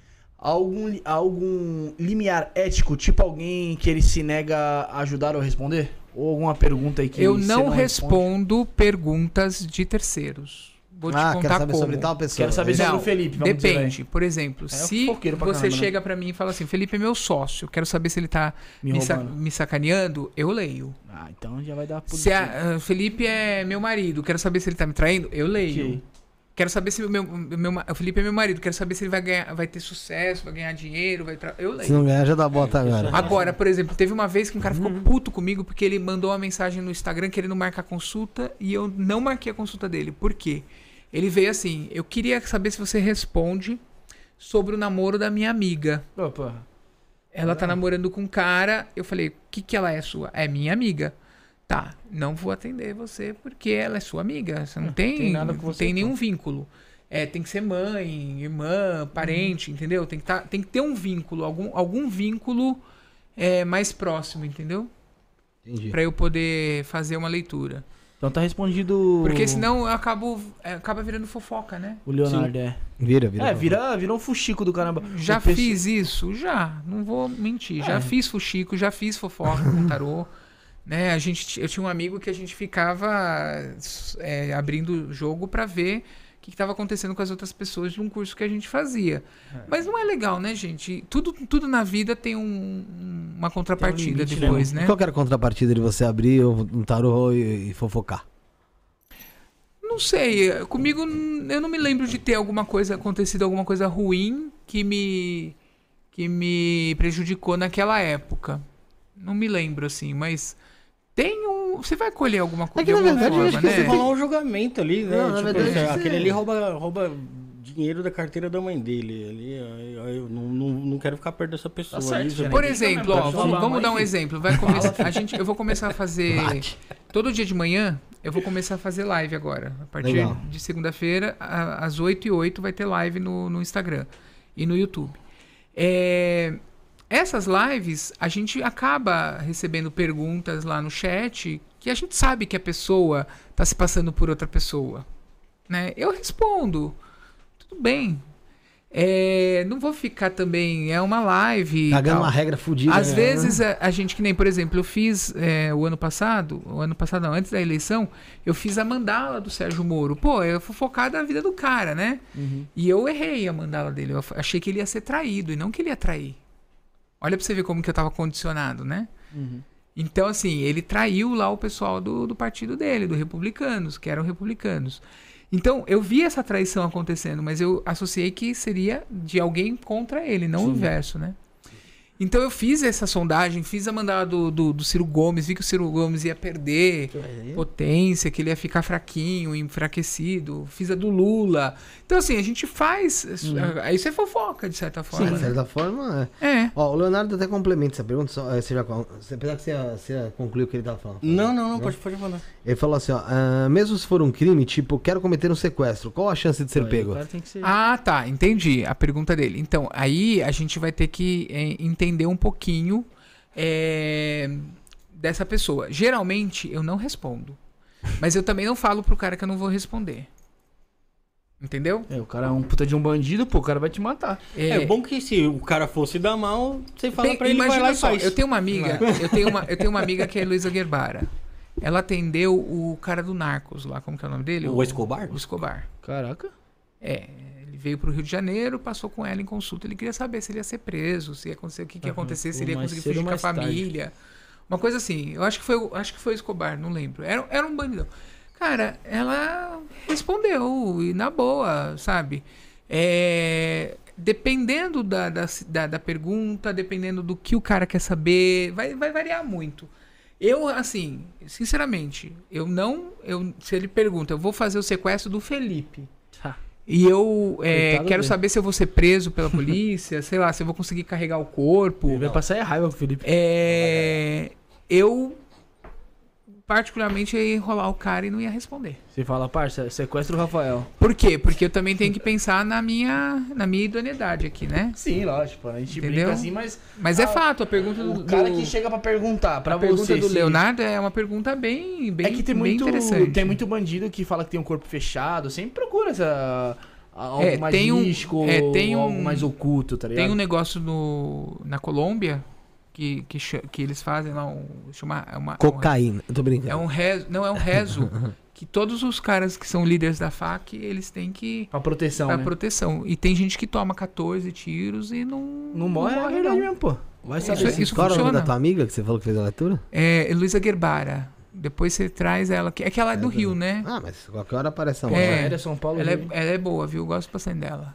algum, li- algum limiar ético, tipo alguém que ele se nega a ajudar ou responder? Ou alguma pergunta aí que Eu você não, responde? respondo perguntas de terceiros. Vou te Ah, contar quero saber como. sobre tal pessoa. Quero saber Esse- sobre Não, o Felipe, vamos dizer, depende. Por exemplo, É se fofoqueiro pra você caramba, né? chega pra mim e fala assim, Felipe é meu sócio, quero saber se ele tá Me me, sa- roubando. me sacaneando, eu leio. Ah, então já vai dar Se positivo. a, ah, Felipe é meu marido, quero saber se ele tá me traindo, eu leio. Ok. Quero saber se o meu, o meu ma- o Felipe é meu marido, quero saber se ele vai ganhar, vai ter sucesso, vai ganhar dinheiro, vai tra... eu Se leio. não ganhar, já dá bota agora. Agora, por exemplo, teve uma vez que um cara ficou puto comigo porque ele mandou uma mensagem no Instagram querendo marcar consulta e eu não marquei a consulta dele. Por quê? Ele veio assim, eu queria saber se você responde sobre o namoro da minha amiga. Opa. Ela tá namorando com um cara, eu falei, o que que ela é sua? É minha amiga. Tá, não vou atender você porque ela é sua amiga. Você não tem, tem nada com não você, tem pô. nenhum vínculo. É, tem que ser mãe, irmã, parente, entendeu? Tem que, tá, tem que ter um vínculo, algum, algum vínculo é, mais próximo, entendeu? Entendi. Pra eu poder fazer uma leitura. Então tá respondido. Porque senão eu acabo, é, acaba virando fofoca, né? O Leonardo é. Vira, vira. É, vira, vira um fuxico do caramba. Já O pessoal- fiz isso? Já. Não vou mentir. É. Já fiz fuxico, já fiz fofoca com tarô. Né? A gente, eu tinha um amigo que a gente ficava é, abrindo jogo pra ver o que estava acontecendo com as outras pessoas de um curso que a gente fazia. Mas não é legal, né, gente? Tudo, tudo na vida tem um- uma contrapartida limite, depois, E né? qual que era a contrapartida de você abrir um tarô e, e fofocar? Não sei. Comigo, eu não me lembro de ter alguma coisa, acontecido alguma coisa ruim que me, que me prejudicou naquela época. Não me lembro, assim, mas tem um... Você vai colher alguma coisa É que, de na alguma verdade, eu forma, acho que né? Você falou um julgamento ali, né? Não, na tipo, verdade, assim, você- aquele ali rouba, rouba dinheiro da carteira da mãe dele. Ali, aí, aí eu não, não, não quero ficar perto dessa pessoa. certo, ali, já você- Por Ninguém exemplo, também ó, pode vamos, falar, vamos mas dar um enfim. exemplo. Vai começar, a gente, eu vou começar a fazer... Todo dia de manhã, eu vou começar a fazer live agora. A partir Legal. de segunda-feira, a- às oito e oito, vai ter live no, no Instagram e no YouTube. É, essas lives, a gente acaba recebendo perguntas lá no chat que a gente sabe que a pessoa está se passando por outra pessoa. Né? Eu respondo. Tudo bem. É, não vou ficar também, é uma live. Cagando tal. uma regra fodida. Às né? vezes a, a gente, que nem, por exemplo, eu fiz é, o ano passado, o ano passado não, antes da eleição, eu fiz a mandala do Sérgio Moro. Pô, eu fui focado na vida do cara, né? Uhum. E eu errei a mandala dele. Eu achei que ele ia ser traído e não que ele ia trair. Olha pra você ver como que eu tava condicionado, né? Uhum. Então, assim, ele traiu lá o pessoal do, do partido dele, do Republicanos, que eram republicanos. Então, eu vi essa traição acontecendo, mas eu associei que seria de alguém contra ele, não Sim. o inverso, né? Então, eu fiz essa sondagem, fiz a mandala do, do, do Ciro Gomes, vi que o Ciro Gomes ia perder potência, que ele ia ficar fraquinho, enfraquecido. Fiz a do Lula. Então, assim, a gente faz... Uhum. Isso é fofoca, de certa forma. Sim, né? de certa forma, é. É. Ó, o Leonardo até complementa essa pergunta, só, você já, você, apesar que você, você concluiu o que ele tava falando. Não, não, não, pode, pode mandar. Ele falou assim, ó, ah, mesmo se for um crime, tipo, quero cometer um sequestro, qual a chance de ser Aí, pego? o cara tem que ser... Ah, tá, entendi a pergunta dele. Então, aí a gente vai ter que é, entender um pouquinho é, dessa pessoa. Geralmente, eu não respondo. Mas eu também não falo pro cara que eu não vou responder. Entendeu? É, o cara é um puta de um bandido, pô, o cara vai te matar. É, bom que se o cara fosse dar mal, você fala Tem- pra ele, vai imagina lá e só, faz. eu tenho uma amiga, eu tenho uma, eu tenho uma amiga que é a Heloísa Guerbara. Ela atendeu o cara do Narcos lá, como que é o nome dele? O Escobar? O Escobar. Caraca. É, ele veio pro Rio de Janeiro, passou com ela em consulta, ele queria saber se ele ia ser preso, se ia acontecer, o que, que ia Aham. acontecer, se Ou ele ia mais conseguir cedo fugir ou com a mais tarde. família. Uma coisa assim, eu acho que foi, o- acho que foi o Escobar, não lembro. Era, era um bandidão. Cara, ela respondeu, e na boa, sabe? É, dependendo da, da, da, da pergunta, dependendo do que o cara quer saber, vai, vai variar muito. Eu, assim, sinceramente, eu não. Eu, se ele pergunta, eu vou fazer o sequestro do Felipe. Tá. E eu é, Coitado quero dele. saber se eu vou ser preso pela polícia, sei lá, se eu vou conseguir carregar o corpo. Ele vai passar é raiva com o Felipe. É, eu, particularmente, ia enrolar o cara e não ia responder. Você fala, parça, sequestra o Rafael. Por quê? Porque eu também tenho que pensar na minha, na minha idoneidade aqui, né? Sim, lógico, a gente Entendeu? brinca assim, mas... Mas é Ah, fato, a pergunta do, O cara do- que chega pra perguntar pra a pergunta você do se- Leonardo é uma pergunta bem, bem, É que tem bem muito, interessante. tem muito bandido que fala que tem um corpo fechado, sempre procura essa, algo É, mais tem um- místico, é, tem um- algo mais oculto, tá ligado? Tem um negócio no, na Colômbia que, que, cha- que eles fazem lá, um, chama, é uma, Cocaína, eu tô brincando. É um rezo, não, é um rezo que todos os caras que são líderes da F A C, eles têm que... Pra proteção, Pra né? proteção. E tem gente que toma catorze tiros e não... Não morre, é verdade não. mesmo, pô. Vai Isso- saber. isso Qual era o nome funciona. da tua amiga que você falou que fez a leitura? É Heloísa Guerbara. Depois você traz ela. que- É que ela é do Rio, né? Ah, mas qualquer hora aparece a É. moça. Aérea, São Paulo, Ela é, Rio. ela é boa, viu? Eu gosto bastante dela.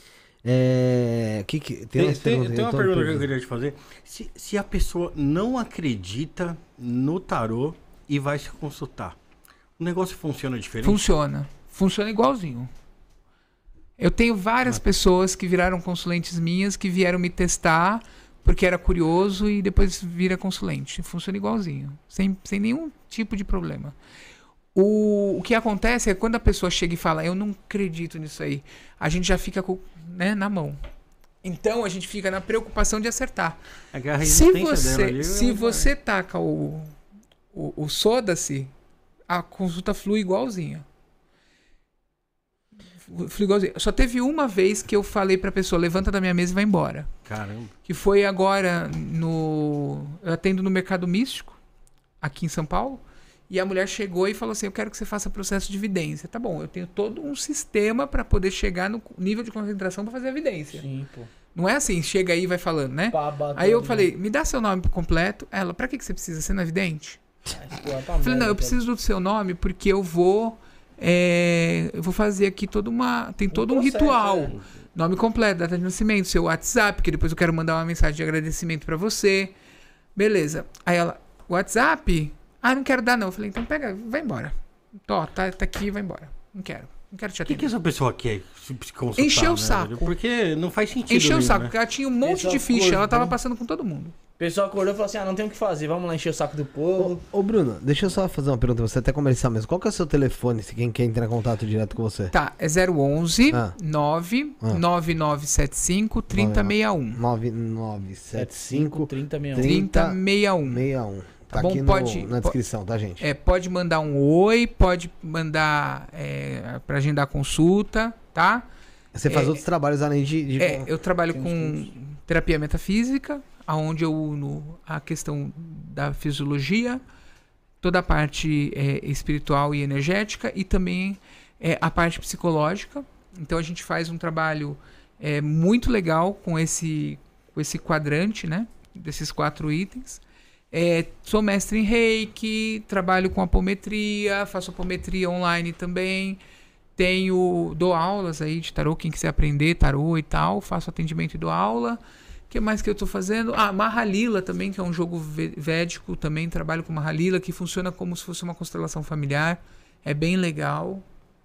É... Que que... Tem, Tem, umas tem, perguntas tem uma tô pergunta que eu perdido. queria te fazer. Se, se a pessoa não acredita no tarô e vai se consultar, o negócio funciona diferente? Funciona. Funciona igualzinho. Eu tenho várias pessoas que viraram consulentes minhas, que vieram me testar porque era curioso e depois vira consulente. Funciona igualzinho. Sem, sem nenhum tipo de problema. O, o que acontece é quando a pessoa chega e fala, eu não acredito nisso aí, a gente já fica com, né, na mão. Então a gente fica na preocupação de acertar. É que a Se resistência você, dela ali, se ela- você taca o, o, o soda-se, a consulta flui igualzinha. Flui igualzinha. Só teve uma vez que eu falei pra pessoa, levanta da minha mesa e vai embora. Caramba. Que foi agora no... Eu atendo no Mercado Místico, aqui em São Paulo. E a mulher chegou e falou assim, eu quero que você faça processo de evidência. Tá bom, eu tenho todo um sistema pra poder chegar no nível de concentração pra fazer a evidência. Sim, pô. Não é assim, chega aí e vai falando, né? Pá, bateu, Aí eu né? falei, me dá seu nome completo. Ela, pra que que você precisa? Você não é evidente? Ah, pô, tá Eu falei, merda, não, eu cara. preciso do seu nome porque eu vou... é, eu vou fazer aqui toda uma... Tem todo um, processo, ritual. né? Nome completo, data de nascimento, seu WhatsApp, que depois eu quero mandar uma mensagem de agradecimento pra você. Beleza. Aí ela, WhatsApp? Ah, não quero dar não. Eu falei, então pega, vai embora. Tó, tá, tá aqui, vai embora. Não quero. Não quero te O que, atender. que essa pessoa quer se se consultar? Encheu o né, saco. velho? Porque não faz sentido. Encheu o nenhum, saco, né? porque ela tinha um monte Pessoal de ficha, ela tava acordou. passando com todo mundo. O pessoal acordou e falou assim, ah, não tem o que fazer, vamos lá encher o saco do povo. Ô, ô, Bruno, deixa eu só fazer uma pergunta, você até comercial mesmo. Qual que é o seu telefone, se quem quer entrar em contato direto com você? Tá, é zero onze Ah. nove Ah. nove nove sete cinco três zero seis um. nove nove sete cinco trinta, sessenta e um. trinta. trinta sessenta e um. sessenta e um. Tá, Tá bom? aqui no- Pode- na po- descrição, tá, gente? É, pode mandar um oi, pode mandar é, para agendar consulta, tá? Você faz É, outros trabalhos além de... de- É, eu trabalho Tem uns com cursos. terapia metafísica, onde eu uno a questão da fisiologia, toda a parte é, espiritual e energética e também é, a parte psicológica. Então a gente faz um trabalho é, muito legal com esse, com esse quadrante, né? Desses quatro itens. É, sou mestre em Reiki, trabalho com apometria, faço apometria online também. Tenho, dou aulas aí de tarô, quem quiser aprender tarô e tal, faço atendimento e dou aula. O que mais que eu tô fazendo? Ah, Mahalila também, que é um jogo vé- védico, também trabalho com Mahalila, que funciona como se fosse uma constelação familiar. É bem legal.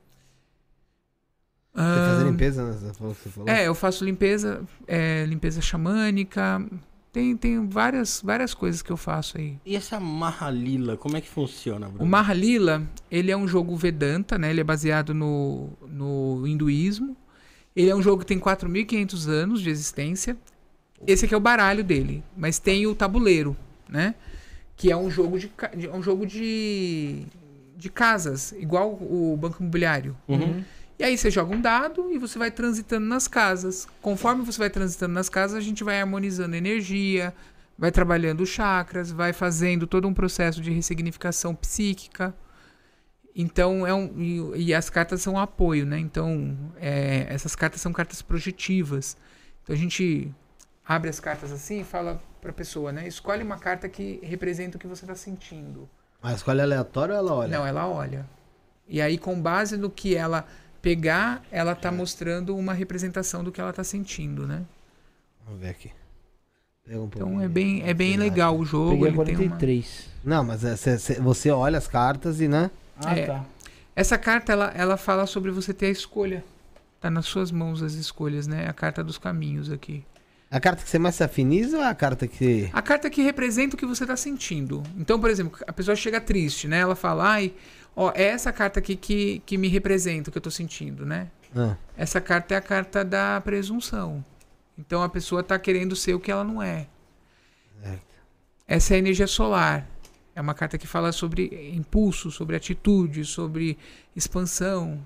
Você faz Ahn, limpeza, né? Você falou- você falou? é, eu faço limpeza, é, limpeza xamânica. Tem, tem várias, várias coisas que eu faço aí. E essa Mahalila, como é que funciona, Bruno? O Mahalila, ele é um jogo Vedanta, né? Ele é baseado no, no hinduísmo. Ele é um jogo que tem quatro mil e quinhentos anos de existência. Esse aqui é o baralho dele, mas tem o tabuleiro, né? Que é um jogo de, ca- de- é um jogo de, de casas, igual o Banco Imobiliário. Uhum. E aí você joga um dado e você vai transitando nas casas. Conforme você vai transitando nas casas, a gente vai harmonizando energia, vai trabalhando os chakras, vai fazendo todo um processo de ressignificação psíquica. Então, é um, e, e as cartas são um apoio, né? Então, é, essas cartas são cartas projetivas. Então, a gente abre as cartas assim e fala para a pessoa, né? Escolhe uma carta que representa o que você está sentindo. Mas escolhe aleatório ou ela olha? Não, ela olha. E aí, com base no que ela pegar, ela tá mostrando uma representação do que ela tá sentindo, né? Vamos ver aqui. Pega um Então pouquinho. é bem, é bem Sei lá. legal o jogo. Peguei a Ele tem quarenta uma... e três. Não, mas é, cê- cê- você olha as cartas e, né? Ah, É. tá. Essa carta, ela, ela fala sobre você ter a escolha. Tá nas suas mãos as escolhas, né? A carta dos caminhos aqui. A carta que você mais se afiniza ou é a carta que... A carta que representa o que você tá sentindo. Então, por exemplo, a pessoa chega triste, né? Ela fala, ai, ó, é essa carta aqui que, que me representa o que eu tô sentindo, né? Ah, Essa carta é a carta da presunção. Então a pessoa tá querendo ser o que ela não é. Certo. Essa é a energia solar. É uma carta que fala sobre impulso, sobre atitude, sobre expansão.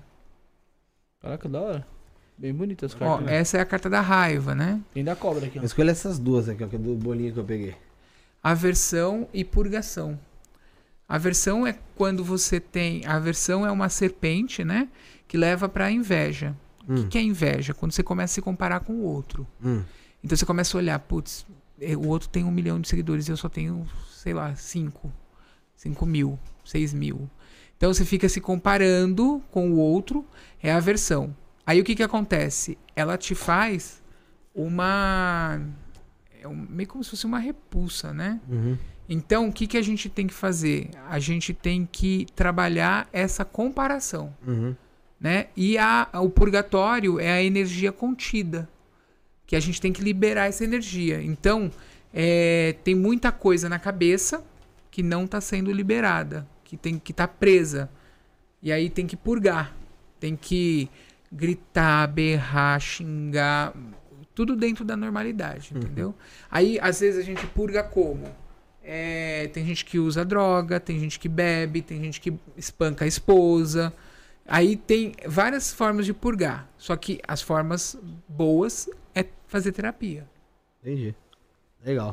Caraca, da hora. Bem bonita as Ó, cartas. né? essa é a carta da raiva, né? Tem da cobra aqui, ó. eu escolho essas duas aqui, ó, que é do bolinho que eu peguei. Aversão e purgação. Aversão é quando você tem... A aversão é uma serpente, né? Que leva pra inveja. O que, Hum, que é inveja? Quando você começa a se comparar com o outro. hum. Então você começa a olhar, putz, eh, o outro tem um milhão de seguidores e eu só tenho, sei lá, cinco. Cinco mil, seis mil. Então você fica se comparando com o outro, é a aversão. Aí o que que acontece? Ela te faz uma... É um, meio como se fosse uma repulsa, né? Uhum. Então o que que a gente tem que fazer? A gente tem que trabalhar essa comparação, Uhum. né? E a, o purgatório é a energia contida, que a gente tem que liberar essa energia. Então, é, tem muita coisa na cabeça que não está sendo liberada, que tem que estar presa. E aí tem que purgar, tem que gritar, berrar, xingar, tudo dentro da normalidade, entendeu? Aí, às vezes, a gente purga como? É, tem gente que usa droga, tem gente que bebe, tem gente que espanca a esposa. Aí tem várias formas de purgar. Só que as formas boas é fazer terapia. Entendi. Legal.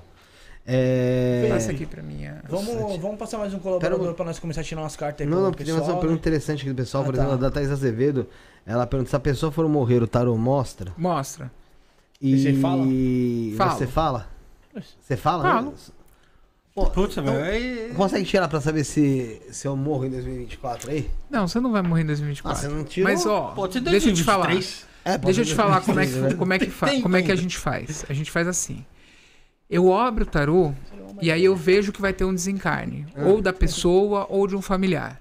É... Passa aqui pra mim. a- Vamos, vamos passar mais um colaborador Pera, pra nós começar a tirar umas cartas aí Não, pro não, porque tem pessoal, uma né? pergunta interessante aqui do pessoal, por Ah, exemplo, tá. da Thaís Azevedo. Ela pergunta se a pessoa for morrer, o tarô mostra. Mostra. E você fala? Você fala? Você fala? Falo. né? Pô, Putz, então, meu, aí... consegue tirar pra saber se, se eu morro em dois mil e vinte e quatro aí? Não, você não vai morrer em dois mil e vinte e Ah, quatro. você não tirou? Mas, ó, Pode ser deixa eu te falar. dois mil e vinte e três. É, pode Deixa eu ser te falar como é, que, dois mil e vinte e três, como, é que fa- Tem como é que a ainda. gente faz. A gente faz assim. Eu abro o tarô e aí eu vejo que vai ter um desencarne. Ou da pessoa ou de um familiar.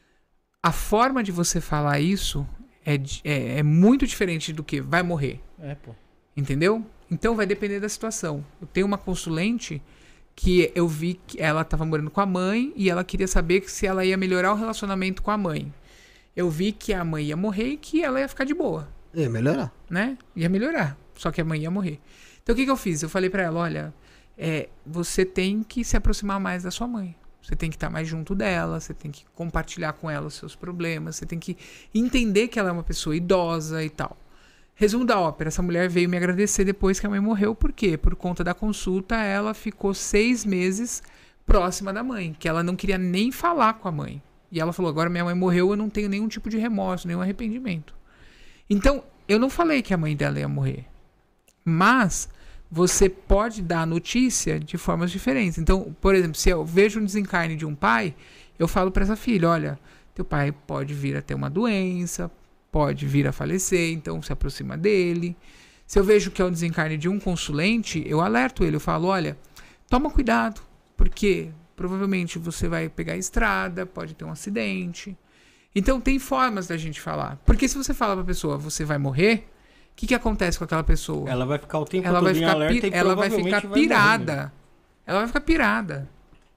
A forma de você falar isso é, di- é, é muito diferente do que vai morrer. É, pô. Entendeu? Então vai depender da situação. Eu tenho uma consulente que eu vi que ela estava morando com a mãe e ela queria saber que se ela ia melhorar o relacionamento com a mãe. Eu vi que a mãe ia morrer e que ela ia ficar de boa, Ia melhorar. né? Ia melhorar, só que a mãe ia morrer. Então o que, que eu fiz? Eu falei pra ela, olha, é, você tem que se aproximar mais da sua mãe. Você tem que estar mais junto dela, você tem que compartilhar com ela os seus problemas, você tem que entender que ela é uma pessoa idosa e tal. Resumo da ópera, essa mulher veio me agradecer depois que a mãe morreu. Por quê? Por conta da consulta, ela ficou seis meses próxima da mãe, que ela não queria nem falar com a mãe. E ela falou, agora minha mãe morreu, eu não tenho nenhum tipo de remorso, nenhum arrependimento. Então, eu não falei que a mãe dela ia morrer. Mas você pode dar a notícia de formas diferentes. Então, por exemplo, se eu vejo um desencarne de um pai, eu falo para essa filha, olha, teu pai pode vir a ter uma doença, pode vir a falecer, então se aproxima dele. Se eu vejo que é um desencarne de um consulente, eu alerto ele, eu falo, olha, toma cuidado, porque provavelmente você vai pegar a estrada, pode ter um acidente. Então tem formas da gente falar. Porque se você fala pra pessoa, você vai morrer, o que, que acontece com aquela pessoa? Ela vai ficar o tempo ela todo vai em ficar alerta pi- e ela vai provavelmente ficar vai pirada. morrer, né? Ela vai ficar pirada.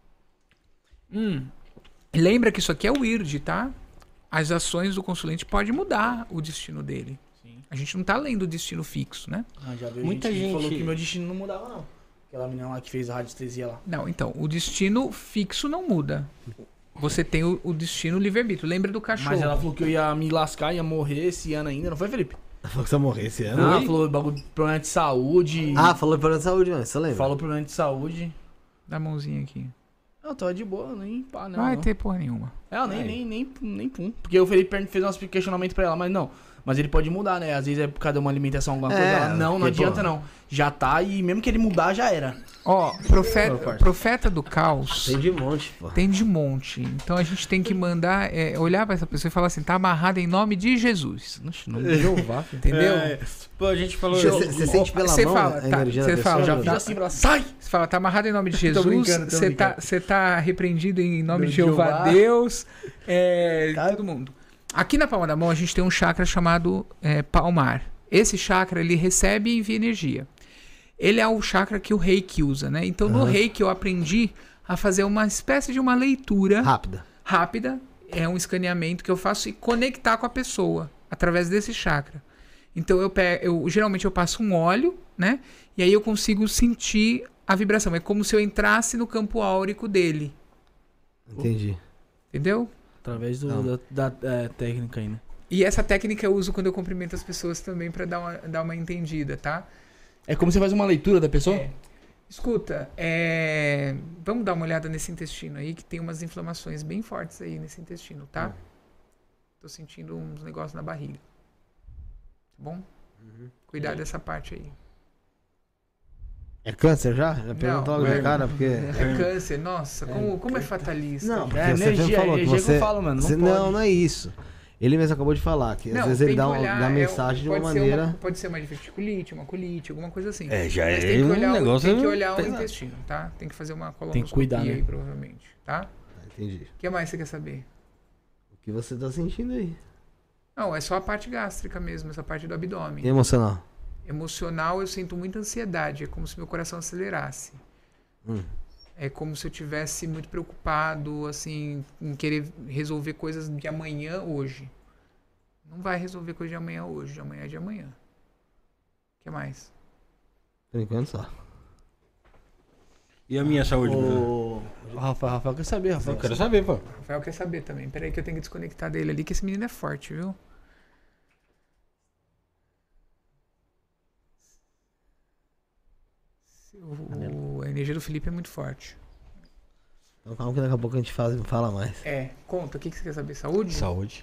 Hum. Lembra que isso aqui é o I R D, tá? As ações do consulente podem mudar o destino dele. Sim. A gente não tá lendo o destino fixo, né? Ah, já viu Muita gente que gente- falou que meu destino não mudava, não. Aquela menina lá que fez a radiestesia lá. Não, então, o destino fixo não muda. Você tem o, o destino livre-arbítrio. Lembra do cachorro? Mas ela falou que eu ia me lascar, ia morrer esse ano ainda, não foi, Felipe? Ela falou que você ia morrer esse ano. Não, ela falou bagulho de problema de saúde. Ah, falou de problema de saúde, mano. Você lembra? Falou problema de saúde. Dá a mãozinha aqui. Não, tava de boa, nem pá, não. Vai não. ter porra nenhuma. É, nem, Vai. nem, nem, nem pum. Porque o Felipe fez uns questionamentos pra ela, mas não. Mas ele pode mudar, né? Às vezes é por causa de uma alimentação, alguma coisa. É, Ela, não, não porque, adianta pô. não. Já tá e mesmo que ele mudar, já era. Ó, Ô, profeta, parça. profeta do caos Tem de monte, pô. tem de monte. Então a gente tem que mandar, é, olhar pra essa pessoa e falar assim, tá amarrada em nome de Jesus. Oxe, nome de Jeová, filho. Entendeu? É, pô, a gente falou... Você, você sente pela Você mão fala, a tá, energia você da fala, pessoa? Já Bruno? fiz assim pra ela, sai! Você fala, tá amarrado em nome de Tô Jesus, brincando, tô você tá, brincando. você tá repreendido em nome Do de Jeová, Jeová. Deus, é, Tá. todo mundo. Aqui na palma da mão a gente tem um chakra chamado é, palmar. Esse chakra, ele recebe e envia energia. Ele é o chakra que o reiki usa, né? Então no Aham. reiki eu aprendi a fazer uma espécie de uma leitura Rápida. rápida, é um escaneamento que eu faço e conectar com a pessoa através desse chakra. Então eu pego, eu geralmente eu passo um óleo, né? E aí eu consigo sentir a vibração. É como se eu entrasse no campo áurico dele, Entendi. entendeu? Através do, Não. da, da é, técnica aí, né? E essa técnica eu uso quando eu cumprimento as pessoas também pra dar uma, dar uma entendida, tá? É como você faz uma leitura da pessoa? É. Escuta, é, vamos dar uma olhada nesse intestino aí, que tem umas inflamações bem fortes aí nesse intestino, tá? Tô sentindo uns negócios na barriga. Tá bom? Cuidar dessa parte aí. É câncer já? Já perguntou logo é- de cara, porque... É câncer, nossa, como, como é fatalista. Não, porque É, você energia, mesmo falou que energia que você... eu falo, mano, não você- pode. não, não é isso. Ele mesmo acabou de falar, que Não, às vezes ele tem dá, que um- olhar, dá é, mensagem de uma pode ser maneira... pode ser uma diverticulite, uma colite, alguma coisa assim. É, já Mas é tem que um olhar, o- negócio tem que olhar o pesado. intestino, tá? Tem que fazer uma Tem que colonoscopia cuidar, né? aí, provavelmente, tá? Entendi. O que mais você quer saber? O que você tá sentindo aí? Não, é só a parte gástrica mesmo, essa parte do abdômen. E emocional? Emocional, eu sinto muita ansiedade, é como se meu coração acelerasse. Hum. É como se eu tivesse muito preocupado, assim, em querer resolver coisas de amanhã hoje. Não vai resolver coisa de amanhã hoje, de amanhã é de amanhã. O que mais? Por enquanto só. E a minha saúde, Bruno? O o Rafael, Rafael quer saber, Rafael. Eu quero saber, pô. O Rafael quer saber também. Peraí que eu tenho que desconectar dele ali, que esse menino é forte, viu? O, a energia do Felipe é muito forte. Então calma que daqui a pouco a gente faz, fala mais. É, conta, o que, que você quer saber? Saúde? Saúde.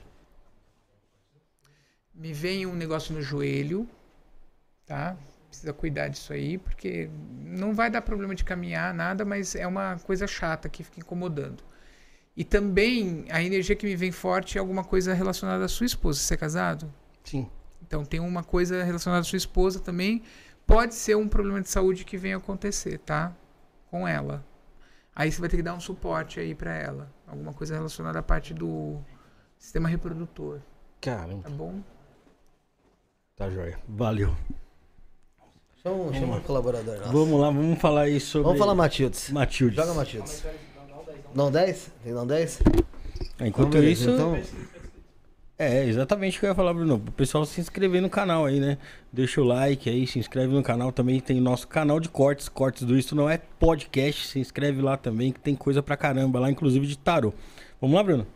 Me vem um negócio no joelho, tá? Precisa cuidar disso aí, porque não vai dar problema de caminhar, nada, mas é uma coisa chata que fica incomodando. E também a energia que me vem forte é alguma coisa relacionada à sua esposa. Você é casado? Sim. Então tem uma coisa relacionada à sua esposa também. Pode ser um problema de saúde que venha acontecer, tá? Com ela. Aí você vai ter que dar um suporte aí pra ela. Alguma coisa relacionada à parte do sistema reprodutor, Caramba. tá bom? Tá joia. Valeu. Chama, chama um colaborador nosso. Vamos lá, vamos falar aí sobre... Vamos falar Matildes. Matilde. Joga Matildes. Não dez? Tem não dez? Enquanto Então, beleza, isso... Então, É, exatamente o que eu ia falar, Bruno. O pessoal se inscrever no canal aí, né? Deixa o like aí, se inscreve no canal. Também tem o nosso canal de cortes. Cortes do Isto Não É Podcast. Se inscreve lá também, que tem coisa pra caramba lá, inclusive de tarô. Vamos lá, Bruno?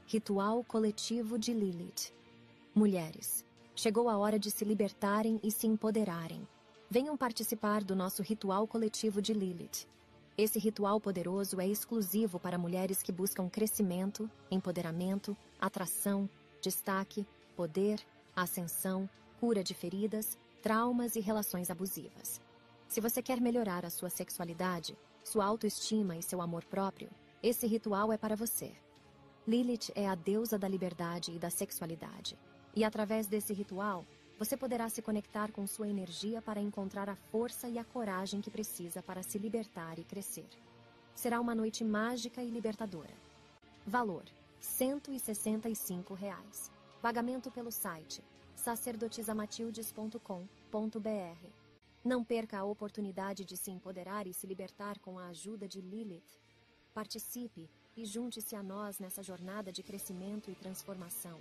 Ritual Coletivo de Lilith. Mulheres, chegou a hora de se libertarem e se empoderarem. Venham participar do nosso Ritual Coletivo de Lilith. Esse ritual poderoso é exclusivo para mulheres que buscam crescimento, empoderamento, atração, destaque, poder, ascensão, cura de feridas, traumas e relações abusivas. Se você quer melhorar a sua sexualidade, sua autoestima e seu amor próprio, esse ritual é para você. Lilith é a deusa da liberdade e da sexualidade. E através desse ritual, você poderá se conectar com sua energia para encontrar a força e a coragem que precisa para se libertar e crescer. Será uma noite mágica e libertadora. Valor: cento e sessenta e cinco reais. Pagamento pelo site sacerdotisa matildes ponto com ponto br. Não perca a oportunidade de se empoderar e se libertar com a ajuda de Lilith. Participe e junte-se a nós nessa jornada de crescimento e transformação.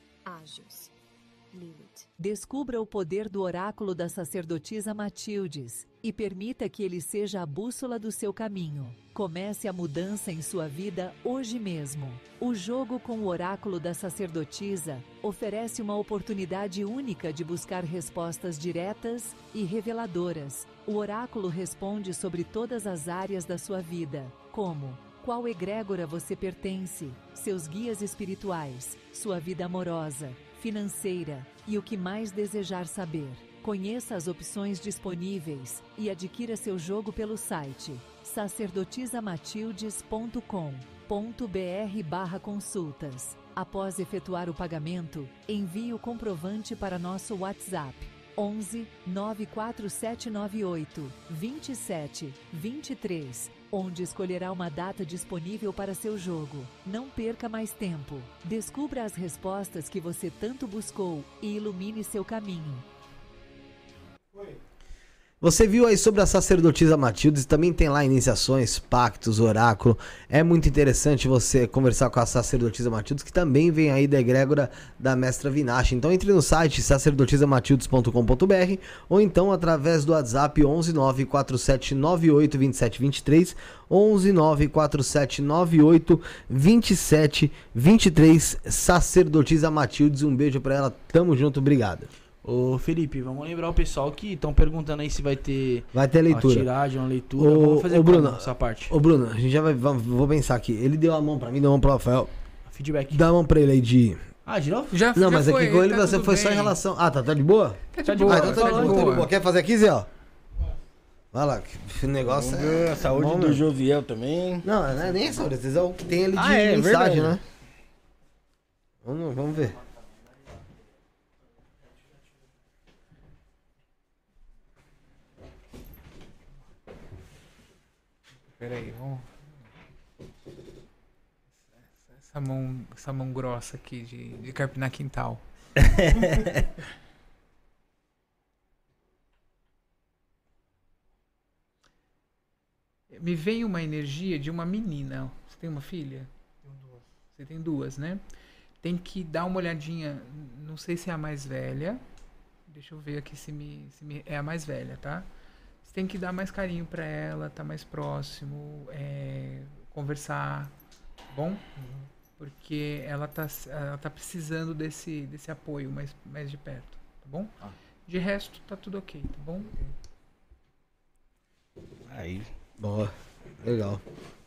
Ágios. Lilith. Descubra o poder do oráculo da sacerdotisa Matildes e permita que ele seja a bússola do seu caminho. Comece a mudança em sua vida hoje mesmo. O jogo com o oráculo da sacerdotisa oferece uma oportunidade única de buscar respostas diretas e reveladoras. O oráculo responde sobre todas as áreas da sua vida, como: qual egrégora você pertence, seus guias espirituais, sua vida amorosa, financeira e o que mais desejar saber. Conheça as opções disponíveis e adquira seu jogo pelo site sacerdotisa matildes ponto com ponto br barra consultas. Após efetuar o pagamento, envie o comprovante para nosso WhatsApp onze nove quatro sete nove oito dois sete dois três, onde escolherá uma data disponível para seu jogo. Não perca mais tempo. Descubra as respostas que você tanto buscou e ilumine seu caminho. Você viu aí sobre a sacerdotisa Matildes, também tem lá iniciações, pactos, oráculo. É muito interessante você conversar com a sacerdotisa Matildes, que também vem aí da egrégora da mestra Vinache. Então entre no site sacerdotisa matildes ponto com ponto br ou então através do WhatsApp onze nove quatro sete nove oito dois sete dois três, onze nove quatro sete nove oito dois sete dois três, sacerdotisa Matildes. Um beijo pra ela, tamo junto, obrigado. Ô Felipe, vamos lembrar o pessoal que estão perguntando aí se vai ter, vai ter leitura. Uma tiragem, uma leitura. Ô, vamos fazer ô, Bruno, essa parte. Ô Bruno, a gente já vai, vamos, vou pensar aqui. Ele deu a mão pra mim, deu a mão pro Rafael. Feedback. Dá a mão pra ele aí de... Ah, de novo? Já, Não, já mas foi, aqui com ele tá você foi bem. só em relação... Ah, tá, tá de boa? Tá de Tá de boa, Ah, então tá, tá de de boa, tá de boa. boa. Quer fazer aqui, Zé, ó? Vai lá, que o negócio Vamos é... ver a saúde bom, do né? Josiel também. Não, não é nem a saúde, vocês é o que tem ali de Ah, é, mensagem, verdade. né? Vamos, vamos ver. Peraí, vamos. Essa mão, essa mão grossa aqui de, de carpinar quintal. Me vem uma energia de uma menina. Você tem uma filha? Tenho duas. Você tem duas, né? Tem que dar uma olhadinha. Não sei se é a mais velha. Deixa eu ver aqui se me, se me é a mais velha, tá? Você tem que dar mais carinho pra ela, tá mais próximo, é, conversar, tá bom? Porque ela tá, ela tá precisando desse, desse apoio mais, mais de perto, tá bom? Ah. De resto, tá tudo ok, tá bom? Aí. Boa, legal.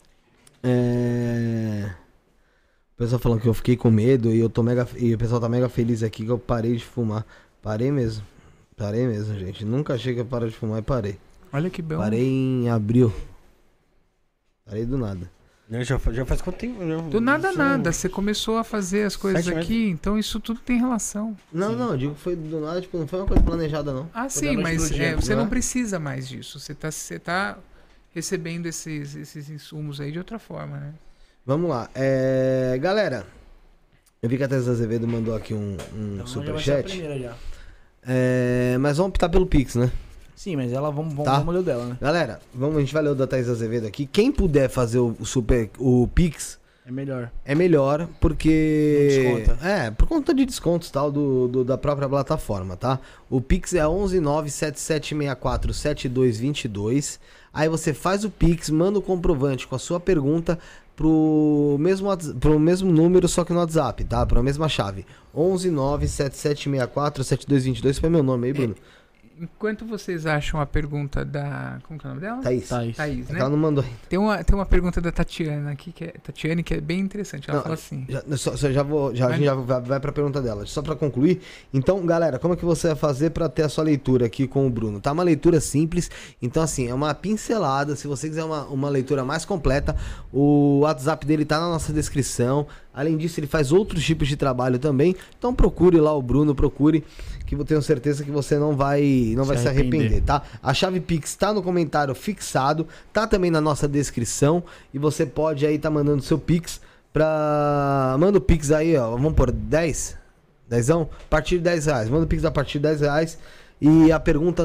É... O pessoal falando que eu fiquei com medo e eu tô mega... e o pessoal tá mega feliz aqui que eu parei de fumar. Parei mesmo. Parei mesmo, gente. Nunca achei que eu parar de fumar e parei. Olha que bom. Parei em abril. Parei do nada. Já, já faz quanto tempo? Já, Do nada, isso- nada. Você começou a fazer as coisas Sete aqui, então isso tudo tem relação. Não, não, eu digo que foi do nada, tipo, não foi uma coisa planejada, não. Ah, Foi sim, da noite mas pro dia, é, você né? não precisa mais disso. Você tá, você tá recebendo esses, esses insumos aí de outra forma, né? Vamos lá. É... Galera, eu vi que a Thais Azevedo mandou aqui um, um Então, já vai ser a superchat. primeira já. É... Mas vamos optar pelo Pix, né? Sim, mas ela, vamos, vamos, Tá. vamos ler o dela, né? Galera, vamos, a gente vai ler o da Thais Azevedo aqui. Quem puder fazer o, o super, o Pix, É melhor. É melhor porque... Não desconta. É, por conta de descontos tal do, do- da própria plataforma, tá? O Pix é onze nove sete sete seis quatro sete dois dois dois. Aí você faz o Pix, manda o comprovante com a sua pergunta pro mesmo, whats- pro mesmo número, só que no WhatsApp, tá? Pra mesma chave. onze nove sete sete seis quatro sete dois dois dois. Foi meu nome aí, Bruno? Enquanto vocês acham a pergunta da... Como que é o nome dela? Thaís. Thaís. Thaís, É que né? ela não mandou ainda. Tem uma, tem uma pergunta da Tatiana aqui, que é, Tatiane, que é bem interessante. Ela Não, fala assim... Já, só, só já vou, já, a Vai. gente já vai, vai pra pergunta dela. Só pra concluir. Então, galera, como é que você vai fazer pra ter a sua leitura aqui com o Bruno? Tá uma leitura simples. Então, assim, é uma pincelada. Se você quiser uma, uma leitura mais completa, o WhatsApp dele tá na nossa descrição. Além disso, ele faz outros tipos de trabalho também. Então, procure lá o Bruno, procure, que eu tenho certeza que você não vai, não Se vai se arrepender, arrepender. tá? A chave Pix tá no comentário fixado, tá também na nossa descrição. E você pode aí tá mandando seu Pix pra... Manda o Pix aí, ó. Vamos por dez? Dezão? A partir de dez reais. Manda o Pix a partir de dez reais. E a pergunta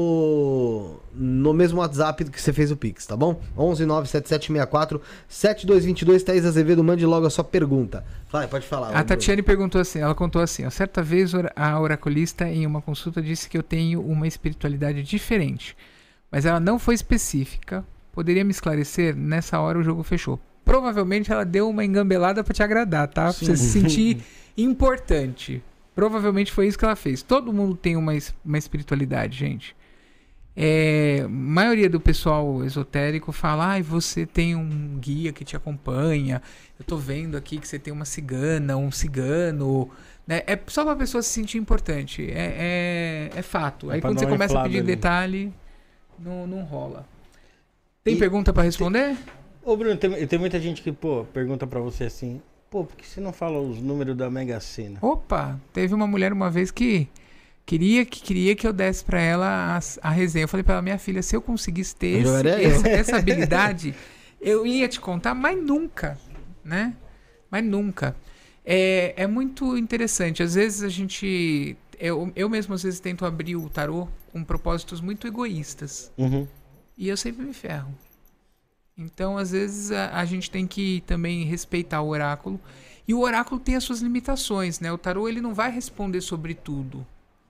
no no mesmo WhatsApp do que você fez o Pix, tá bom? onze nove sete sete seis quatro sete dois dois dois. Thaís Azevedo, mande logo a sua pergunta. Vai, pode falar. A Bruno. Tatiane perguntou assim, ela contou assim, ó, certa vez ora- a oraculista em uma consulta disse que eu tenho uma espiritualidade diferente, mas ela não foi específica. Poderia me esclarecer? Nessa hora o jogo fechou. Provavelmente ela deu uma engambelada pra te agradar, tá? Pra você se sentir importante. Provavelmente foi isso que ela fez. Todo mundo tem uma, es- uma espiritualidade, gente. É, a maioria do pessoal esotérico fala, ai, você tem um guia que te acompanha, eu tô vendo aqui que você tem uma cigana, um cigano, né? É só pra pessoa se sentir importante, é, é, é fato. É Aí pra quando dar você uma começa a inflada pedir ali. detalhe, não, não rola. Tem E- pergunta pra responder? Ô, Bruno, tem, tem muita gente que, pô, pergunta pra você assim, pô, por que você não fala os números da Mega Sena? Opa, teve uma mulher uma vez que queria que, queria que eu desse pra ela a, a resenha. Eu falei pra ela, minha filha, se eu conseguisse ter Eu esse- jogaria eu. essa, essa habilidade, eu ia te contar, mas nunca, né? Mas nunca. É, é muito interessante. Às vezes a gente... Eu, eu mesmo às vezes tento abrir o tarô com propósitos muito egoístas. Uhum. E eu sempre me ferro. Então, às vezes, a, a gente tem que também respeitar o oráculo. E o oráculo tem as suas limitações, né? O tarô, ele não vai responder sobre tudo.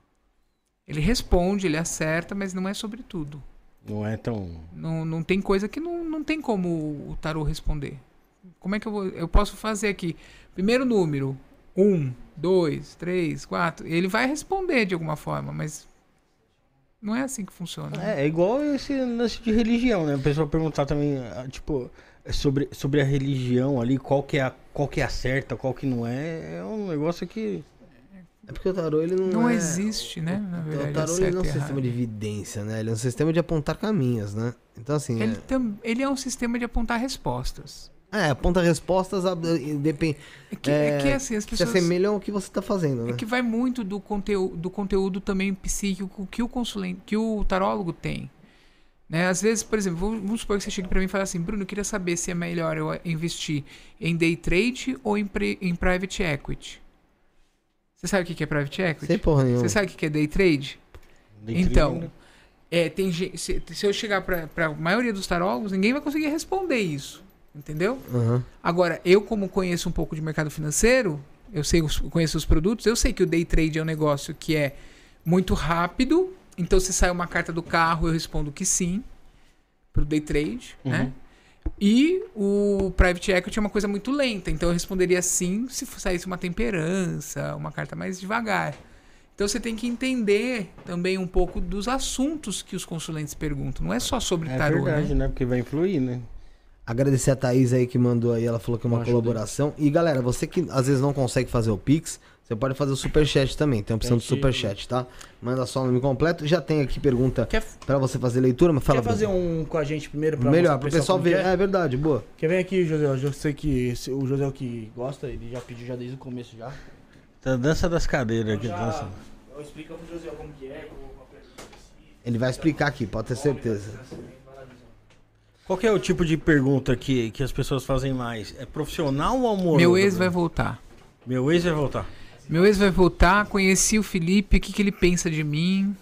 Ele responde, ele acerta, mas não é sobre tudo. Não é tão... Não, não tem coisa que não, não tem como o tarô responder. Como é que eu vou... Eu posso fazer aqui. Primeiro número. Um, dois, três, quatro. Ele vai responder de alguma forma, mas... Não é assim que funciona. né? É, é igual esse lance de religião, né? A pessoa perguntar também, ah, tipo, sobre, sobre a religião ali, qual que, é a, qual que é a certa, qual que não é. É um negócio que... É porque o tarô, ele não, Não é... existe, né? Na verdade, O tarô, certo ele não é um e errado. sistema de evidência, né? Ele é um sistema de apontar caminhos, né? Então, assim... Ele, é... tam, ele é um sistema de apontar respostas. É, aponta respostas, a- depende... É que, é, que assim, as Se pessoas... assemelham ao que você tá fazendo, né? É que vai muito do conteúdo, do conteúdo também psíquico que o consulente, que o tarólogo tem. Né? Às vezes, por exemplo, vamos vamos supor que você chegue para mim e fale assim, Bruno, eu queria saber se é melhor eu investir em day trade ou em, pre, em private equity. Você sabe o que que é private equity? Sem porra nenhuma. Você sabe o que que é day trade? Então, é, tem, gen- se, se eu chegar para a maioria dos tarólogos, ninguém vai conseguir responder isso. Entendeu? Aham. Agora, eu como conheço um pouco de mercado financeiro, eu sei, os- conheço os produtos, eu sei que o day trade é um negócio que é muito rápido. Então, se sai uma carta do carro, eu respondo que sim pro day trade, né? E o private equity é uma coisa muito lenta. Então, eu responderia sim se saísse uma temperança, uma carta mais devagar. Então, você tem que entender também um pouco dos assuntos que os consulentes perguntam. Não é só sobre É tarô, verdade, né? né? Porque vai influir, né? Agradecer a Thaís aí que mandou aí, ela falou que é uma Uma ajuda. colaboração. E galera, você que às vezes não consegue fazer o Pix, você pode fazer o Superchat também, tem a opção do Gente- Superchat, tá? Manda só o nome completo. Já tem aqui pergunta Quer, pra você fazer leitura, mas fala quer fazer Bruno. um com a gente primeiro? Pra Melhor, mostrar pro pessoal como ver. que é? É verdade, boa. Quer vir aqui, José? Eu sei que se- o José que gosta, ele já pediu já desde o começo já. Tá dança das cadeiras aqui. Já, Dança. eu explico pro José como que é, como uma pergunta específica. Ele vai explicar aqui, pode ter certeza. Qual que é o tipo de pergunta que, que as pessoas fazem mais? É profissional ou amoroso? Meu ex vai voltar. Meu ex vai voltar. Meu ex vai voltar, conheci o Felipe, o que, que ele pensa de mim.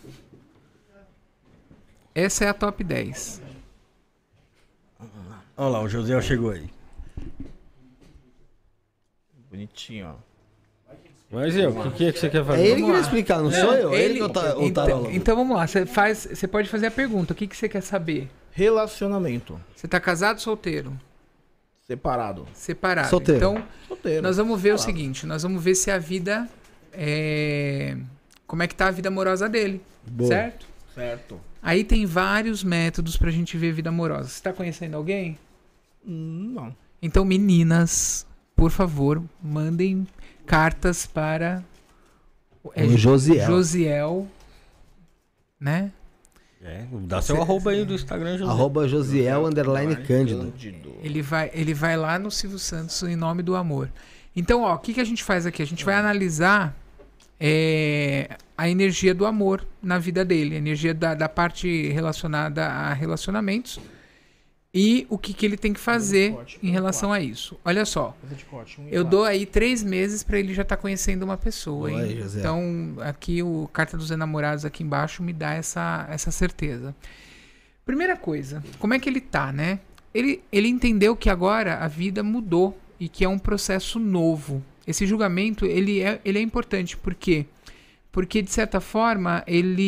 Essa é a top dez. Olha lá, o José chegou aí. Bonitinho, ó. Mas eu, o que, que é que você quer É fazer? ele que Vamos vai lá. explicar, não sou eu. É ele que é o ta- o então, tarólogo. então vamos lá, você faz, você pode fazer a pergunta. O que, que você quer saber? Relacionamento. Você tá casado ou solteiro? Separado. Separado. Solteiro. Então, Solteiro. nós vamos ver o Separado. seguinte, nós vamos ver se a vida é... como é que tá a vida amorosa dele, Boa. certo? Certo. Aí tem vários métodos pra gente ver vida amorosa. Você tá conhecendo alguém? Hum, não. Então, meninas, por favor, mandem cartas para é, O Josiel. Josiel, né? É, dá seu arroba aí do Instagram, José. Arroba Josiel underline Cândido. Ele vai, ele vai lá no Silvio Santos em nome do amor. Então, ó, o que, que a gente faz aqui? A gente vai analisar é, a energia do amor na vida dele, a energia da, da parte relacionada a relacionamentos e o que, que ele tem que fazer em relação a isso. Olha só, eu dou aí três meses para ele já estar conhecendo uma pessoa. Boa Hein? aí, José. Então, aqui o Carta dos Enamorados aqui embaixo me dá essa, essa certeza. Primeira coisa, como é que ele tá, né? Ele, ele entendeu que agora a vida mudou e que é um processo novo. Esse julgamento, ele é, ele é importante, por quê? Porque, de certa forma,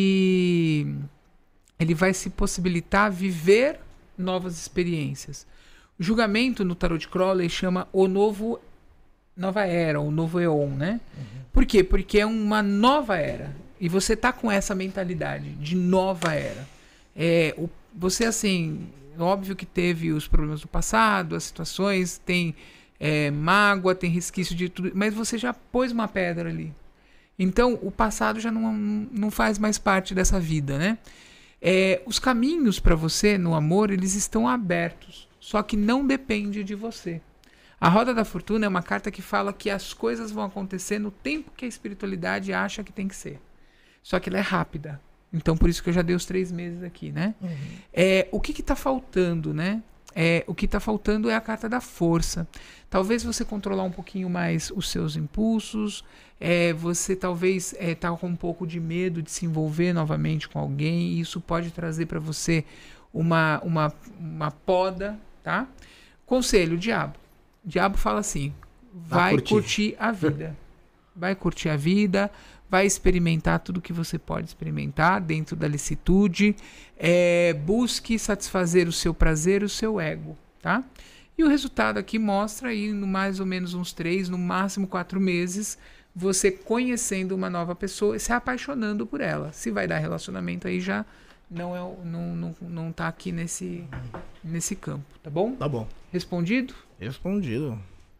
ele, ele vai se possibilitar viver novas experiências. O julgamento no Tarot de Crowley chama o novo nova era, o novo Eon, né? Uhum. Por quê? Porque é uma nova era. E você tá com essa mentalidade de nova era. É, o, você, assim, óbvio que teve os problemas do passado, as situações, tem é, mágoa, tem resquício de tudo, mas você já pôs uma pedra ali. Então, o passado já não, não faz mais parte dessa vida, né? É, os caminhos para você no amor, eles estão abertos, só que não depende de você. A Roda da Fortuna é uma carta que fala que as coisas vão acontecer no tempo que a espiritualidade acha que tem que ser. Só que ela é rápida. Então, por isso que eu já dei os três meses aqui, né? Uhum. É, o que está faltando, né? É, o que está faltando é a carta da força. Talvez você controlar um pouquinho mais os seus impulsos, é, você talvez está é, com um pouco de medo de se envolver novamente com alguém, e isso pode trazer para você uma, uma, uma poda, tá? Conselho, o diabo. O diabo fala assim, vai, vai curtir. curtir a vida. Vai curtir a vida, vai experimentar tudo que você pode experimentar dentro da licitude, é, busque satisfazer o seu prazer e o seu ego, tá? E o resultado aqui mostra aí, no mais ou menos uns três, no máximo quatro meses, você conhecendo uma nova pessoa e se apaixonando por ela. Se vai dar relacionamento aí já não, é, não, não, não tá aqui nesse, nesse campo, tá bom? Tá bom. Respondido? Respondido.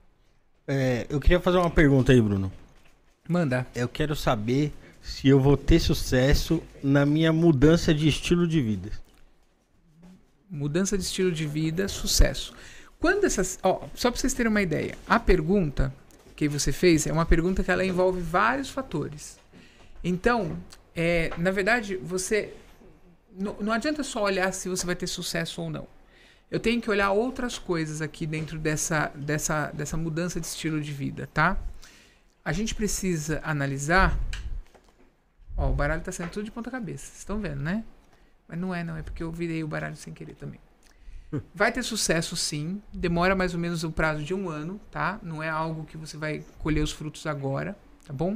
É, eu queria fazer uma pergunta aí, Bruno. Manda. Eu quero saber se eu vou ter sucesso na minha mudança de estilo de vida. Mudança de estilo de vida, sucesso. Quando essas, ó, só para vocês terem uma ideia, a pergunta que você fez é uma pergunta que ela envolve vários fatores. Então, é, na verdade, você não, não adianta só olhar se você vai ter sucesso ou não. Eu tenho que olhar outras coisas aqui dentro dessa, dessa, dessa mudança de estilo de vida, tá? A gente precisa analisar. Ó, o baralho tá saindo tudo de ponta cabeça. Vocês estão vendo, né? Mas não é, não. É porque eu virei o baralho sem querer também. Vai ter sucesso, sim. Demora mais ou menos o prazo de um ano, tá? Não é algo que você vai colher os frutos agora, tá bom?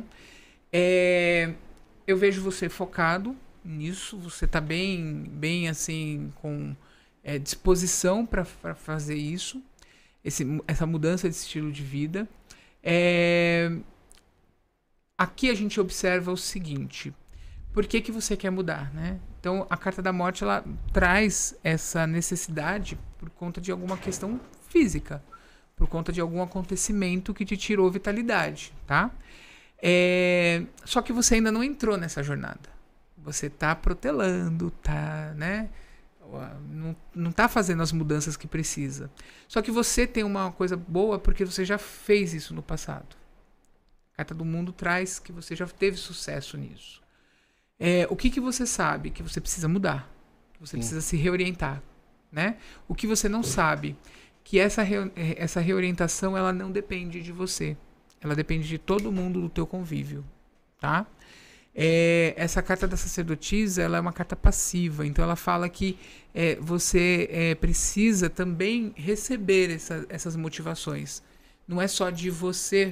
É, eu vejo você focado nisso. Você tá bem, bem assim, com é, disposição para fazer isso. Esse, essa mudança de estilo de vida. É... Aqui a gente observa o seguinte, por que que você quer mudar, né? Então a carta da morte, ela traz essa necessidade por conta de alguma questão física, por conta de algum acontecimento que te tirou vitalidade, tá? É... Só que você ainda não entrou nessa jornada, você tá protelando, tá, né? Não, não tá fazendo as mudanças que precisa. Só que você tem uma coisa boa porque você já fez isso no passado. A Carta do Mundo traz que você já teve sucesso nisso. É, o que, que você sabe? Que você precisa mudar. Que você Sim. precisa se reorientar. Né? O que você não sabe? Que essa, re, essa reorientação ela não depende de você. Ela depende de todo mundo do teu convívio. Tá? É, essa carta da sacerdotisa, ela é uma carta passiva, então ela fala que é, você é, precisa também receber essa, essas motivações. Não é só de você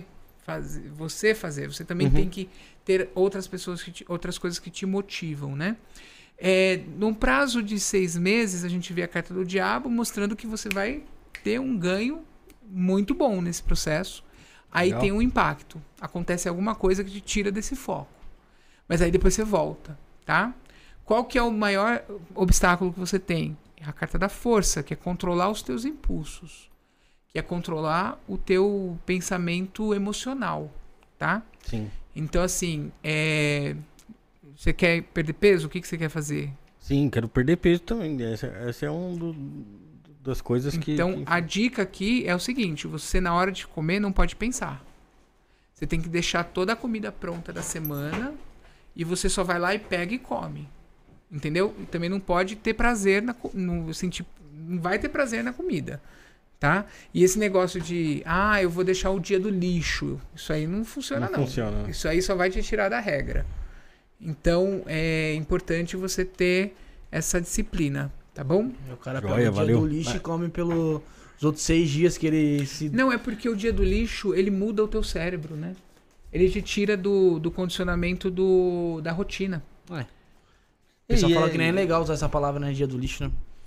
fazer, você fazer. Você também Uhum. tem que ter outras pessoas, que te, outras coisas que te motivam, né? É, num prazo de seis meses, a gente vê a carta do diabo mostrando que você vai ter um ganho muito bom nesse processo. Aí Legal. tem um impacto. Acontece alguma coisa que te tira desse foco. Mas aí depois você volta, tá? Qual que é o maior obstáculo que você tem? É a carta da força, que é controlar os teus impulsos. Que é controlar o teu pensamento emocional, tá? Sim. Então, assim, é... você quer perder peso? O que, que você quer fazer? Sim, quero perder peso também. Essa, essa é uma do, das coisas que... Então, que... a dica aqui é o seguinte, você na hora de comer não pode pensar. Você tem que deixar toda a comida pronta da semana e você só vai lá e pega e come. Entendeu? E também não pode ter prazer na no, assim, tipo, não vai ter prazer na comida. Tá? E esse negócio de, ah, eu vou deixar o dia do lixo, isso aí não funciona não. Não funciona. Isso aí só vai te tirar da regra. Então, é importante você ter essa disciplina, tá bom? O cara Joia, pega o dia valeu. do lixo e come pelos outros seis dias que ele se... Não, é porque o dia do lixo, ele muda o teu cérebro, né? Ele te tira do, do condicionamento do, da rotina. Ué. O pessoal E fala é- que nem é legal usar essa palavra, né? Dia do lixo, né?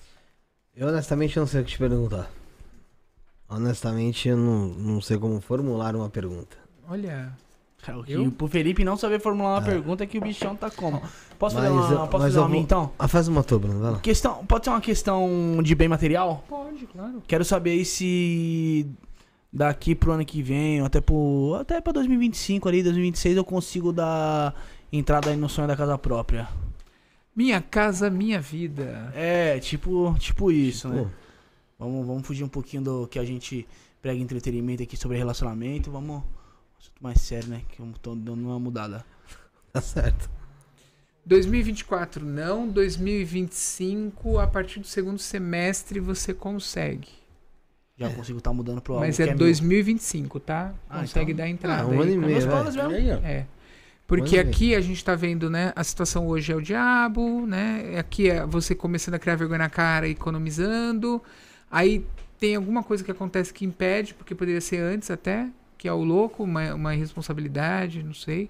Eu honestamente não sei o que te perguntar. Honestamente, eu não, não sei como formular uma pergunta. Olha, O Eu? que pro Felipe não saber formular uma pergunta é que o bichão tá como? Posso fazer Mas uma, eu- posso mas fazer eu uma minha, vou- então? Ah, faz uma tua, Bruno, vai lá. Questão, pode ser uma questão de bem material? pode, claro. Quero saber aí se daqui pro ano que vem, ou até pro, até pra dois mil e vinte e cinco ali, dois mil e vinte e seis, eu consigo dar entrada aí no sonho da casa própria. Minha casa, minha vida. É, tipo, tipo isso, né? Pô, Vamos, vamos fugir um pouquinho do que a gente prega entretenimento aqui sobre relacionamento. Vamos. Assunto mais sério, né? Que eu tô dando uma mudada. tá certo. dois mil e vinte e quatro não, dois mil e vinte e cinco, a partir do segundo semestre você consegue. Já consigo estar mudando pro Mas algo é que meu. dois mil e vinte e cinco, tá? Ah, Consegue então- dar entrada. Ah, um aí. ano e meio, Meus vai. planos mesmo. Olha aí, ó. É. Porque Pode ver. aqui a gente tá vendo, né? A situação hoje é o diabo, né? Aqui é você começando a criar vergonha na cara e economizando. Aí tem alguma coisa que acontece que impede, porque poderia ser antes até, que é o louco, uma, uma irresponsabilidade, não sei.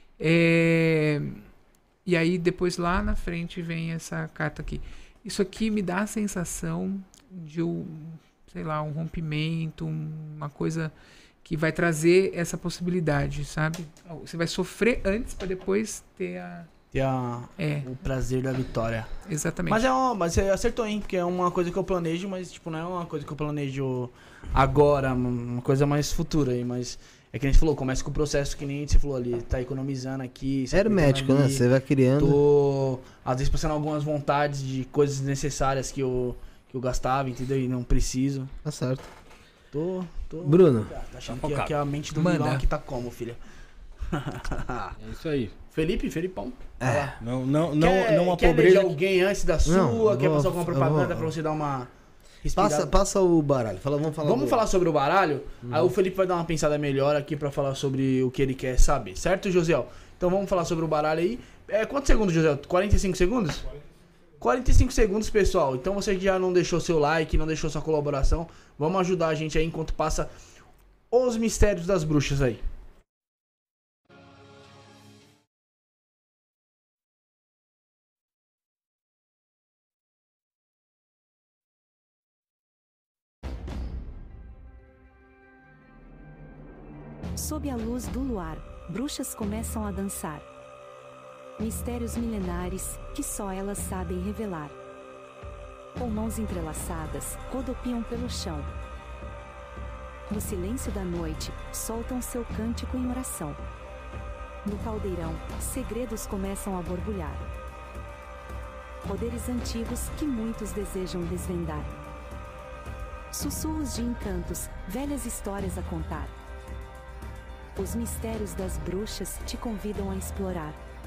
É... E aí depois lá na frente vem essa carta aqui. Isso aqui me dá a sensação de um, sei lá, um rompimento, uma coisa que vai trazer essa possibilidade, sabe? Você vai sofrer antes para depois ter a... Ter a- É, o prazer da vitória. exatamente. Mas é uma, mas você acertou, hein? Porque é uma coisa que eu planejo, mas tipo, não é uma coisa que eu planejo agora, uma coisa mais futura aí, mas é que a gente falou, começa com o processo que nem você falou ali, tá economizando aqui, se É hermético, né? ali, Você vai criando. tô às vezes passando algumas vontades de coisas necessárias que eu, que eu gastava, entendeu? E não preciso. Tá certo. Tô, tô... Bruno, Tá achando Tá que, focado. que a mente do Manda. vilão aqui tá como, filha? É isso aí. Felipe, Felipão. Vai lá. Não, não, não, quer, não uma quer pobreza. eleger alguém antes da sua? Não, quer eu passar vou- alguma eu propaganda vou- pra você dar uma respirada? passa, passa o baralho. Fala, vamos falar Vamos do- falar sobre o baralho? Aí o Felipe vai dar uma pensada melhor aqui pra falar sobre o que ele quer saber, certo, Josiel? Então vamos falar sobre o baralho aí. É, quantos segundos, Josiel? quarenta e cinco segundos? quarenta e cinco segundos, pessoal. Então você que já não deixou seu like, não deixou sua colaboração, vamos ajudar a gente aí enquanto passa os mistérios das bruxas aí. Sob a luz do luar, bruxas começam a dançar. Mistérios milenares que só elas sabem revelar. Com mãos entrelaçadas, rodopiam pelo chão. No silêncio da noite, soltam seu cântico em oração. No caldeirão, segredos começam a borbulhar. Poderes antigos que muitos desejam desvendar. Sussurros de encantos, velhas histórias a contar. Os mistérios das bruxas te convidam a explorar.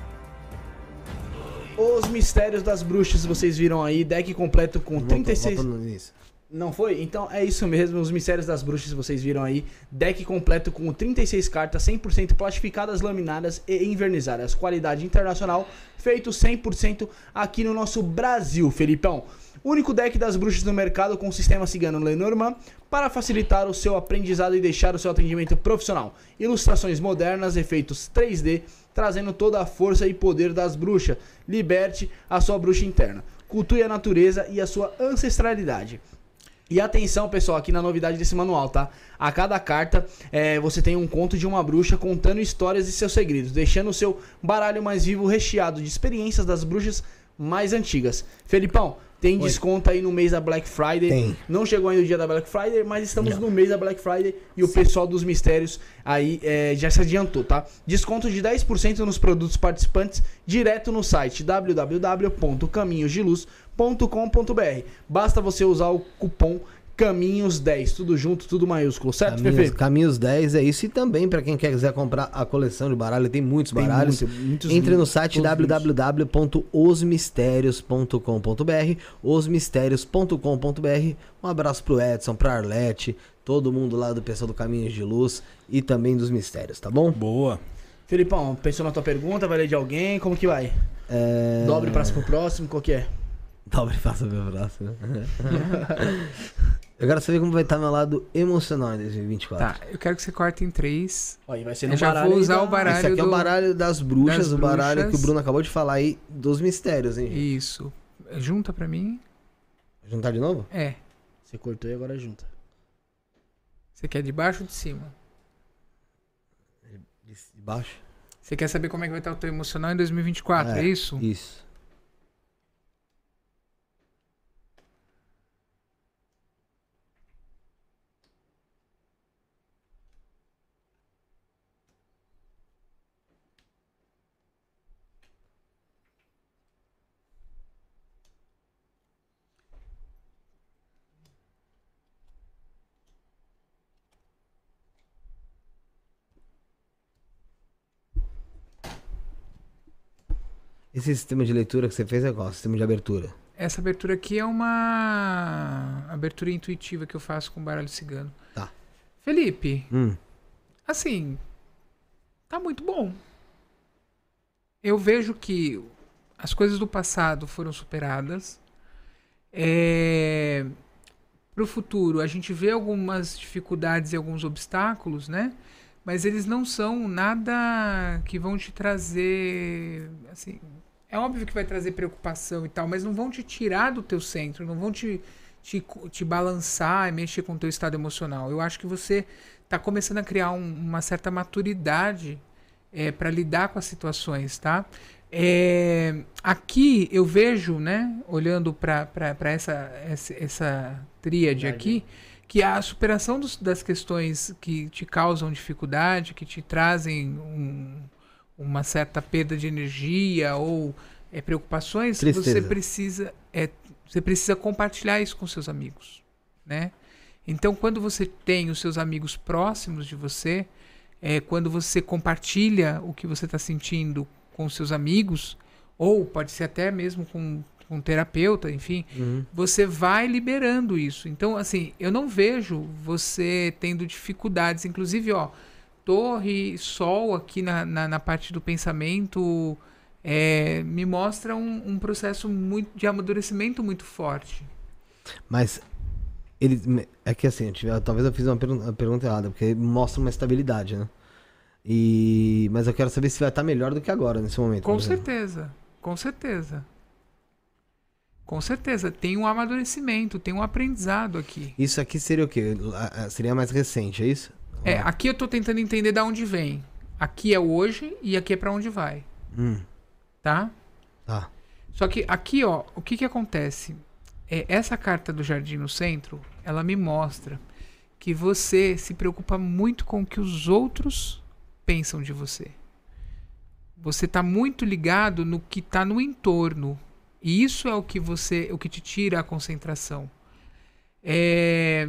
Os mistérios das bruxas, vocês viram aí, deck completo com Volta- trinta e seis... volta no início. Não foi? Então é isso mesmo, os mistérios das bruxas vocês viram aí. Deck completo com trinta e seis cartas, cem por cento plastificadas, laminadas e envernizadas. Qualidade internacional, feito cem por cento aqui no nosso Brasil, Felipão. Único deck das bruxas no mercado com o sistema cigano Lenormand para facilitar o seu aprendizado e deixar o seu atendimento profissional. Ilustrações modernas, efeitos três D, trazendo toda a força e poder das bruxas. Liberte a sua bruxa interna. Cultue a natureza e a sua ancestralidade. E atenção, pessoal, aqui na novidade desse manual, tá? A cada carta é, você tem um conto de uma bruxa contando histórias e seus segredos, deixando o seu baralho mais vivo recheado de experiências das bruxas mais antigas. Felipão, tem Oi. desconto aí no mês da Black Friday. Tem. Não chegou ainda o dia da Black Friday, mas estamos Não. no mês da Black Friday e o pessoal dos mistérios aí é, já se adiantou, tá? Desconto de dez por cento nos produtos participantes direto no site w w w ponto caminhos de luz ponto com ponto b r. Basta você usar o cupom Caminhos dez, tudo junto, tudo maiúsculo, certo, Caminhos, Fefe? Caminhos dez é isso. E também, pra quem quiser comprar a coleção de baralho, tem muitos Tem baralhos. muito, muitos Entre no links, site todos w w w ponto os mistérios ponto com ponto b r, os mistérios ponto com ponto b r. Um abraço pro Edson, pra Arlete, todo mundo lá do pessoal do Caminhos de Luz e também dos Mistérios, tá bom? Boa. Felipão, pensou na tua pergunta, vai ler de alguém, como que vai? É... Dobre praça pro próximo, qual que é? Dobre faça meu braço, né? Eu quero saber como vai estar meu lado emocional em dois mil e vinte e quatro. Tá, eu quero que você corte em três. Ó, e vai ser no Eu já baralho vou usar da- o baralho Esse aqui é o do- baralho das bruxas, das o baralho bruxas. que o Bruno acabou de falar aí dos mistérios, hein? gente? Isso. Junta pra mim. Juntar de novo? É. Você cortou e agora junta. Você quer de baixo ou de cima? De baixo? Você quer saber como é que vai estar o teu emocional em dois mil e vinte e quatro, é, É, isso? Isso. Esse sistema de leitura que você fez é qual? Sistema de abertura? Essa abertura aqui é uma abertura intuitiva que eu faço com baralho cigano. Tá. Felipe, Hum. assim, tá muito bom. Eu vejo que as coisas do passado foram superadas. É... Pro futuro, a gente vê algumas dificuldades e alguns obstáculos, né? Mas eles não são nada que vão te trazer, assim, é óbvio que vai trazer preocupação e tal, mas não vão te tirar do teu centro, não vão te, te, te balançar e mexer com o teu estado emocional. Eu acho que você está começando a criar um, uma certa maturidade é, para lidar com as situações, tá? É, aqui eu vejo, né, olhando para essa, essa, essa tríade aqui, que a superação dos, das questões que te causam dificuldade, que te trazem um, uma certa perda de energia ou é, preocupações, Tristeza. você precisa, é, você precisa compartilhar isso com seus amigos, né? Então, quando você tem os seus amigos próximos de você, é, quando você compartilha o que você está sentindo com seus amigos, ou pode ser até mesmo com, com um terapeuta, enfim, Uhum. você vai liberando isso. Então, assim, eu não vejo você tendo dificuldades. Inclusive, ó, torre, sol aqui na, na, na parte do pensamento é, me mostra um, um processo muito, de amadurecimento muito forte. Mas ele é que assim, eu tive- talvez eu fiz uma pergunta, uma pergunta errada, porque mostra uma estabilidade, né? E mas eu quero saber se vai estar melhor do que agora nesse momento. Com por exemplo. certeza, com certeza. Com certeza, tem um amadurecimento, tem um aprendizado aqui. Isso aqui seria o quê? Ah, ah, Seria mais recente, é isso? É, aqui eu tô tentando entender de onde vem. Aqui é o hoje e aqui é pra onde vai, Hum, tá? tá. Só que aqui, ó, o que que acontece? É, essa carta do jardim no centro, ela me mostra que você se preocupa muito com o que os outros pensam de você. Você tá muito ligado no que tá no entorno. E isso é o que você, o que te tira a concentração. É...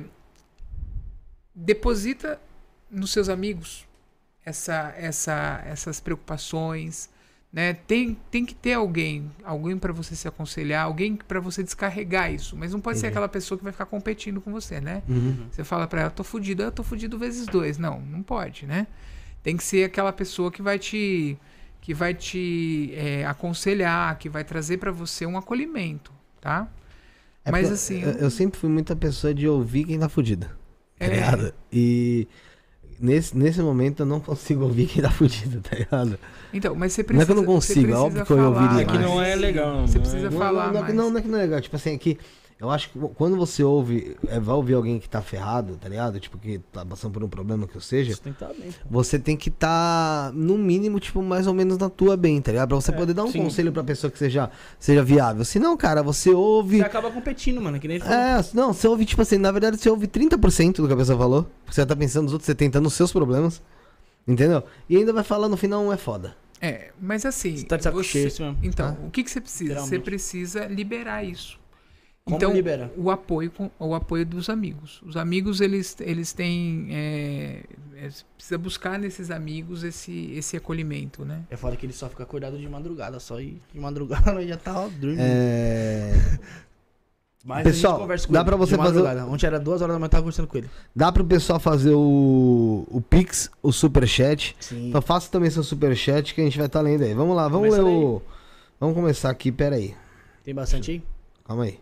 Deposita nos seus amigos essa, essa, essas preocupações, né? Tem, tem que ter alguém, alguém para você se aconselhar, alguém para você descarregar isso. Mas não pode ser Uhum. aquela pessoa que vai ficar competindo com você, né? Uhum. Você fala pra ela, tô fudido, eu tô fudido vezes dois. Não, não pode, né? Tem que ser aquela pessoa que vai te, que vai te é, aconselhar, que vai trazer pra você um acolhimento, tá? É Mas porque assim, Eu, eu sempre fui muita pessoa de ouvir quem tá fudido. Tá É. ligado? E nesse, nesse momento eu não consigo ouvir quem tá fudido, tá ligado? Então, mas você Não é precisa. que eu não você consigo, é precisa óbvio que eu falar ouviria É que mais. não é legal. Você não precisa é- Não, falar não, não, é que- mais. não, não é que não é legal. Tipo assim, é que eu acho que quando você ouve, é, vai ouvir alguém que tá ferrado, tá ligado? Tipo, que tá passando por um problema que eu seja, Você tem que estar bem. pô. você tem que estar, no mínimo, tipo, mais ou menos na tua bem, tá ligado? Pra você poder dar um sim. conselho pra pessoa que seja, seja viável. Se não, cara, você ouve. Você acaba competindo, mano, que nem ele falou. É, não, você ouve, tipo assim, na verdade você ouve trinta por cento do que a pessoa falou. Porque você tá pensando nos outros setenta por cento nos seus problemas. Entendeu? E ainda vai falar no final um é foda. É, mas assim. Você tá de saco cheio, isso mesmo. Então, Ah. o que, que você precisa? Você Literalmente. precisa liberar isso. Como Então, libera? o apoio, com- o apoio dos amigos. Os amigos, eles, eles têm. É, é, você precisa buscar nesses amigos esse, esse acolhimento, né? É foda que ele só fica acordado de madrugada, só ir de madrugada nós já tá ó, dormindo. É. Mas Pessoal, a gente conversa com dá ele pra você de fazer- madrugada. Ontem era duas horas da manhã, eu tava conversando com ele. Dá pro pessoal fazer o, o Pix, o Superchat. Sim. Então faça também seu Superchat que a gente vai estar lendo aí. Vamos lá, vamos Começa ler o. Vamos começar aqui, pera aí. Tem bastante aí? Calma aí.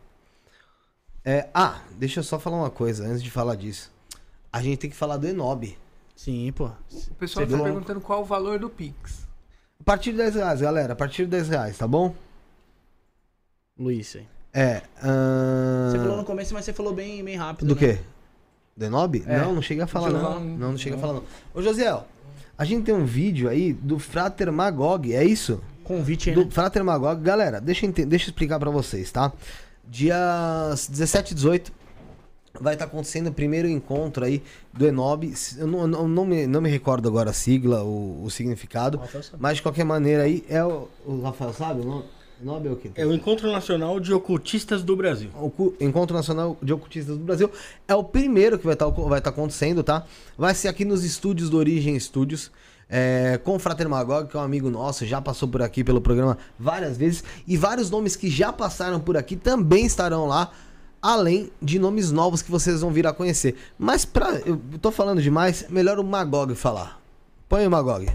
É, ah, deixa eu só falar uma coisa antes de falar disso. A gente tem que falar do Enob. Sim, pô. O pessoal Você tá viu? perguntando qual o valor do Pix. A partir de dez reais, galera. A partir de dez reais, tá bom? Luiz aí. É. ahn, Você falou no começo, mas você falou bem, bem rápido. Do né? quê? Do Enob? É. Não, não cheguei a falar, chegou não. a falar. Não, não cheguei a falar, não. Ô, Josiel, a gente tem um vídeo aí do Frater Magog, é isso? Convite aí, né? Do Frater Magog. Galera, deixa eu, ente- deixa eu explicar pra vocês, tá? Dias dezessete e dezoito vai estar acontecendo o primeiro encontro aí do Enob. Eu não, não, não, me, não me recordo agora a sigla, o, o significado. Rafael sabe. Mas de qualquer maneira aí, é o, o Rafael sabe o nome? Enob é o quê? É o Encontro Nacional de Ocultistas do Brasil. O cu- Encontro Nacional de Ocultistas do Brasil é o primeiro que vai estar vai tá acontecendo, tá? Vai ser aqui nos estúdios do Origem Studios, é, com o Frater Magog, que é um amigo nosso, já passou por aqui pelo programa várias vezes, e vários nomes que já passaram por aqui também estarão lá, além de nomes novos que vocês vão vir a conhecer. Mas pra, eu tô falando demais, melhor o Magog falar. Põe o Magog.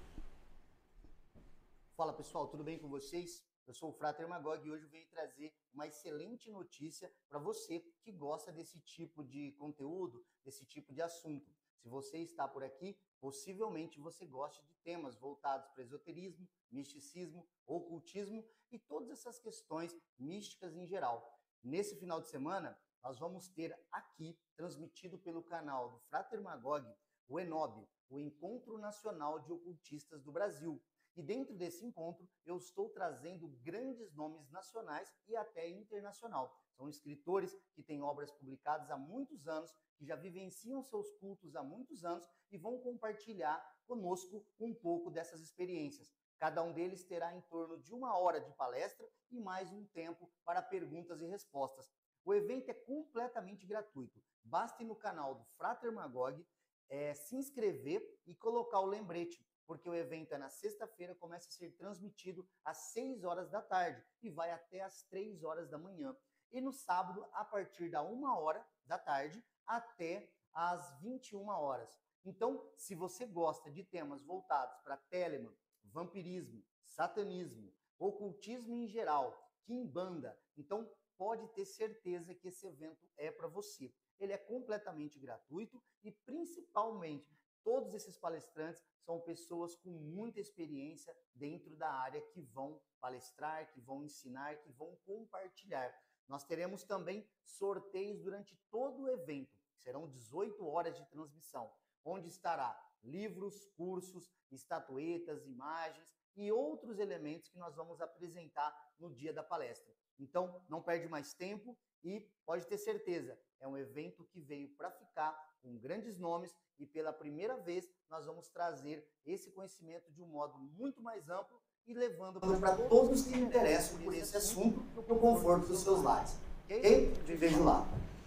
Fala pessoal, tudo bem com vocês? Eu sou o Frater Magog e hoje eu venho trazer uma excelente notícia para você que gosta desse tipo de conteúdo, desse tipo de assunto. Se você está por aqui, possivelmente você goste de temas voltados para esoterismo, misticismo, ocultismo e todas essas questões místicas em geral. Nesse final de semana, nós vamos ter aqui, transmitido pelo canal do Frater Magog, o Enob, o Encontro Nacional de Ocultistas do Brasil. E dentro desse encontro, eu estou trazendo grandes nomes nacionais e até internacional. São escritores que têm obras publicadas há muitos anos, que já vivenciam seus cultos há muitos anos e vão compartilhar conosco um pouco dessas experiências. Cada um deles terá em torno de uma hora de palestra e mais um tempo para perguntas e respostas. O evento é completamente gratuito. Basta ir no canal do Frater Magog, é, se inscrever e colocar o lembrete, porque o evento é na sexta-feira, começa a ser transmitido às seis horas da tarde e vai até às três horas da manhã. E no sábado, a partir da uma hora da tarde até às vinte e uma horas. Então, se você gosta de temas voltados para Telemann, vampirismo, satanismo, ocultismo em geral, quimbanda, então pode ter certeza que esse evento é para você. Ele é completamente gratuito e, principalmente, todos esses palestrantes são pessoas com muita experiência dentro da área que vão palestrar, que vão ensinar, que vão compartilhar. Nós teremos também sorteios durante todo o evento. Serão dezoito horas de transmissão, onde estará livros, cursos, estatuetas, imagens e outros elementos que nós vamos apresentar no dia da palestra. Então, não perde mais tempo e pode ter certeza, é um evento que veio para ficar, com grandes nomes, e pela primeira vez nós vamos trazer esse conhecimento de um modo muito mais amplo e levando para todos que interessam por esse assunto no conforto dos seus lares. Ok? Te vejo lá.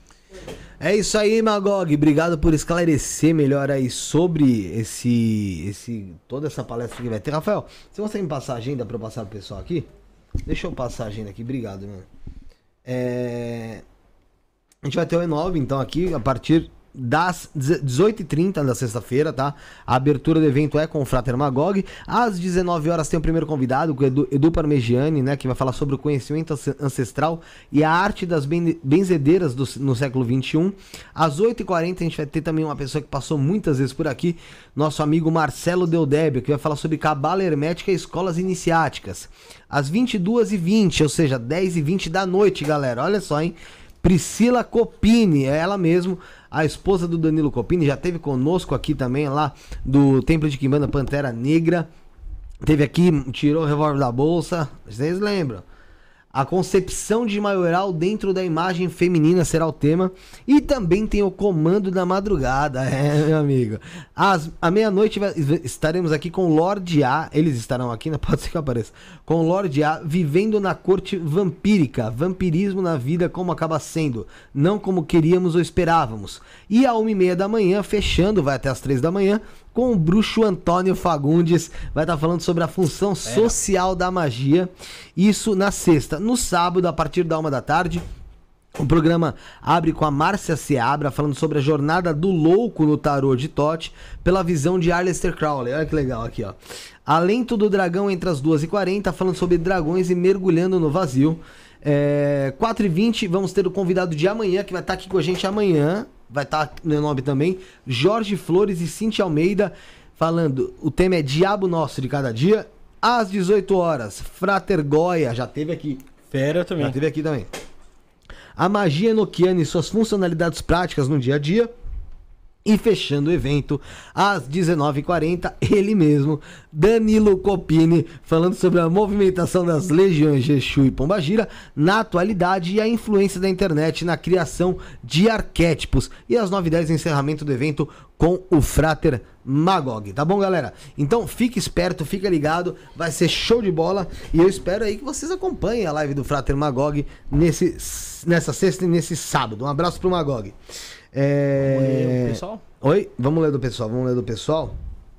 É isso aí, Magog. Obrigado por esclarecer melhor aí sobre esse, esse, toda essa palestra que vai ter. Rafael, você consegue me passar a agenda para eu passar pro pessoal aqui? Deixa eu passar a agenda aqui. Obrigado, mano. É... A gente vai ter o Enob, então, aqui, a partir das dezoito e trinta da sexta-feira, tá? A abertura do evento é com o Frater Magog. Às dezenove horas tem o primeiro convidado, o Edu, Edu Parmegiani, né? Que vai falar sobre o conhecimento ancestral e a arte das ben, benzedeiras do, no século vinte e um. Às oito e quarenta a gente vai ter também uma pessoa que passou muitas vezes por aqui, nosso amigo Marcelo Deodébio, que vai falar sobre cabala hermética e escolas iniciáticas. Às vinte e duas e vinte, ou seja, dez e vinte da noite, galera. Olha só, hein? Priscila Copini, é ela mesmo, a esposa do Danilo Copini, já teve conosco aqui também, lá do Templo de Quimbanda Pantera Negra. Teve aqui, tirou o revólver da bolsa, vocês lembram? A concepção de maioral dentro da imagem feminina será o tema. E também tem o comando da madrugada, é, meu amigo. Às, à meia-noite estaremos aqui com o Lorde A. Eles estarão aqui, não pode ser que eu apareça. Com o Lorde A, vivendo na corte vampírica. Vampirismo na vida como acaba sendo, não como queríamos ou esperávamos. E à uma e meia da manhã, fechando, vai até as três da manhã, com o bruxo Antônio Fagundes, vai estar falando sobre a função social da magia, isso na sexta. No sábado, a partir da uma da tarde, o programa abre com a Márcia Seabra, falando sobre a jornada do louco no tarô de Tote, pela visão de Aleister Crowley. Olha que legal aqui, ó. Alento do dragão entre as duas e quarenta, falando sobre dragões e mergulhando no vazio. É, quatro e vinte, vamos ter o convidado de amanhã, que vai estar aqui com a gente amanhã. Vai estar no nome também, Jorge Flores e Cintia Almeida, falando, o tema é Diabo Nosso de Cada Dia. Às dezoito horas, Frater Goya, já teve aqui. Fera também. Já teve aqui também. A magia enoquiana e suas funcionalidades práticas no dia a dia. E fechando o evento, às dezenove e quarenta, ele mesmo, Danilo Copini, falando sobre a movimentação das legiões de Exu e Pombagira na atualidade e a influência da internet na criação de arquétipos. E às nove e dez, encerramento do evento com o Frater Magog. Tá bom, galera? Então fique esperto, fica ligado, vai ser show de bola. E eu espero aí que vocês acompanhem a live do Frater Magog nesse, nessa sexta e nesse sábado. Um abraço pro Magog. É... Vamos ler do pessoal? Oi? Vamos ler do pessoal, vamos ler do pessoal.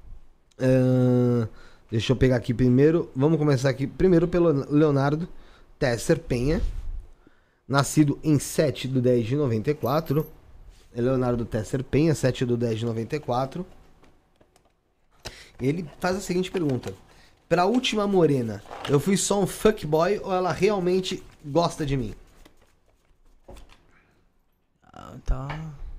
Uh, deixa eu pegar aqui primeiro. Vamos começar aqui primeiro pelo Leonardo Tesser Penha, nascido em sete de dez de noventa e quatro. Leonardo Tesser Penha, sete de dez de noventa e quatro. Ele faz a seguinte pergunta: pra última morena, eu fui só um fuckboy ou ela realmente gosta de mim? Ah, tá.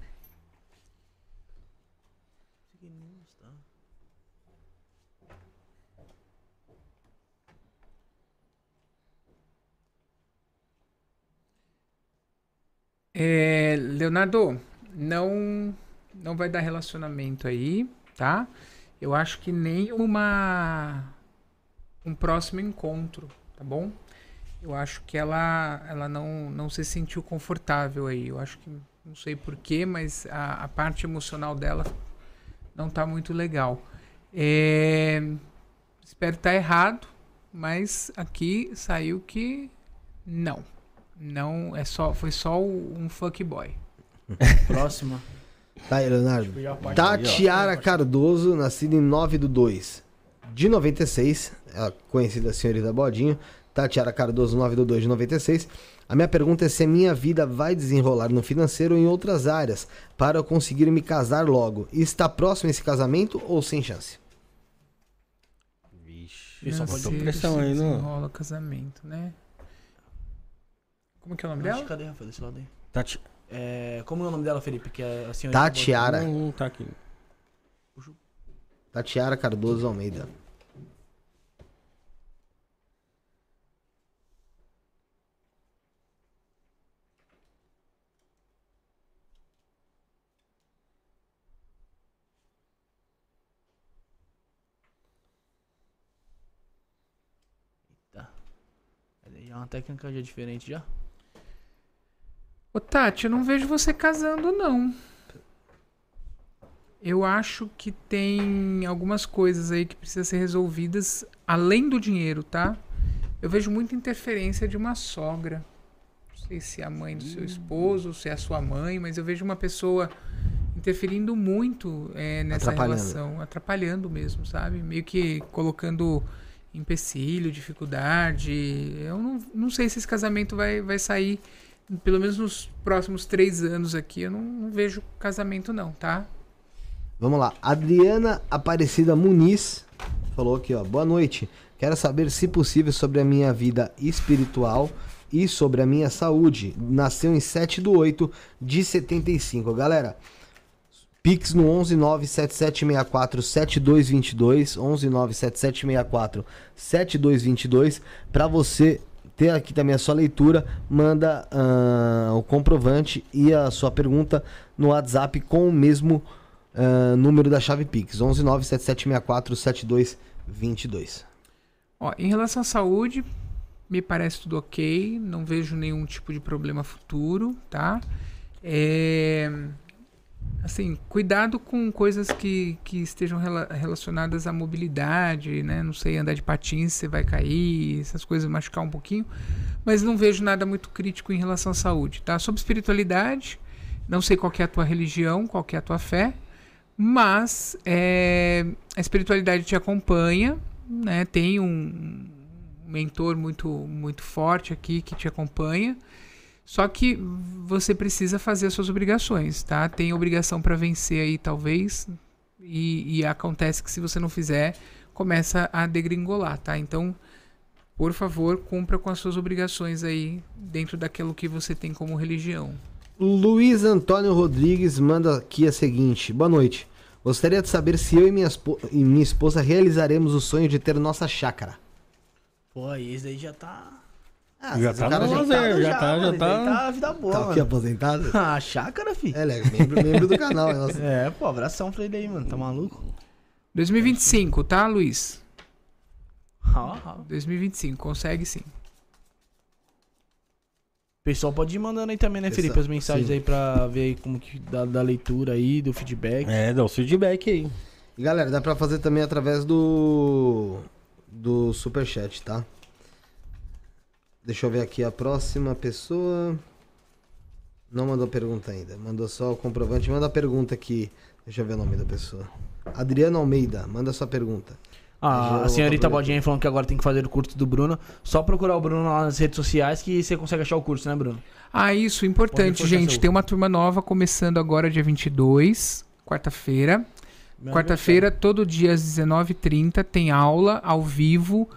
É, Leonardo, não, não vai dar relacionamento aí, tá? Eu acho que nem uma um próximo encontro, tá bom? Eu acho que ela, ela não, não se sentiu confortável aí. Eu acho que, não sei porquê, mas a, a parte emocional dela não tá muito legal. É, espero estar errado, mas aqui saiu que não. Não, é só, foi só um fuckboy. Próxima. Tá aí, Leonardo. Tatiara Cardoso, nascida em nove de dois de noventa e seis. A conhecida senhorita Bodinho. Tatiara Cardoso, nove de dois de noventa e seis. A minha pergunta é se a minha vida vai desenrolar no financeiro ou em outras áreas para eu conseguir me casar logo. E está próximo esse casamento ou sem chance? Vixe, só pode ter pressão aí, não? Rola casamento, né? Como que é o nome dela? Cadê, Rafael? Desse lado aí. Tati... É, como é o nome dela, Felipe? Que é a senhorita Tatiara. Não, não tá aqui. Tatiara Cardoso Almeida. Eita. É uma técnica já diferente já? Ô Tati, eu não vejo você casando, não. Eu acho que tem algumas coisas aí que precisam ser resolvidas além do dinheiro, tá? Eu vejo muita interferência de uma sogra. Não sei se é a mãe do seu esposo, se é a sua mãe, mas eu vejo uma pessoa interferindo muito é, nessa Atrapalhando. relação, atrapalhando mesmo, sabe? Meio que colocando empecilho, dificuldade. Eu não, não sei se esse casamento vai, vai sair pelo menos nos próximos três anos aqui, eu não, não vejo casamento não, tá? Vamos lá. Adriana Aparecida Muniz falou aqui, ó. Boa noite. Quero saber, se possível, sobre a minha vida espiritual e sobre a minha saúde. Nasceu em sete de oito de setenta e cinco. Galera, Pix no onze nove sete sete seis quatro sete dois dois dois. onze nove sete sete seis quatro sete dois dois dois. Pra você ter aqui também a sua leitura, manda uh, o comprovante e a sua pergunta no WhatsApp com o mesmo uh, número da chave Pix. onze nove sete sete seis quatro sete dois dois dois. Ó, em relação à saúde, me parece tudo ok, não vejo nenhum tipo de problema futuro, tá? É, assim, cuidado com coisas que, que estejam rela- relacionadas à mobilidade, né? Não sei, andar de patins, você vai cair, essas coisas, machucar um pouquinho, mas não vejo nada muito crítico em relação à saúde, tá? Sobre espiritualidade, não sei qual que é a tua religião, qual que é a tua fé, mas é, a espiritualidade te acompanha, né? Tem um mentor muito, muito forte aqui que te acompanha, só que você precisa fazer as suas obrigações, tá? Tem obrigação para vencer aí, talvez, e, e acontece que se você não fizer, começa a degringolar, tá? Então, por favor, cumpra com as suas obrigações aí, dentro daquilo que você tem como religião. Luiz Antônio Rodrigues manda aqui a seguinte. Boa noite. Gostaria de saber se eu e minha, espo- e minha esposa realizaremos o sonho de ter nossa chácara. Pô, aí esse daí já tá... Ah, Já esse tá cara no já lazer, já já, tá, mano, já esse daí tá. tá vida boa, tá aqui mano. aposentado. Ah, chácara, fi. É, ele é membro, membro do canal. É nosso. É, pô, abração pra ele aí, mano. Tá maluco? dois mil e vinte e cinco, tá, Luiz? Ó, ó. dois mil e vinte e cinco, consegue sim. O pessoal pode ir mandando aí também, né, Pessoal, Felipe? As mensagens sim. aí pra ver aí como que da, da leitura aí, do feedback. É, dá o feedback aí. E galera, dá pra fazer também através do do Superchat, tá? Deixa eu ver aqui a próxima pessoa. Não mandou pergunta ainda, mandou só o comprovante. Manda a pergunta aqui. Deixa eu ver o nome da pessoa. Adriano Almeida, manda sua pergunta. Ah, a senhorita Bodinha falando que agora tem que fazer o curso do Bruno. Só procurar o Bruno lá nas redes sociais que você consegue achar o curso, né, Bruno? Ah, isso, importante, Pode gente. seu- Tem uma turma nova começando agora dia vinte e dois, quarta-feira. Meu Quarta-feira, todo dia às dezenove e trinta, tem aula ao vivo.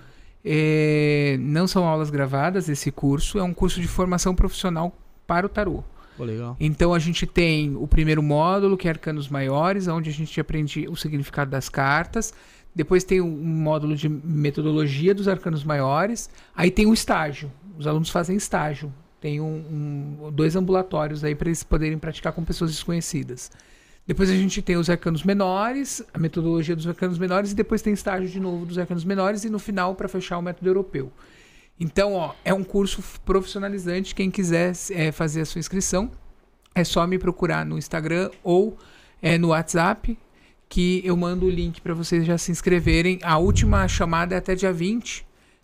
É, não são aulas gravadas, esse curso. É um curso de formação profissional para o tarô. Pô, legal. Então a gente tem o primeiro módulo, que é Arcanos Maiores, onde a gente aprende o significado das cartas. Depois tem um módulo de metodologia dos Arcanos Maiores. Aí tem o estágio. Os alunos fazem estágio. Tem um, um- dois ambulatórios aí para eles poderem praticar com pessoas desconhecidas. Depois a gente tem os Arcanos Menores, a metodologia dos Arcanos Menores, e depois tem estágio de novo dos Arcanos Menores, e no final, para fechar, o método europeu. Então, ó, é um curso profissionalizante. Quem quiser é, fazer a sua inscrição, é só me procurar no Instagram ou é, no WhatsApp, que eu mando o link para vocês já se inscreverem. A última chamada é até dia vinte.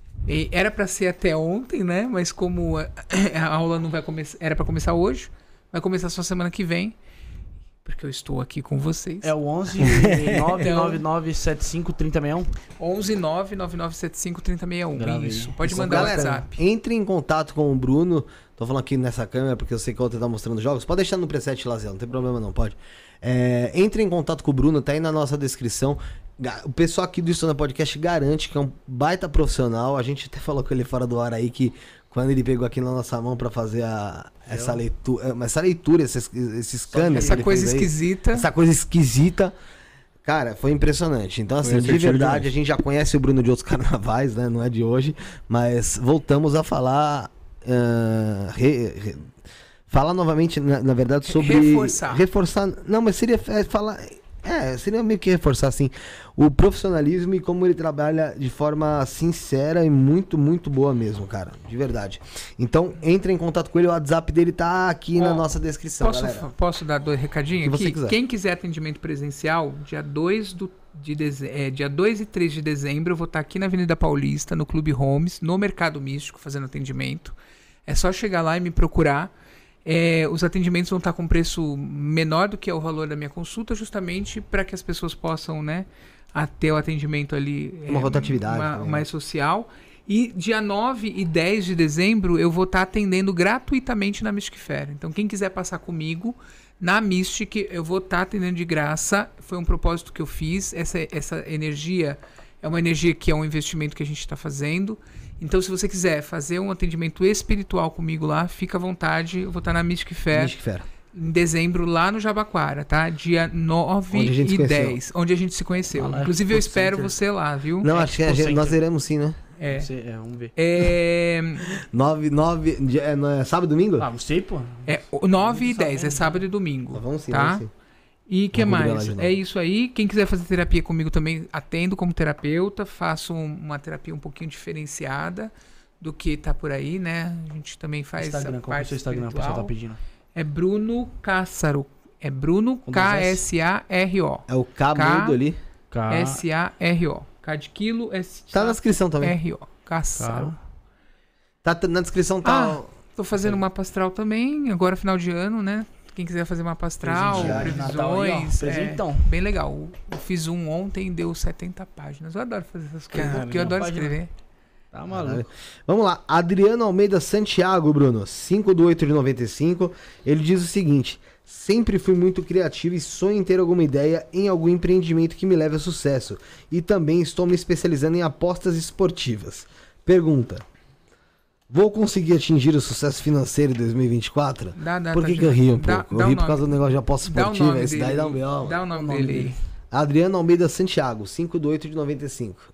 E era para ser até ontem, né? Mas como a, a aula não vai começar, era para começar hoje, vai começar só semana que vem, porque eu estou aqui com vocês. É o onze nove nove nove sete cinco três zero seis um. onze nove nove nove sete cinco três zero seis um. Grava aí. Isso. Pode Isso, mandar o galera, WhatsApp. Entre em contato com o Bruno. Tô falando aqui nessa câmera porque eu sei que o outro tá mostrando jogos. Pode deixar no preset lá, Zé, não tem problema não, pode. É, entre em contato com o Bruno, tá aí na nossa descrição. Ga- O pessoal aqui do Estona Podcast garante que é um baita profissional. A gente até falou com ele fora do ar aí que quando ele pegou aqui na nossa mão pra fazer a, essa, leitura, essa leitura, esses, esses câmeras. Essa coisa esquisita. Essa coisa esquisita. Cara, foi impressionante. Então, assim, Foi de assertivo verdade, demais. a gente já conhece o Bruno de outros carnavais, né? Não é de hoje. Mas voltamos a falar. ah, re- re- falar novamente, na, na verdade, sobre. Reforçar. Reforçar. Não, mas seria é, falar. É, seria meio que reforçar, assim, o profissionalismo e como ele trabalha de forma sincera e muito, muito boa mesmo, cara. De verdade. Então, entre em contato com ele, o WhatsApp dele tá aqui Ó, na nossa descrição, Posso, galera. posso dar dois recadinhos O que você aqui? quiser. Quem quiser atendimento presencial, dia dois, do, de deze... é, dia dois e três de dezembro, eu vou estar aqui na Avenida Paulista, no Clube Homes, no Mercado Místico, fazendo atendimento. É só chegar lá e me procurar. É, os atendimentos vão estar com preço menor do que é o valor da minha consulta, justamente para que as pessoas possam, né, a ter o atendimento ali Uma é, rotatividade uma- também, né? mais social. E dia nove e dez de dezembro eu vou estar atendendo gratuitamente na Mystic Fair. Então quem quiser passar comigo na Mystic, eu vou estar atendendo de graça. Foi um propósito que eu fiz. Essa, essa energia é uma energia que é um investimento que a gente está fazendo. Então se você quiser fazer um atendimento espiritual comigo lá, fica à vontade. Eu vou estar na Mystic Fair. Mystic Fair. Em dezembro, lá no Jabaquara, tá? Dia nove e dez, onde a gente se conheceu. Ah, lá é Inclusive, eu Expo espero Center. você lá, viu? Não, É, acho que a Expo gente- nós Center. iremos sim, né? É. Você- é, vamos ver. É, nove, nove, dia- é, não é sábado e domingo? Ah, não sei, pô. é o nove e dez, é sábado e domingo. Vamos sim, tá? vamos sim. E que Vamos combinar mais? lá de novo. É isso aí. Quem quiser fazer terapia comigo também, atendo como terapeuta. Faço um- uma terapia um pouquinho diferenciada do que tá por aí, né? A gente também faz Instagram, essa qual que é o parte seu Instagram? O pessoal tá espiritual. pedindo. É Bruno Cássaro. É Bruno Com dois K S A R O. É o K K- mudo ali. K... S A R O. K de quilo, S Tá na descrição também. R O. Cássaro. Tá t- na descrição, tá. Ah, tô fazendo mapa astral também, agora final de ano, né? Quem quiser fazer mapa astral, Presentear de Natal aí, ó. previsões. Presentão. É, bem legal. Eu fiz um ontem, deu setenta páginas. Eu adoro fazer essas coisas, Caramba, porque eu adoro página. escrever. Tá Caralho. maluco. Vamos lá, Adriano Almeida Santiago, Bruno, cinco do oito de noventa e cinco. Ele diz o seguinte: sempre fui muito criativo e sonho em ter alguma ideia em algum empreendimento que me leve a sucesso. E também estou me especializando em apostas esportivas. Pergunta: vou conseguir atingir o sucesso financeiro em dois mil e vinte e quatro? Dá, dá, Por tá que, de- que eu ri um dá- pouco? dá Eu o ri por nome. causa do negócio de aposta Dá o esportiva. nome Esse dele. daí dá um B O. Dá o nome nome dele aí. dele. Adriano Almeida Santiago, cinco do oito de noventa e cinco.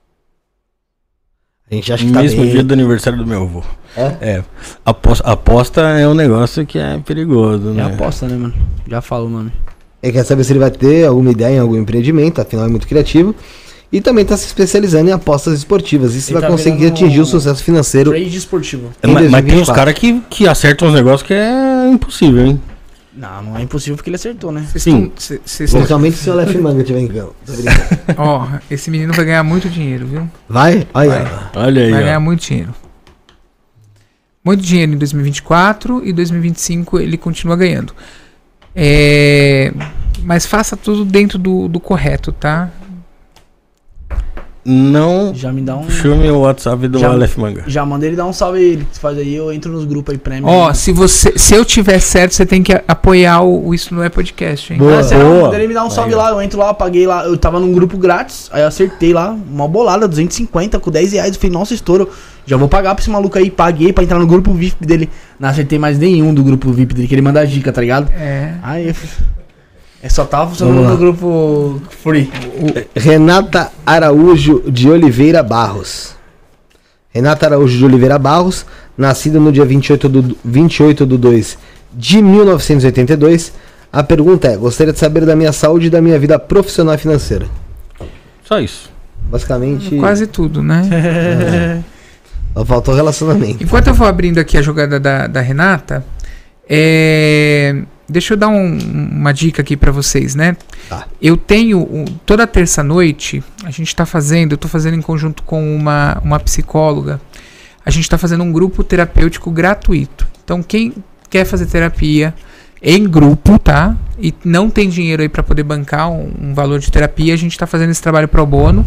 A gente acha que tá Mesmo bem. dia do aniversário do meu avô. É? É. Aposta, aposta é um negócio que é perigoso, É né? aposta, né, mano? Já falo o nome. Ele quer saber se ele vai ter alguma ideia em algum empreendimento, afinal é muito criativo. E também está se especializando em apostas esportivas. E se Ele vai tá conseguir virando atingir o sucesso financeiro. Trade esportivo. É, em mas, mas tem uns dois mil e vinte e quatro. caras que, que acertam uns negócios que é impossível, hein? Não, não é impossível porque ele acertou, né? Vocês Sim. tão- cê- cês tão- Principalmente se o Left Manga tiver em campo. Tô brincando. Ó, esse menino vai ganhar muito dinheiro, viu? Vai? Olha. Vai. Olha aí, Vai ó. ganhar muito dinheiro. Muito dinheiro em dois mil e vinte e quatro e dois mil e vinte e cinco ele continua ganhando. É, mas faça tudo dentro do, do correto, tá? Não Já me dá um. chame o WhatsApp do Já- Aleph Manga. Já manda ele dar um salve aí. Ele faz aí, eu entro nos grupos aí prêmio. Ó, se você, se eu tiver certo, você tem que a- apoiar o, o Isso Não É Podcast, hein? Boa. Ah, sério, boa. manda ele me dá um salve Aí, ó. lá. Eu entro lá, paguei lá. Eu tava num grupo grátis. Aí eu acertei lá, uma bolada, duzentos e cinquenta com dez reais. Eu falei, nossa, estouro. Já vou pagar pra esse maluco aí. Paguei pra entrar no grupo V I P dele. Não acertei mais nenhum do grupo V I P dele, que ele manda a dica, tá ligado? É. Aí eu. É só tava funcionando Vamos lá. no grupo free. Renata Araújo de Oliveira Barros. Renata Araújo de Oliveira Barros, nascida no dia vinte e oito do, vinte e oito de dois de mil novecentos e oitenta e dois. A pergunta é: gostaria de saber da minha saúde e da minha vida profissional e financeira. Só isso. Basicamente, Quase tudo, né? só faltou relacionamento. Enquanto eu vou abrindo aqui a jogada da, da Renata, é, deixa eu dar um- uma dica aqui pra vocês, né? Tá. Eu tenho, um- toda terça-noite, a gente tá fazendo, eu tô fazendo em conjunto com uma, uma psicóloga, a gente tá fazendo um grupo terapêutico gratuito. Então, quem quer fazer terapia em grupo, tá? E não tem dinheiro aí pra poder bancar um, um valor de terapia, a gente tá fazendo esse trabalho pro bono.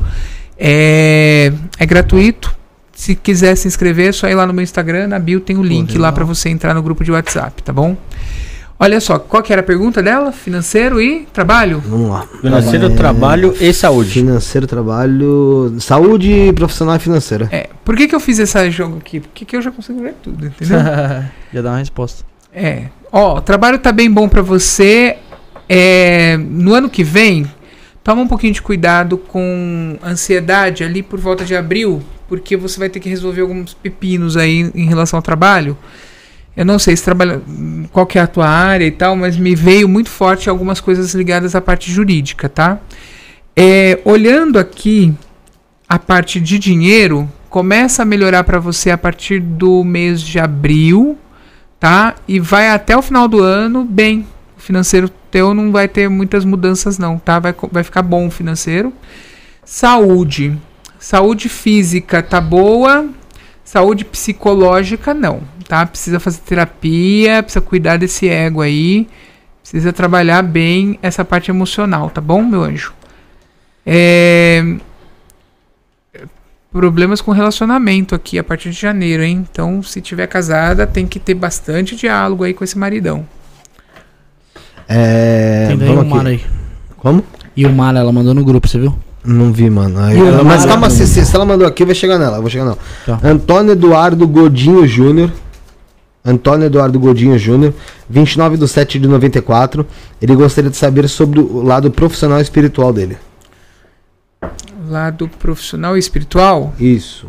É, é gratuito. Se quiser se inscrever, é só ir lá no meu Instagram, na bio tem o link legal. lá pra você entrar no grupo de WhatsApp, tá bom? Olha só, qual que era a pergunta dela? Financeiro e trabalho? Vamos lá. Financeiro, É, trabalho e saúde. Financeiro, trabalho. Saúde profissional e financeira. É, por que que eu fiz esse jogo aqui? Porque que eu já consigo ver tudo, entendeu? Já dá uma resposta. É. Ó, o trabalho tá bem bom pra você. É, no ano que vem, toma um pouquinho de cuidado com ansiedade ali por volta de abril, porque você vai ter que resolver alguns pepinos aí em relação ao trabalho. Eu não sei se trabalha, qual que é a tua área e tal, mas me veio muito forte algumas coisas ligadas à parte jurídica, tá? É, olhando aqui a parte de dinheiro, começa a melhorar para você a partir do mês de abril, tá? E vai até o final do ano bem. O financeiro teu não vai ter muitas mudanças não, tá? Vai, co- vai ficar bom o financeiro. Saúde. Saúde física tá boa. Saúde psicológica não, tá? Precisa fazer terapia, precisa cuidar desse ego aí. Precisa trabalhar bem essa parte emocional, tá bom, meu anjo? É... problemas com relacionamento aqui a partir de janeiro, hein? Então, se tiver casada, tem que ter bastante diálogo aí com esse maridão. É. Tem daí vamos o Mara aqui. aí. Como? E o Mara, ela mandou no grupo, você viu? Não vi, mano. Aí, E o ela- mas Mara- calma, se, se ela mandou aqui, eu vou chegar nela. Eu vou chegar nela. Tá. Antônio Eduardo Godinho Júnior. Antônio Eduardo Godinho Júnior, vinte e nove de sete de noventa e quatro. Ele gostaria de saber sobre o lado profissional e espiritual dele. Lado profissional e espiritual? Isso.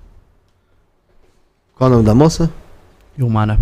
Qual o nome da moça? E o Mara.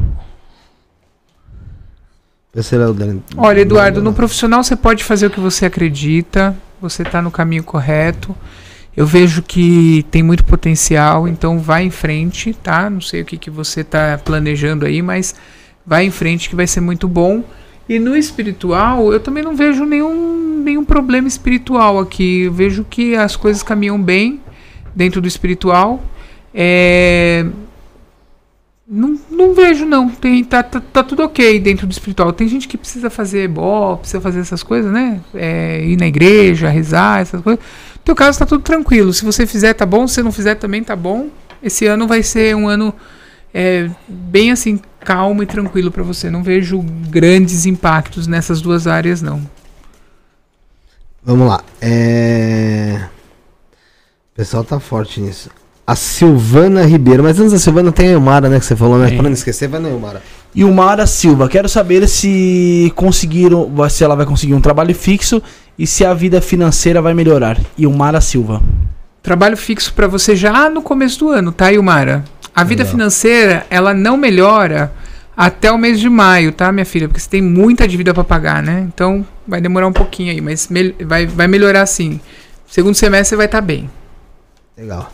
Esse era o dele. Olha, Eduardo, no profissional você pode fazer o que você acredita, você está no caminho correto. Eu vejo que tem muito potencial, então vai em frente, tá? Não sei o que, que você está planejando aí, mas vai em frente que vai ser muito bom. E no espiritual, eu também não vejo nenhum, nenhum problema espiritual aqui. Eu vejo que as coisas caminham bem dentro do espiritual. É... Não, não vejo, não. Tem, tá, tá, tá tudo ok dentro do espiritual. Tem gente que precisa fazer bó, precisa fazer essas coisas, né? É, ir na igreja, rezar, essas coisas. No teu caso tá tudo tranquilo. Se você fizer, tá bom. Se você não fizer, também tá bom. Esse ano vai ser um ano é, bem assim, calmo e tranquilo pra você. Não vejo grandes impactos nessas duas áreas, não. Vamos lá. É... O pessoal tá forte nisso. A Silvana Ribeiro. Mas antes da Silvana tem a Ilmara, né? Que você falou, né? Tem. Pra não esquecer, vai na Ilmara. E o Mara Silva, quero saber se conseguiram, se ela vai conseguir um trabalho fixo e se a vida financeira vai melhorar. E o Mara Silva. Trabalho fixo pra você já no começo do ano, tá, Ilmara? A vida Legal. financeira, ela não melhora até o mês de maio, tá, minha filha? Porque você tem muita dívida pra pagar, né? Então vai demorar um pouquinho aí, mas mel- vai, vai melhorar sim. Segundo semestre você vai estar bem. Legal.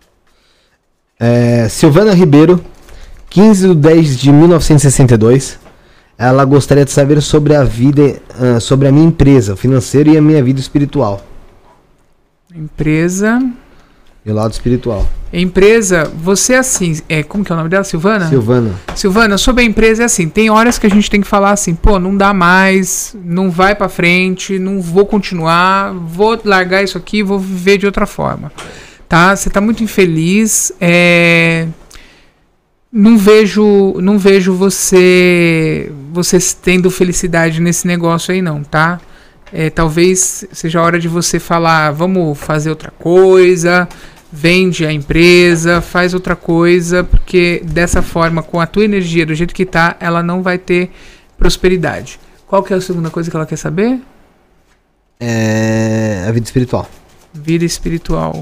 É, Silvana Ribeiro, quinze de dez de mil novecentos e sessenta e dois. Ela gostaria de saber sobre a vida, ah, sobre a minha empresa financeira e a minha vida espiritual. Empresa. E o lado espiritual. Empresa, você é assim, é, como que é o nome dela? Silvana? Silvana. Silvana, sobre a empresa é assim, tem horas que a gente tem que falar assim, pô, não dá mais, não vai pra frente, não vou continuar, vou largar isso aqui, vou viver de outra forma. Tá? Você tá muito infeliz, é... não vejo, não vejo você, você tendo felicidade nesse negócio aí não, tá? É, talvez seja a hora de você falar, vamos fazer outra coisa, vende a empresa, faz outra coisa, porque dessa forma, com a tua energia do jeito que tá, ela não vai ter prosperidade. Qual que é a segunda coisa que ela quer saber? É a vida espiritual. Vida espiritual.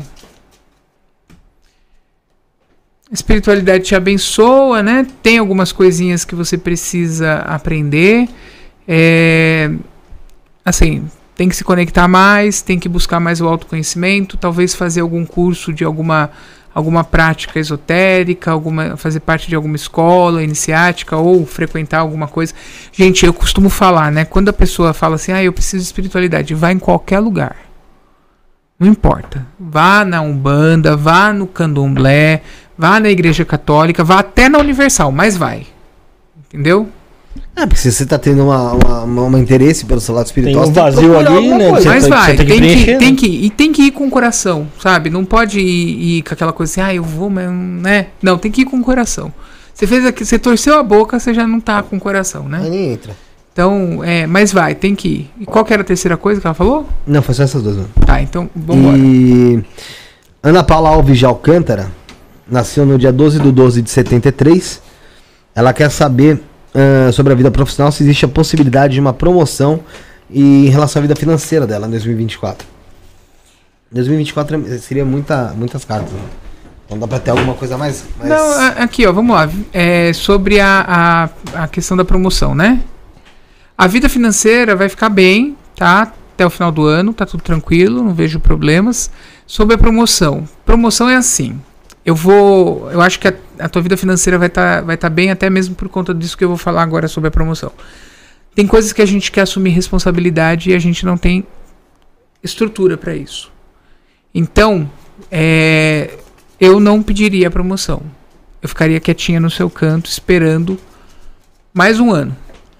Espiritualidade te abençoa, né? Tem algumas coisinhas que você precisa aprender. É, assim, tem que se conectar mais, tem que buscar mais o autoconhecimento, talvez fazer algum curso de alguma, alguma prática esotérica, alguma, fazer parte de alguma escola iniciática ou frequentar alguma coisa. Gente, eu costumo falar, né? Quando a pessoa fala assim, ah, eu preciso de espiritualidade, vai em qualquer lugar. Não importa. Vá na Umbanda, vá no Candomblé, vá na Igreja Católica, vá até na Universal, mas vai. Entendeu? É, porque se você tá tendo uma, uma, uma- um interesse pelo seu lado espiritual, Tem um você vazio procurar ali, alguma né, coisa. Você Mas tem- vai, você tem tem que que, preencher, tem né? que ir, e tem que ir com o coração, sabe? Não pode ir, ir com aquela coisa assim, ah, eu vou, mas né? Não, tem que ir com o coração. Você fez aqui, você torceu a boca, você já não tá com o coração, Aí né? nem entra. Então, é, mas vai, tem que ir. E qual que era a terceira coisa que ela falou? Não, foi só essas duas, mano. Tá, então, vambora. E Ana Paula Alves de Alcântara nasceu no dia doze de doze de setenta e três. Ela quer saber ah, sobre a vida profissional, se existe a possibilidade de uma promoção e em relação à vida financeira dela em dois mil e vinte e quatro. dois mil e vinte e quatro é- seria muita, muitas cartas, né? Então dá pra ter alguma coisa mais. mais... Não, a- aqui, ó, vamos lá. É sobre a, a, a questão da promoção, né? A vida financeira vai ficar bem, tá? Até o final do ano, tá tudo tranquilo, não vejo problemas. Sobre a promoção. Promoção é assim. Eu vou. Eu acho que a, a tua vida financeira vai estar vai tá bem, até mesmo por conta disso que eu vou falar agora sobre a promoção. Tem coisas que a gente quer assumir responsabilidade e a gente não tem estrutura para isso. Então, é, eu não pediria a promoção. Eu ficaria quietinha no seu canto, esperando mais um ano.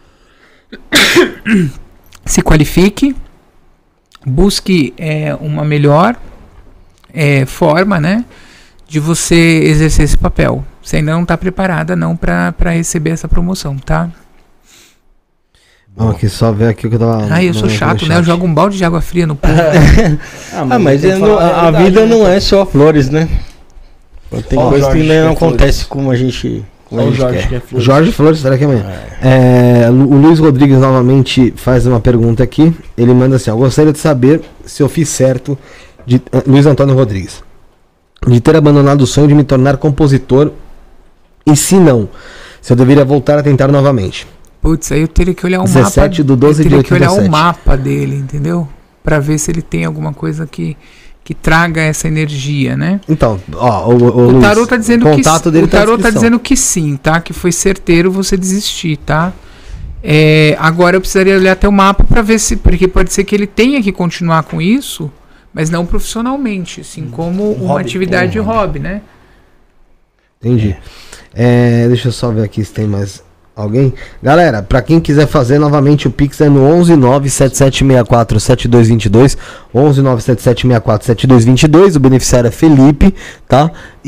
Se qualifique, busque é, uma melhor é, forma, né? de você exercer esse papel. Você ainda não está preparada não para receber essa promoção, tá? Vamos aqui só ver aqui o que eu tava... Ah, eu sou chato, né? Eu jogo um balde de água fria no povo. ah, mas, ah, mas é não, a, a vida né? não é só flores, né? Tem oh, coisa que ainda não acontece como a gente... Como a gente o Jorge, quer. Que é Flores. Jorge Flores, será que é amanhã? É. É, o Luiz Rodrigues novamente faz uma pergunta aqui. Ele manda assim, ó, gostaria de saber se eu fiz certo, de, uh, Luiz Antônio Rodrigues, de ter abandonado o sonho de me tornar compositor, e se não, se eu deveria voltar a tentar novamente. Putz, aí eu teria que olhar o dezessete mapa. do doze eu teria que olhar o oitenta e sete. mapa dele, entendeu? Pra ver se ele tem alguma coisa que, que traga essa energia, né? Então, ó, o, o, o tarô tá dizendo que dele o tarô tá dizendo que sim, tá? Que foi certeiro você desistir, tá? É, agora eu precisaria olhar até o mapa para ver se, porque pode ser que ele tenha que continuar com isso, mas não profissionalmente, assim como um uma hobby, atividade um de hobby, né? Entendi. É, deixa eu só ver aqui se tem mais alguém. Galera, pra quem quiser fazer novamente, o Pix é no onze nove sete sete seis quatro sete dois dois dois, onze nove sete sete seis quatro sete dois dois dois, o beneficiário é Felipe, tá?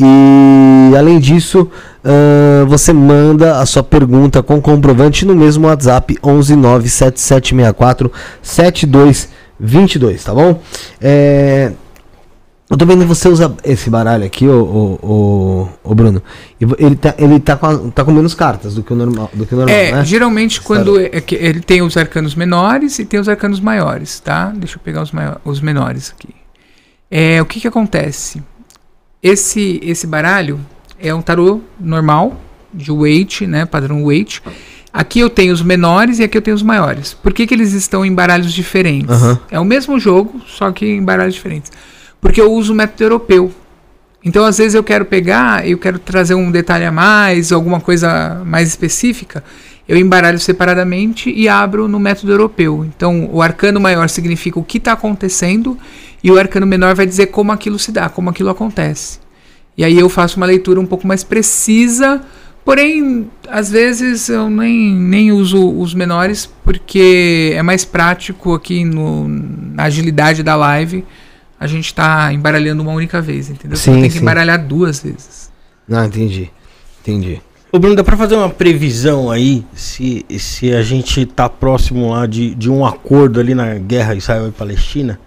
E além disso, uh, você manda a sua pergunta com comprovante no mesmo WhatsApp, onze nove sete sete seis quatro sete dois dois dois, tá bom? É... Eu tô vendo você usa esse baralho aqui, o, o, o, o Bruno. Ele, tá, ele tá, com a, tá com menos cartas do que o normal, do que o normal, é, né? Geralmente quando é, que ele tem os arcanos menores e tem os arcanos maiores, tá? Deixa eu pegar os, maiores, os menores aqui. É, o que que acontece? Esse, esse baralho é um tarô normal, de weight, né? Padrão weight. Aqui eu tenho os menores e aqui eu tenho os maiores. Por que que eles estão em baralhos diferentes? Uhum. É o mesmo jogo, só que em baralhos diferentes. Porque eu uso o método europeu. Então, às vezes, eu quero pegar, eu quero trazer um detalhe a mais, alguma coisa mais específica, eu embaralho separadamente e abro no método europeu. Então, o arcano maior significa o que está acontecendo e o arcano menor vai dizer como aquilo se dá, como aquilo acontece. E aí eu faço uma leitura um pouco mais precisa, porém, às vezes, eu nem, nem uso os menores, porque é mais prático aqui no, na agilidade da live. A gente tá embaralhando uma única vez, entendeu? Sim, você tem que sim. embaralhar duas vezes. Não, entendi. Entendi. Ô Bruno, dá pra fazer uma previsão aí, se, se a gente tá próximo lá de, de um acordo ali na guerra Israel e Palestina?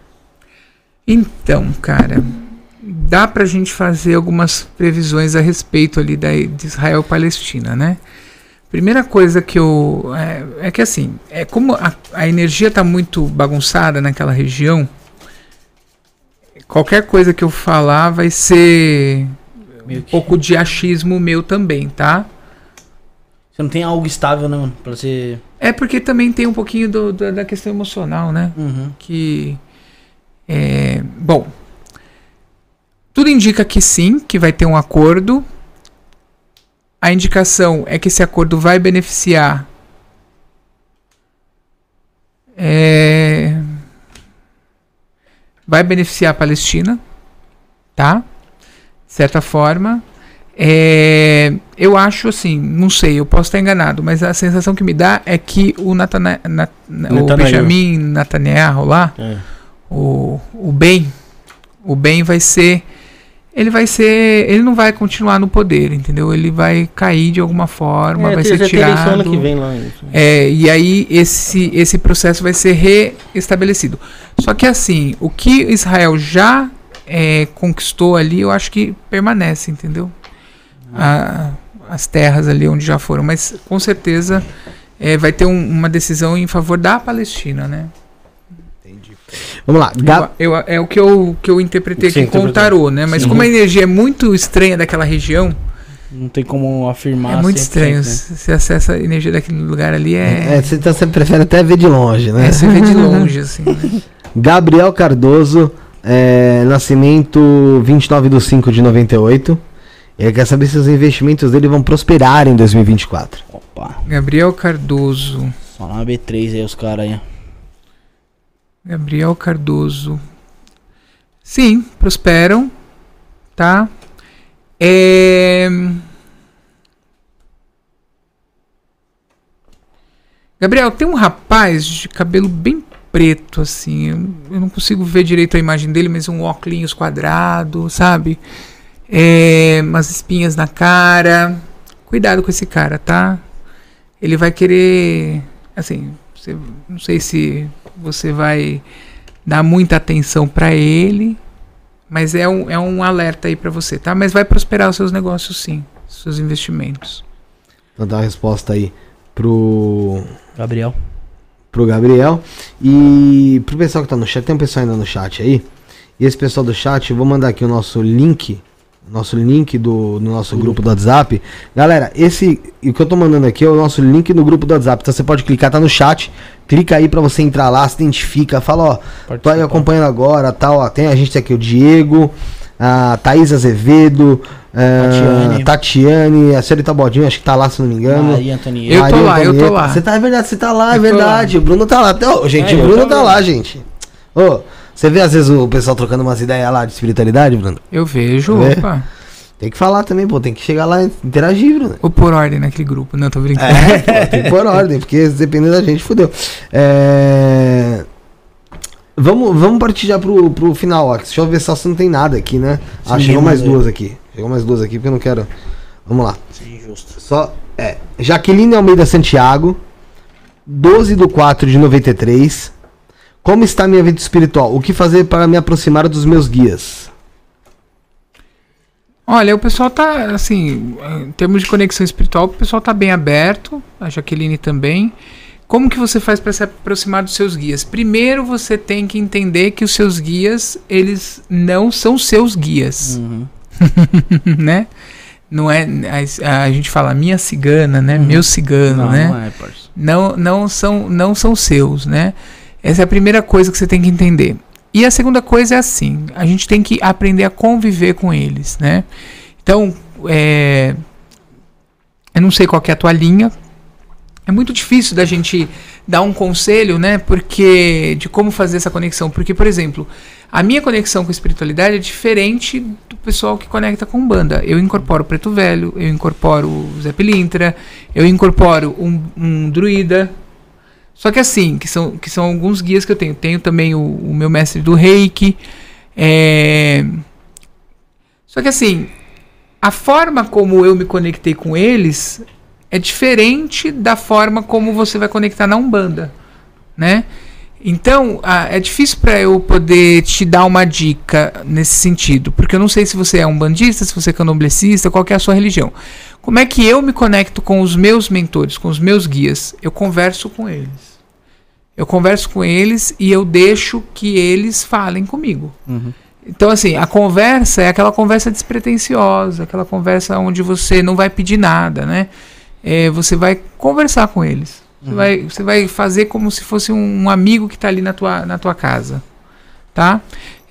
Então, cara, dá pra gente fazer algumas previsões a respeito ali da, de Israel e Palestina, né? Primeira coisa que eu... É, é que assim, é como a, a energia tá muito bagunçada naquela região, qualquer coisa que eu falar vai ser um pouco de achismo meu também, tá? Você não tem algo estável, não, pra você... É porque também tem um pouquinho do, do, da questão emocional, né? Uhum. Que... É, bom, tudo indica que sim, que vai ter um acordo. A indicação é que esse acordo vai beneficiar... É... Vai beneficiar a Palestina, tá? De certa forma. É, eu acho assim, não sei, eu posso estar enganado, mas a sensação que me dá é que o, Natana, Nat, o Benjamin Netanyahu lá, é. o, o bem, o bem vai ser, ele vai ser, ele não vai continuar no poder, entendeu? Ele vai cair de alguma forma, é, vai ser tirado. Que vem lá, é, e aí esse, esse processo vai ser reestabelecido. Só que assim, o que Israel já é, conquistou ali, eu acho que permanece, entendeu? A, as terras ali onde já foram, mas com certeza é, vai ter um, uma decisão em favor da Palestina, né? Entendi. Vamos lá. Gab... Eu, eu, é o que eu, que eu interpretei aqui com o tarô, né? Mas Sim. como a energia é muito estranha daquela região, não tem como afirmar. É muito estranho. Né? Você acessa a energia daquele lugar ali, é... é você, então você prefere até ver de longe, né? É, você vê de longe, assim, né? Gabriel Cardoso, é, nascimento vinte e nove de cinco de noventa e oito. Ele quer saber se os investimentos dele vão prosperar em dois mil e vinte e quatro. Opa. Gabriel Cardoso. Só na B três aí os caras aí. Gabriel Cardoso. Sim, prosperam. Tá? É... Gabriel, tem um rapaz de cabelo bem preto, assim. Eu, eu não consigo ver direito a imagem dele, mas um óculos quadrado, sabe? é, umas espinhas na cara. Cuidado com esse cara, tá? Ele vai querer, assim, você, não sei se você vai dar muita atenção pra ele, mas é um, é um alerta aí pra você, tá? Mas vai prosperar os seus negócios, sim, os seus investimentos. Então dá uma resposta aí pro Gabriel. Pro Gabriel e pro pessoal que tá no chat. Tem um pessoal ainda no chat aí. E esse pessoal do chat, eu vou mandar aqui o nosso link, nosso link do, do nosso grupo do WhatsApp. Galera, esse o que eu tô mandando aqui é o nosso link no grupo do WhatsApp. Então você pode clicar, tá no chat. Clica aí pra você entrar lá, se identifica, fala, ó, Participa. Tô aí acompanhando agora, tal, ó, tem a gente tem aqui o Diego, a Thaís Azevedo, Tatiane. Uh, Tatiane, a senhorita Bodinho, acho que tá lá, se não me engano. Maria Antonieta. Eu tô Maria lá, Antonieta. eu tô lá. Você tá, é verdade, você tá lá, é eu verdade. Lá. O Bruno tá lá. Até, oh, gente, é, o Bruno tá vendo. lá, gente. Ô, oh, você vê às vezes o pessoal trocando umas ideias lá de espiritualidade, Bruno? Eu vejo, Vê? opa. Tem que falar também, pô, tem que chegar lá e interagir, Bruno. Ou por ordem naquele grupo, não, tô brincando. É, pô, tem que pôr ordem, porque dependendo da gente, fodeu. É... Vamos, vamos partir já pro, pro final, ó. Deixa eu ver só se não tem nada aqui, né? Sim, ah, chegou mais aí. duas aqui. Chegou mais duas aqui porque eu não quero. Vamos lá. Sim, justo. Só. É. Jaqueline Almeida Santiago, doze de quatro de noventa e três. Como está minha vida espiritual? O que fazer para me aproximar dos meus guias? Olha, o pessoal tá, assim, em termos de conexão espiritual, o pessoal tá bem aberto, a Jaqueline também. Como que você faz para se aproximar dos seus guias? Primeiro você tem que entender que os seus guias, eles não são seus guias. Uhum. Né? Não é, a, a gente fala minha cigana, né? Uhum. Meu cigano, não, né? Não, é, parceiro. não, não, são, não são seus, né? Essa é a primeira coisa que você tem que entender. E a segunda coisa é assim, a gente tem que aprender a conviver com eles, né? Então, é, eu não sei qual que é a tua linha. É muito difícil da gente dar um conselho, né? Porque de como fazer essa conexão. Porque, por exemplo, a minha conexão com a espiritualidade é diferente do pessoal que conecta com banda. Eu incorporo o Preto Velho, eu incorporo o Zé Pilintra, eu incorporo um, um druida. Só que assim, que são, que são alguns guias que eu tenho. Tenho também o, o meu mestre do Reiki. É... Só que assim, a forma como eu me conectei com eles é diferente da forma como você vai conectar na Umbanda, né? Então, ah, é difícil para eu poder te dar uma dica nesse sentido, porque eu não sei se você é umbandista, se você é candomblessista, qual que é a sua religião. Como é que eu me conecto com os meus mentores, com os meus guias? Eu converso com eles. Eu converso com eles e eu deixo que eles falem comigo. Uhum. Então, assim, a conversa é aquela conversa despretensiosa, aquela conversa onde você não vai pedir nada, né? É, você vai conversar com eles. Você, uhum. vai, você vai fazer como se fosse um, um amigo que está ali na tua, na tua casa. Tá?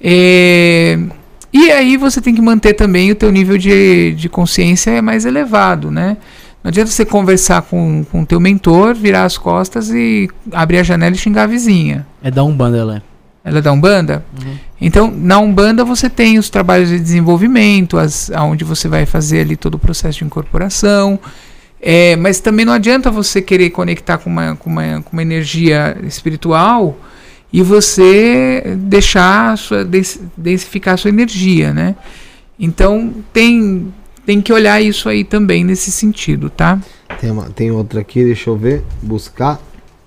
É, e aí você tem que manter também o teu nível de, de consciência mais elevado, né? Não adianta você conversar com o teu mentor, virar as costas e abrir a janela e xingar a vizinha. É da Umbanda, ela é. Ela é da Umbanda? Uhum. Então, na Umbanda você tem os trabalhos de desenvolvimento, as, onde você vai fazer ali todo o processo de incorporação. É, mas também não adianta você querer conectar com uma, com uma, com uma energia espiritual e você deixar a sua, dens, densificar a sua energia, né? Então tem, tem que olhar isso aí também nesse sentido, tá? Tem, uma, tem outra aqui, deixa eu ver, buscar.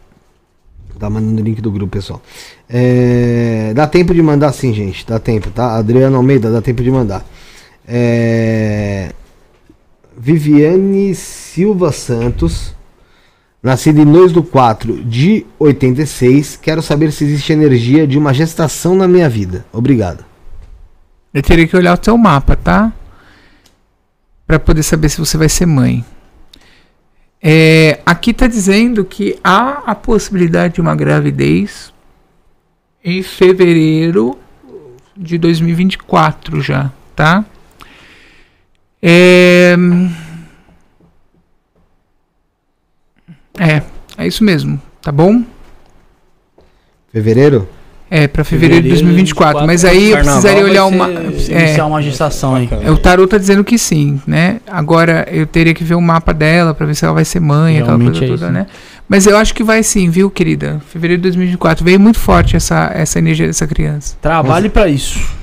Tá mandando o link do grupo, pessoal. É, dá tempo de mandar sim, gente, dá tempo, tá? Adriana Almeida, dá tempo de mandar. É... Viviane Silva Santos, nascida em dois do quatro de oitenta e seis. Quero saber se existe energia de uma gestação na minha vida. Obrigado. Eu teria que olhar o seu mapa, tá? Para poder saber se você vai ser mãe. É, aqui está dizendo que há a possibilidade de uma gravidez em fevereiro de dois mil e vinte e quatro já, tá? É, é, é isso mesmo, tá bom? Fevereiro? É, pra fevereiro, fevereiro de dois mil e vinte e quatro, mas aí eu precisaria olhar uma... É, uma gestação aí. É, o tarô tá dizendo que sim, né? Agora eu teria que ver o mapa dela pra ver se ela vai ser mãe, realmente aquela coisa é toda, né? Mas eu acho que vai sim, viu, querida? Fevereiro de dois mil e vinte e quatro, veio muito forte essa, essa energia dessa criança. Trabalhe pra isso.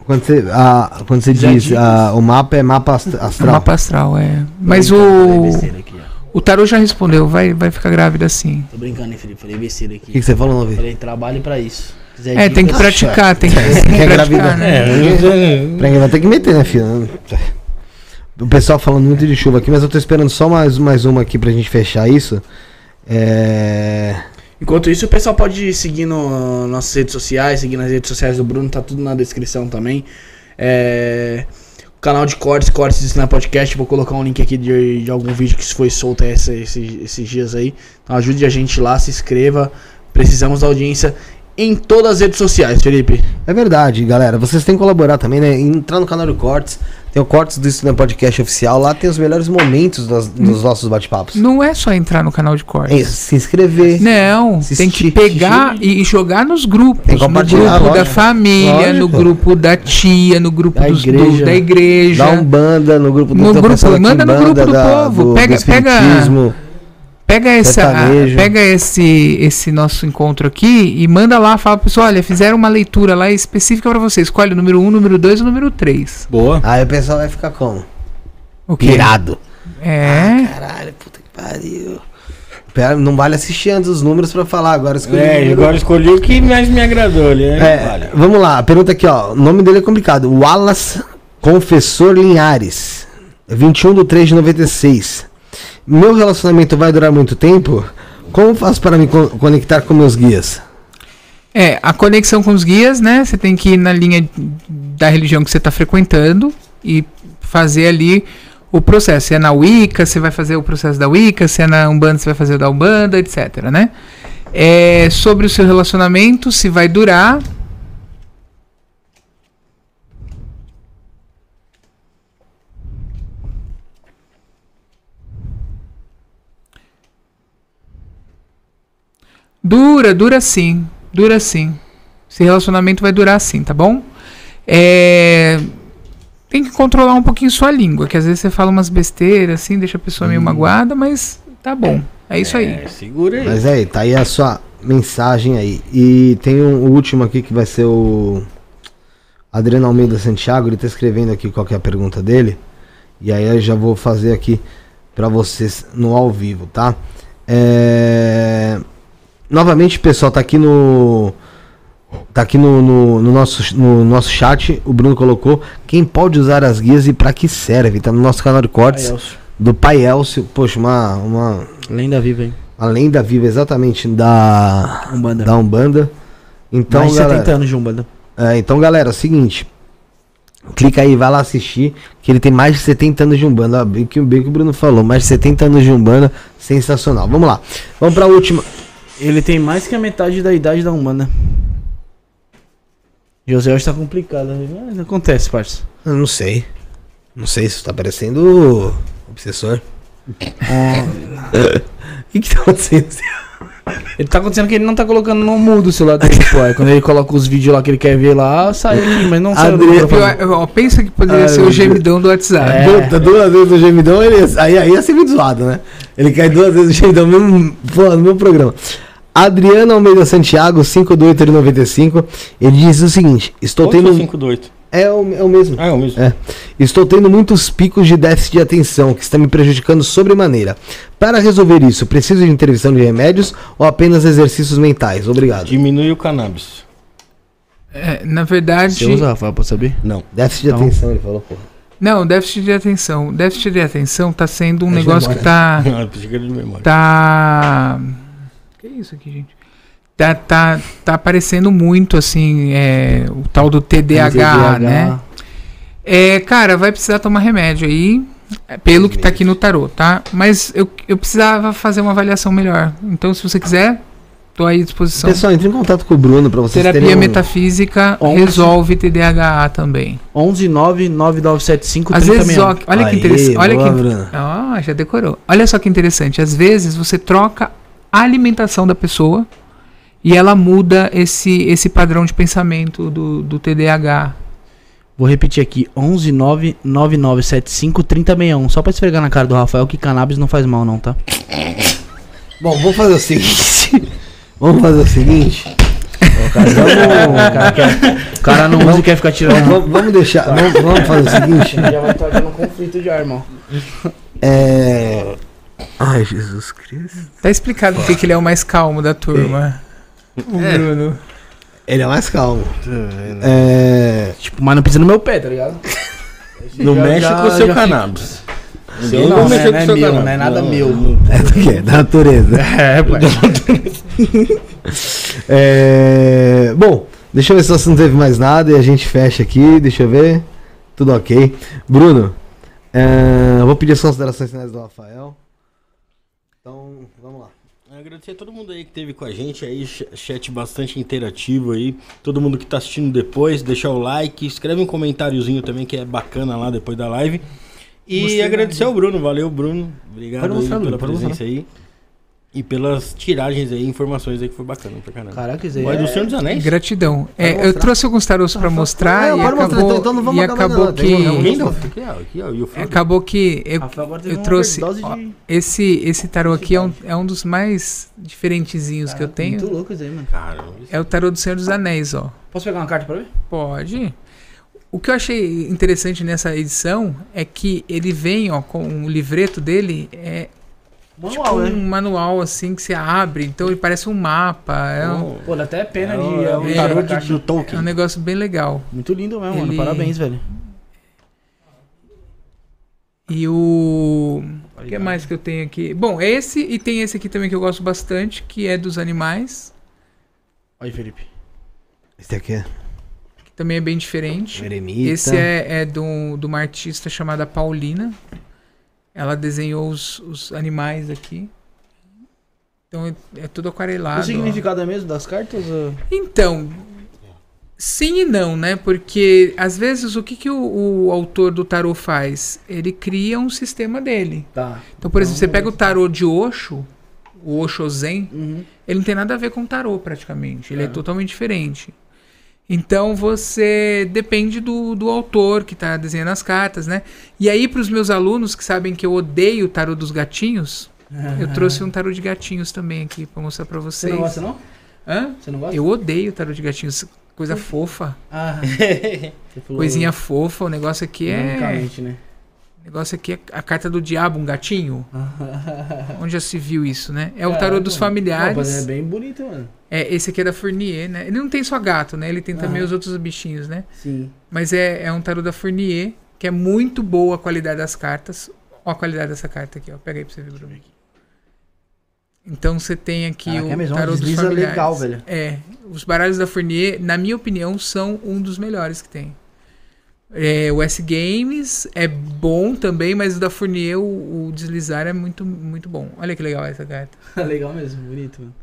Quando você, a, quando você Já diz dicas. a, o mapa é mapa ast- astral. Mapa astral, é. Mas Tô brincando, falei o. besteira aqui, ó. O tarô já respondeu, vai, vai ficar grávida sim. Tô brincando, hein, Felipe? Falei besteira O que, aqui. que você falou, não vi? Falei, trabalhe pra isso. Quiser É, tem que dicas, praticar, tem que, tem que Quer praticar, engravidar? né? Pra quem vai ter que meter, né, filho? O pessoal falando muito de chuva aqui, mas eu tô esperando só mais, mais uma aqui pra gente fechar isso. É... Enquanto isso, o pessoal pode seguir no nossas redes sociais, seguir nas redes sociais do Bruno, tá tudo na descrição também. É, o canal de cortes, cortes de Snap Podcast, vou colocar um link aqui de, de algum vídeo que foi solto esse, esse, esses dias aí. Então ajude a gente lá, se inscreva. Precisamos da audiência em todas as redes sociais, Felipe. É verdade, galera. Vocês têm que colaborar também, né? Entrar no canal do Cortes. Tem o Cortes do Estudante Podcast Oficial. Lá tem os melhores momentos dos, dos nossos bate-papos. Não é só entrar no canal de É cortes. isso, se inscrever. Não, Se tem que assistir, pegar assistir. e jogar nos grupos. Tem que No compartilhar, grupo da lógico. família, no Lógico. grupo da tia, no grupo Da dos, do- igreja. da igreja. Dá um banda no grupo do No tô grupo, pensando aqui em manda no banda grupo do povo. do, Pega- do espiritismo. Pega, essa, sertanejo. pega esse, esse nosso encontro aqui e manda lá, fala pro pessoal, olha, fizeram uma leitura lá específica pra você. Escolhe o número um, o número dois e o número três. Boa. Aí o pessoal vai ficar como? O quê? Pirado. É. Caralho, puta que pariu. Pera, não vale assistir antes os números pra falar. Agora escolhi o É, número. agora escolhi o que mais me agradou ali, né? É, Vale. vamos lá, a pergunta aqui, ó. O nome dele é complicado. Wallace Confessor Linhares. vinte e um de três de noventa e seis. Meu relacionamento vai durar muito tempo? Como faço para me co- conectar com meus guias? É, a conexão com os guias, né? Você tem que ir na linha da religião que você está frequentando e fazer ali o processo. Se é na Wicca, você vai fazer o processo da Wicca. Se é na Umbanda, você vai fazer o da Umbanda, etc, né? É, sobre o seu relacionamento, se vai durar... Dura, dura sim. Dura sim. Esse relacionamento vai durar sim, tá bom? É... Tem que controlar um pouquinho sua língua, que às vezes você fala umas besteiras assim, deixa a pessoa meio magoada, mas tá bom. É isso aí. É, segura aí. Mas aí, tá aí a sua mensagem aí. E tem um, o último aqui que vai ser o Adriano Almeida Santiago. Ele tá escrevendo aqui qual que é a pergunta dele. E aí eu já vou fazer aqui pra vocês no ao vivo, tá? É... Novamente, pessoal, tá aqui no... Tá aqui no, no, no nosso, no nosso chat. O Bruno colocou quem pode usar as guias e pra que serve. Tá no nosso canal de cortes do Pai Elcio. Poxa, uma... uma Lenda viva, hein? a lenda viva exatamente da Umbanda. da Umbanda. Então, Mais de galera, setenta anos de Umbanda. é, então, galera, é o seguinte. Clica aí, vai lá assistir, que ele tem mais de setenta anos de Umbanda. Ó, bem que, bem que o Bruno falou, mais de setenta anos de Umbanda, sensacional. Vamos lá, vamos pra última. Ele tem mais que a metade da idade da Umbanda. José hoje tá complicado, né? Mas acontece, parça. Eu não sei, não sei se tá parecendo obsessor. O que que tá acontecendo? Ele tá acontecendo que ele não tá colocando no mudo o celular dele, pô. Aí quando ele coloca os vídeos lá que ele quer ver lá, sai aqui, mas não sai do Adriano- microfone. Eu, eu- eu penso que poderia Ai, ser meu o Deus. gemidão do WhatsApp. É. Puta, duas vezes o gemidão, ele, aí, aí ia ser muito zoado, né? Ele cai duas vezes o gemidão no mesmo, pô, no meu programa. Adriano Almeida Santiago, cinco do oito de noventa e cinco, ele diz o seguinte: estou Oito ou tendo. cinco do oito? É o, é o mesmo. Ah, é o mesmo. É. Estou tendo muitos picos de déficit de atenção que está me prejudicando sobremaneira. Para resolver isso, preciso de intervenção de remédios ou apenas exercícios mentais? Obrigado. Diminui o cannabis. É, na verdade, Você usa, Rafael, pra saber? Não. Déficit de Não. atenção, ele falou, porra. não, déficit de atenção. Déficit de atenção tá sendo um É de negócio que tá. Não, eu pensei que era de memória. Tá. Que isso aqui, gente? Tá, tá, tá aparecendo muito, assim, é, o tal do T D A H, né? É, cara, vai precisar tomar remédio aí, é, pelo que tá aqui no tarô, tá? Mas eu, eu precisava fazer uma avaliação melhor. Então, se você quiser, tô aí à disposição. Pessoal, entre em contato com o Bruno para vocês Terapia terem um... metafísica onze. resolve T D A H também. onze nove nove nove sete cinco Às três vezes, seis. ó, olha que Aí, interessante. Olha boa, que Bruno. Ó, já decorou. Olha só que interessante. Às vezes você troca a alimentação da pessoa e ela muda esse, esse padrão de pensamento do, do T D A H. Vou repetir aqui, onze nove nove nove sete cinco três zero seis um. Só pra esfregar na cara do Rafael que cannabis não faz mal não, tá? Bom, vamos fazer o seguinte. Vamos fazer o seguinte. O cara, vamos, o cara, quer, o cara não usa e quer ficar tirando. Vamos, vamos deixar. Vamos, vamos fazer o seguinte. Já vai estar dando conflito de ar, irmão. É. Ai, Jesus Cristo. Tá explicado porque que ele é o mais calmo da turma. O É. Bruno. Ele é mais calmo. É. Tipo, mas não pisa no meu pé, tá ligado? Não Já- mexe já- com o seu já cannabis. Seu Ninguém não, vai não, mexer é, com não o é seu meu, cannabis. não é nada Não, meu. não. É do quê? Da natureza. É, pai. É, bom, deixa eu ver se você não teve mais nada e a gente fecha aqui. Deixa eu ver. Tudo ok. Bruno, é, eu vou pedir as considerações finais do Rafael. Então, vamos lá. Agradecer a todo mundo aí que esteve com a gente aí, ch- chat bastante interativo aí. Todo mundo que tá assistindo depois, deixar o like, escreve um comentáriozinho também que é bacana lá depois da live. E Gostei, agradecer ao Bruno, valeu Bruno, obrigado Pode aí mostrar, pela Bruno, pode presença aí. E pelas tiragens aí, informações aí que foi bacana pra caramba. Caraca, isso aí Mas é- do Senhor dos Anéis? Gratidão. É, mostrar? eu trouxe alguns tarôs pra mostrar Não, e pode mostrar, acabou, então- então não vamos e acabar acabou não, que... tem um- Quem não? Aqui, ó, aqui, ó, e o Frodo? Acabou que eu, Rafael agora teve eu uma trouxe... overdose ó, de- esse, esse tarô aqui é um, é um dos mais diferentezinhos que eu tenho. Muito louco isso aí, mano. Caramba, isso- É o tarô do Senhor dos Anéis, ó. Posso pegar uma carta pra ver? Pode. O que eu achei interessante nessa edição é que ele vem, ó, com o livreto dele, é Manual, tipo né? um manual assim que você abre, então ele parece um mapa. É um, Pô, dá até pena É de... o- é o abrir tarô a de- caixa. do é um Tolkien. negócio bem legal. Muito lindo mesmo, mano. Ele- Parabéns, velho. E o. O que mais que eu tenho aqui? Bom, esse e tem esse aqui também que eu gosto bastante, que é dos animais, Olha aí, Felipe. Esse aqui é que também é bem diferente. Eremita. Esse é, é de, um- de uma artista chamada Paulina. Ela desenhou os, os animais aqui. Então é, é tudo aquarelado. O ó. significado é mesmo das cartas? Ou... Então, sim e não, né? Porque às vezes o que, que o, o autor do tarô faz? Ele cria um sistema dele. Tá. Então, por exemplo, você pega o tarô de Osho, o Osho Zen, Uhum. ele não tem nada a ver com tarô praticamente. Ele é, É. totalmente diferente. Então você depende do, do autor que está desenhando as cartas, né? E aí, para os meus alunos que sabem que eu odeio o tarô dos gatinhos, eu trouxe um tarô de gatinhos também aqui para mostrar para Você vocês. não gosta, não? Hã? Você não gosta? Eu odeio o tarô de gatinhos. Coisa fofa. Ah, você falou Coisinha fofa. O negócio aqui é. ironicamente, né? O negócio aqui é a carta do diabo, um gatinho. Onde já se viu isso, né? É o tarô Caraca, dos mano. familiares. Pô, mas é bem bonito, mano. É, esse aqui é da Fournier, né? Ele não tem só gato, né? Ele tem também Aham. os outros bichinhos, né? Sim. Mas é, é um tarô da Fournier, que é muito boa a qualidade das cartas. Ó a qualidade dessa carta aqui, ó. Pega aí pra você ver, Bruno. Então você tem aqui Caraca, o é mesmo, tarô dos desliza familiares. legal, velho. É, os baralhos da Fournier, na minha opinião, são um dos melhores que tem. É, o S-Games é bom também, mas o da Fournier, o, o deslizar é muito, muito bom. Olha que legal essa carta. Legal mesmo, bonito, mano.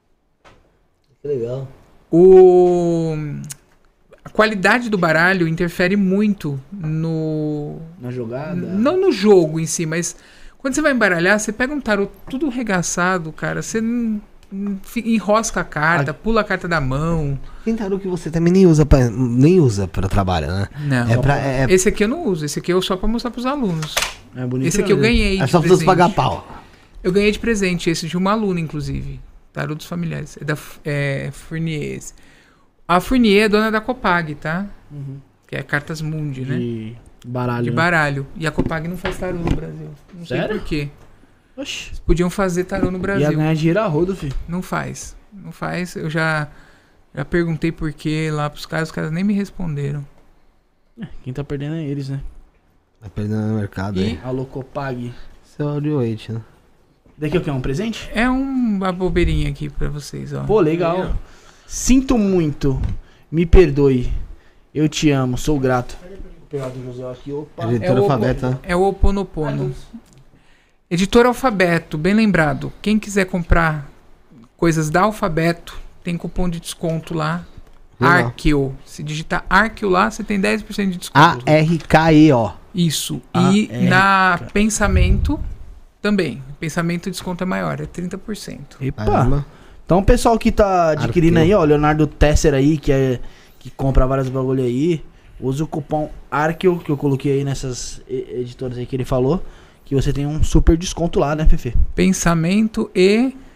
Que legal. O... A qualidade do baralho interfere muito no... Na jogada. Não no jogo em si, mas quando você vai embaralhar, você pega um tarô tudo regaçado, cara, você não- não fi- enrosca a carta, pula a carta da mão. Tem tarô que você também nem usa pra, nem usa pra trabalho, né? Não. É pra, é, Esse aqui eu não uso, esse aqui eu só pra mostrar pros alunos. É bonito. Esse aqui eu mesmo. ganhei é de só pra você presente. pagar pau. Eu ganhei de presente esse de uma aluna, inclusive. Tarô dos familiares. É da é, Fournier esse. A Fournier é dona da Copag, tá? Uhum. Que é Cartas Mundi, né? De baralho. De né? baralho. E a Copag não faz tarô no Brasil. Não sei Sério? por quê. Oxi. Podiam fazer tarô no Ia Brasil. ganhar dinheiro a rodo, filho. Não faz. Não faz. Eu já, já perguntei por quê lá pros caras, os caras nem me responderam. Quem tá perdendo é eles, né? Tá perdendo no mercado E- aí. Alô, Copag. Esse é o audio eight, né? Daqui o que? Um presente? É um- uma bobeirinha aqui pra vocês, ó. Pô, legal. Sinto muito. Me perdoe. Eu te amo. Sou grato. Vou pegar do José aqui. Opa. Editor o alfabeto, né? É o Oponopono. Editor Alfabeto, bem lembrado. Quem quiser comprar coisas da Alfabeto, tem cupom de desconto lá. Legal. Arqueo. Se digitar Arqueo lá, você tem dez por cento de A desconto. R K E O. Isso. A E R na Pensamento também. Pensamento desconto é maior, é trinta por cento. Epa. Caramba. Então, o pessoal que tá adquirindo Arqueu. aí, ó, Leonardo Tesser aí, que, é, que compra vários bagulho aí, usa o cupom Arqueo, que eu coloquei aí nessas e- editoras aí que ele falou, que você tem um super desconto lá, né, Fefe? Pensamento e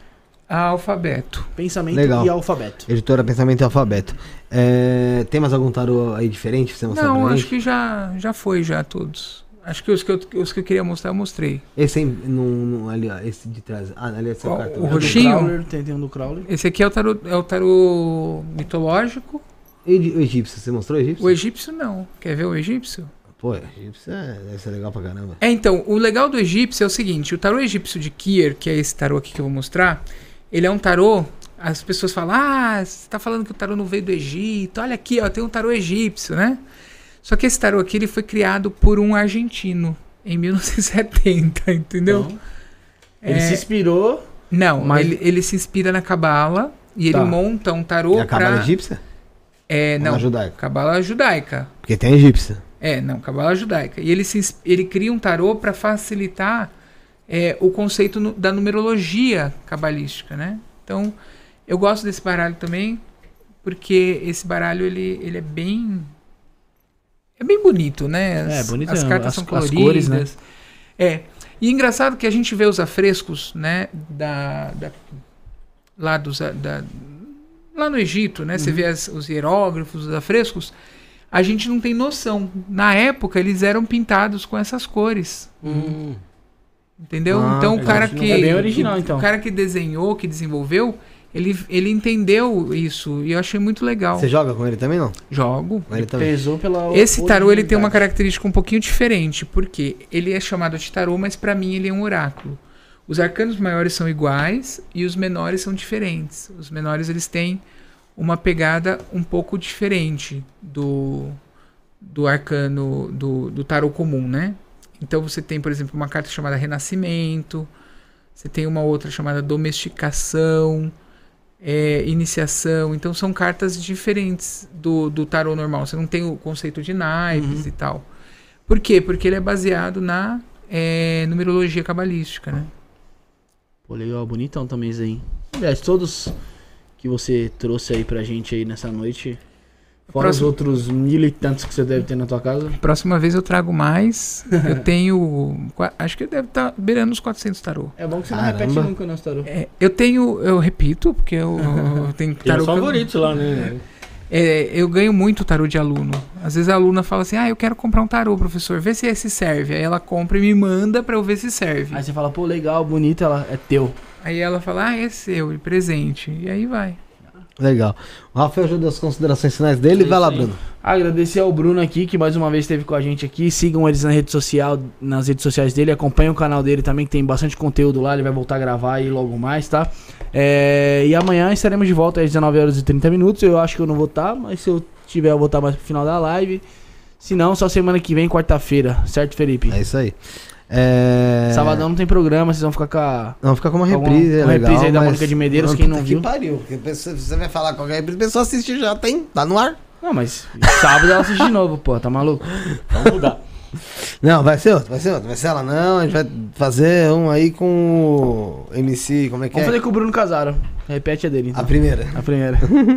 Alfabeto. Pensamento Legal. e alfabeto. Editora Pensamento e Alfabeto. É, tem mais algum tarô aí diferente pra você mostrar Não, pra acho gente? que já, já foi, já todos. Acho que os que, eu, os que eu queria mostrar, eu mostrei. Esse aí, não, não, ali, ó, esse de trás. Ah, ali é seu Qual? cartão. O Do roxinho? Crowler, tem, tem um do Crowler. Esse aqui é o tarô, é o tarô mitológico. E de- o egípcio, você mostrou o egípcio? O egípcio não. Quer ver o egípcio? Pô, egípcio é, deve ser legal pra caramba. É, então, o legal do egípcio é o seguinte, o tarô egípcio de Kier, que é esse tarô aqui que eu vou mostrar, ele é um tarô, as pessoas falam, ah, você tá falando que o tarô não veio do Egito, olha aqui, ó, tem um tarô egípcio, né? Só que esse tarô aqui, ele foi criado por um argentino, em mil novecentos e setenta, entendeu? Então, ele É, se inspirou. Não, mas- ele, ele se inspira na Cabala, e Tá. ele monta um tarô E a cabala pra... egípcia? É, Ou não, na judaica? Cabala judaica. Porque tem egípcia. É, não, cabala judaica. E ele, se, ins- ele cria um tarô para facilitar é, o conceito nu- da numerologia cabalística, né? Então, eu gosto desse baralho também, porque esse baralho, ele, ele é bem... É bem bonito, né? As, É, bonito As mesmo. cartas As- são as coloridas. cores, né? É. E é engraçado que a gente vê os afrescos, né? Da, da, lá, dos, a- da, lá no Egito, né? Uhum. Você vê as- os hieróglifos, os afrescos. A gente não tem noção. Na época, eles eram pintados com essas cores. Entendeu? Ah, então, o a cara gente não- que... é bem original, então. O cara que desenhou, que desenvolveu, ele, ele entendeu isso. E eu achei muito legal. Você joga com ele também, não? Jogo. Com ele também. Pesou pela Esse tarô, ele tem uma originalidade. característica um pouquinho diferente, porque ele é chamado de tarô, mas pra mim ele é um oráculo. Os arcanos maiores são iguais e os menores são diferentes. Os menores, eles têm uma pegada um pouco diferente do, do arcano, do, do tarô comum, né? Então você tem, por exemplo, uma carta chamada Renascimento, você tem uma outra chamada Domesticação, é, Iniciação. Então são cartas diferentes do, do tarô normal. Você não tem o conceito de naipes e tal. Por quê? Porque ele é baseado na é, numerologia cabalística, né? Pô, legal, bonitão também isso aí. Aliás, todos que você trouxe aí pra gente aí nessa noite, fora Próximo- os outros mil e tantos que você deve ter na tua casa. Próxima vez eu trago mais. Eu tenho. qua- Acho que deve estar beirando os quatrocentos tarô. É bom que você Caramba. não repete nunca o nosso tarô. É, eu tenho. Eu repito, porque eu, eu tenho Tem tarô. os que eu- favoritos lá, né? É, eu ganho muito tarô de aluno. Às vezes a aluna fala assim: ah, eu quero comprar um tarô, professor, vê se esse serve. Aí ela compra e me manda pra eu ver se serve. Aí você fala, pô, legal, bonito, ela é teu. Aí ela fala: ah, é seu, e presente. E aí vai. Legal. O Rafael ajuda as considerações finais dele. É Vai lá, isso aí. Bruno. Agradecer ao Bruno aqui, que mais uma vez esteve com a gente aqui. Sigam eles na rede social, nas redes sociais dele. Acompanhem o canal dele também, que tem bastante conteúdo lá. Ele vai voltar a gravar aí logo mais, tá? É, e amanhã estaremos de volta às dezenove horas e trinta minutos. Eu acho que eu não vou estar, mas se eu tiver, eu vou estar mais pro final da live. Se não, só semana que vem, quarta-feira. Certo, Felipe? É isso aí. É... Sabadão não tem programa, vocês vão ficar com a... Não, fica como uma Alguma- reprise, é uma legal. reprise aí da mas- Mônica de Medeiros, Não, quem puta não que viu. pariu. Porque pessoa- você vai falar qualquer reprise, a pessoa assiste já, tem, tá no ar. Não, mas sábado ela assiste de novo, pô, tá maluco? Vamos mudar. Não, vai ser outro, vai ser outro. Vai ser ela não, a gente vai fazer um aí com o M C, como é que Vamos é? fazer com o Bruno Casaro. Repete a dele, então. A primeira. A primeira.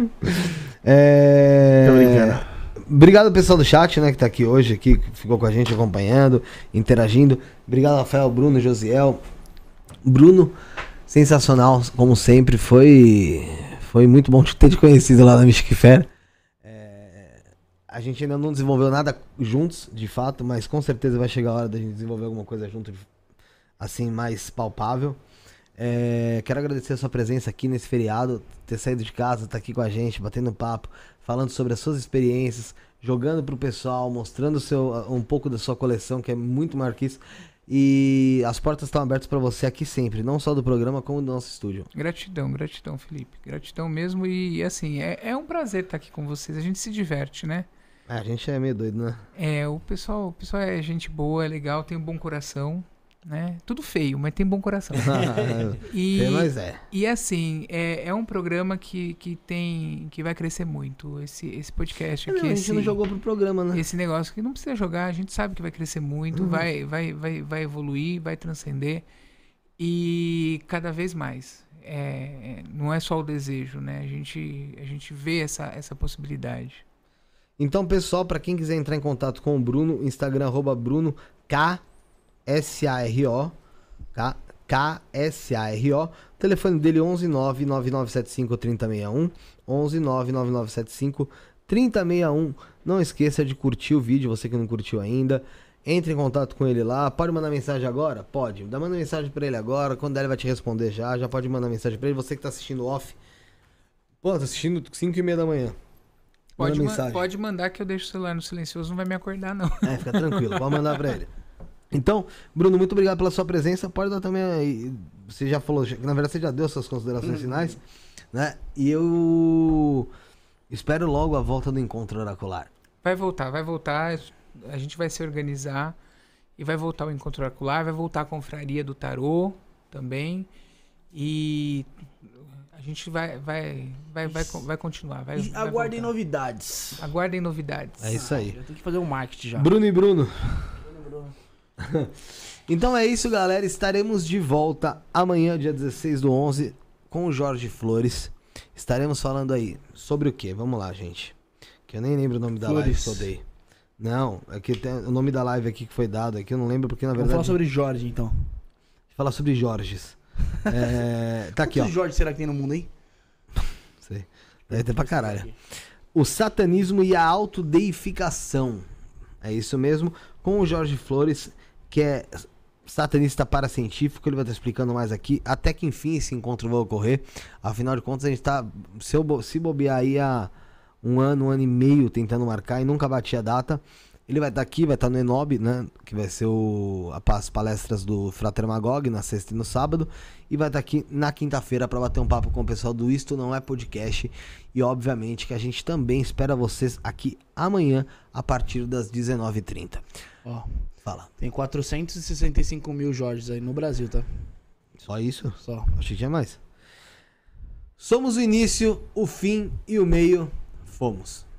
É... Tô brincando. Obrigado pessoal do chat, né, que tá aqui hoje, aqui, que ficou com a gente acompanhando, interagindo. Obrigado, Rafael, Bruno, Josiel. Bruno, sensacional, como sempre. Foi foi muito bom te ter te conhecido lá na Mystic Fair. É, a gente ainda não desenvolveu nada juntos, de fato, mas com certeza vai chegar a hora da gente desenvolver alguma coisa junto, assim, mais palpável. É, quero agradecer a sua presença aqui nesse feriado, ter saído de casa, estar aqui com a gente, batendo papo, falando sobre as suas experiências, jogando pro pessoal, mostrando o seu, um pouco da sua coleção, que é muito maior que isso. E as portas estão abertas para você aqui sempre, não só do programa, como do nosso estúdio. Gratidão, gratidão, Felipe. Gratidão mesmo. E assim, é, é um prazer estar aqui com vocês. A gente se diverte, né? É, a gente é meio doido, né? É, o pessoal, o pessoal é gente boa, é legal, tem um bom coração, né? Tudo feio, mas tem bom coração. e, É, mas é. e assim, é, é um programa que, que tem, que vai crescer muito. Esse, esse podcast Não, aqui, a gente esse, não jogou pro programa, né? esse negócio que não precisa jogar, a gente sabe que vai crescer muito, Uhum. vai, vai, vai, vai evoluir, vai transcender e cada vez mais. É, é, não é só o desejo, né? A gente, a gente vê essa, essa possibilidade. Então, pessoal, para quem quiser entrar em contato com o Bruno, Instagram, arroba Bruno K S A R O, K K S A R O. O telefone dele é onze nove nove nove sete cinco três zero seis um. onze nove nove nove sete cinco três zero seis um. Não esqueça de curtir o vídeo, você que não curtiu ainda. Entre em contato com ele lá. Pode mandar mensagem agora? Pode. Dá manda mensagem pra ele agora. Quando der, ele vai te responder já. Já pode mandar mensagem pra ele. Você que tá assistindo off. Pô, tá assistindo cinco e meia da manhã. Pode, Manda ma mensagem. pode mandar que eu deixo o celular no silencioso, não vai me acordar, não. É, fica tranquilo. Pode mandar pra ele. Então, Bruno, muito obrigado pela sua presença. Pode dar também aí. Você já falou, que na verdade você já deu suas considerações finais, né? E eu espero logo a volta do encontro oracular. Vai voltar, vai voltar. A gente vai se organizar e vai voltar o encontro oracular, vai voltar a confraria do tarô também. E a gente vai vai vai vai, vai continuar, vai, E vai aguardem voltar. novidades. Aguardem novidades. É isso aí. Já tem que fazer um marketing já. Bruno e Bruno. Então é isso, galera. Estaremos de volta amanhã, dia dezesseis do onze, com o Jorge Flores. Estaremos falando aí sobre o quê? Vamos lá, gente. Que eu nem lembro o nome da Flores. live que eu dei. Não, é que tem o nome da live aqui que foi dado aqui, eu não lembro porque na Vamos verdade... falar sobre Jorge, então. Falar sobre Jorges. É, tá aqui, ó. Quantos Jorge será que tem no mundo, hein? Sei. Deve ter pra caralho. O satanismo e a autodeificação. É isso mesmo. Com o Jorge Flores, que é satanista paracientífico, ele vai estar explicando mais aqui. Até que enfim esse encontro vai ocorrer. Afinal de contas, a gente tá. Se, eu, se bobear aí há um ano, um ano e meio tentando marcar e nunca bati a data. Ele vai estar aqui, vai estar no Enob, né? Que vai ser o, as palestras do Frater Magog na sexta e no sábado. E vai estar aqui na quinta-feira para bater um papo com o pessoal do Isto Não É Podcast. E obviamente que a gente também espera vocês aqui amanhã a partir das dezenove e trinta. Ó, Fala. tem quatrocentos e sessenta e cinco mil Jorges aí no Brasil, tá? Só isso? Só. Achei que tinha mais. Somos o início, o fim e o meio. Fomos.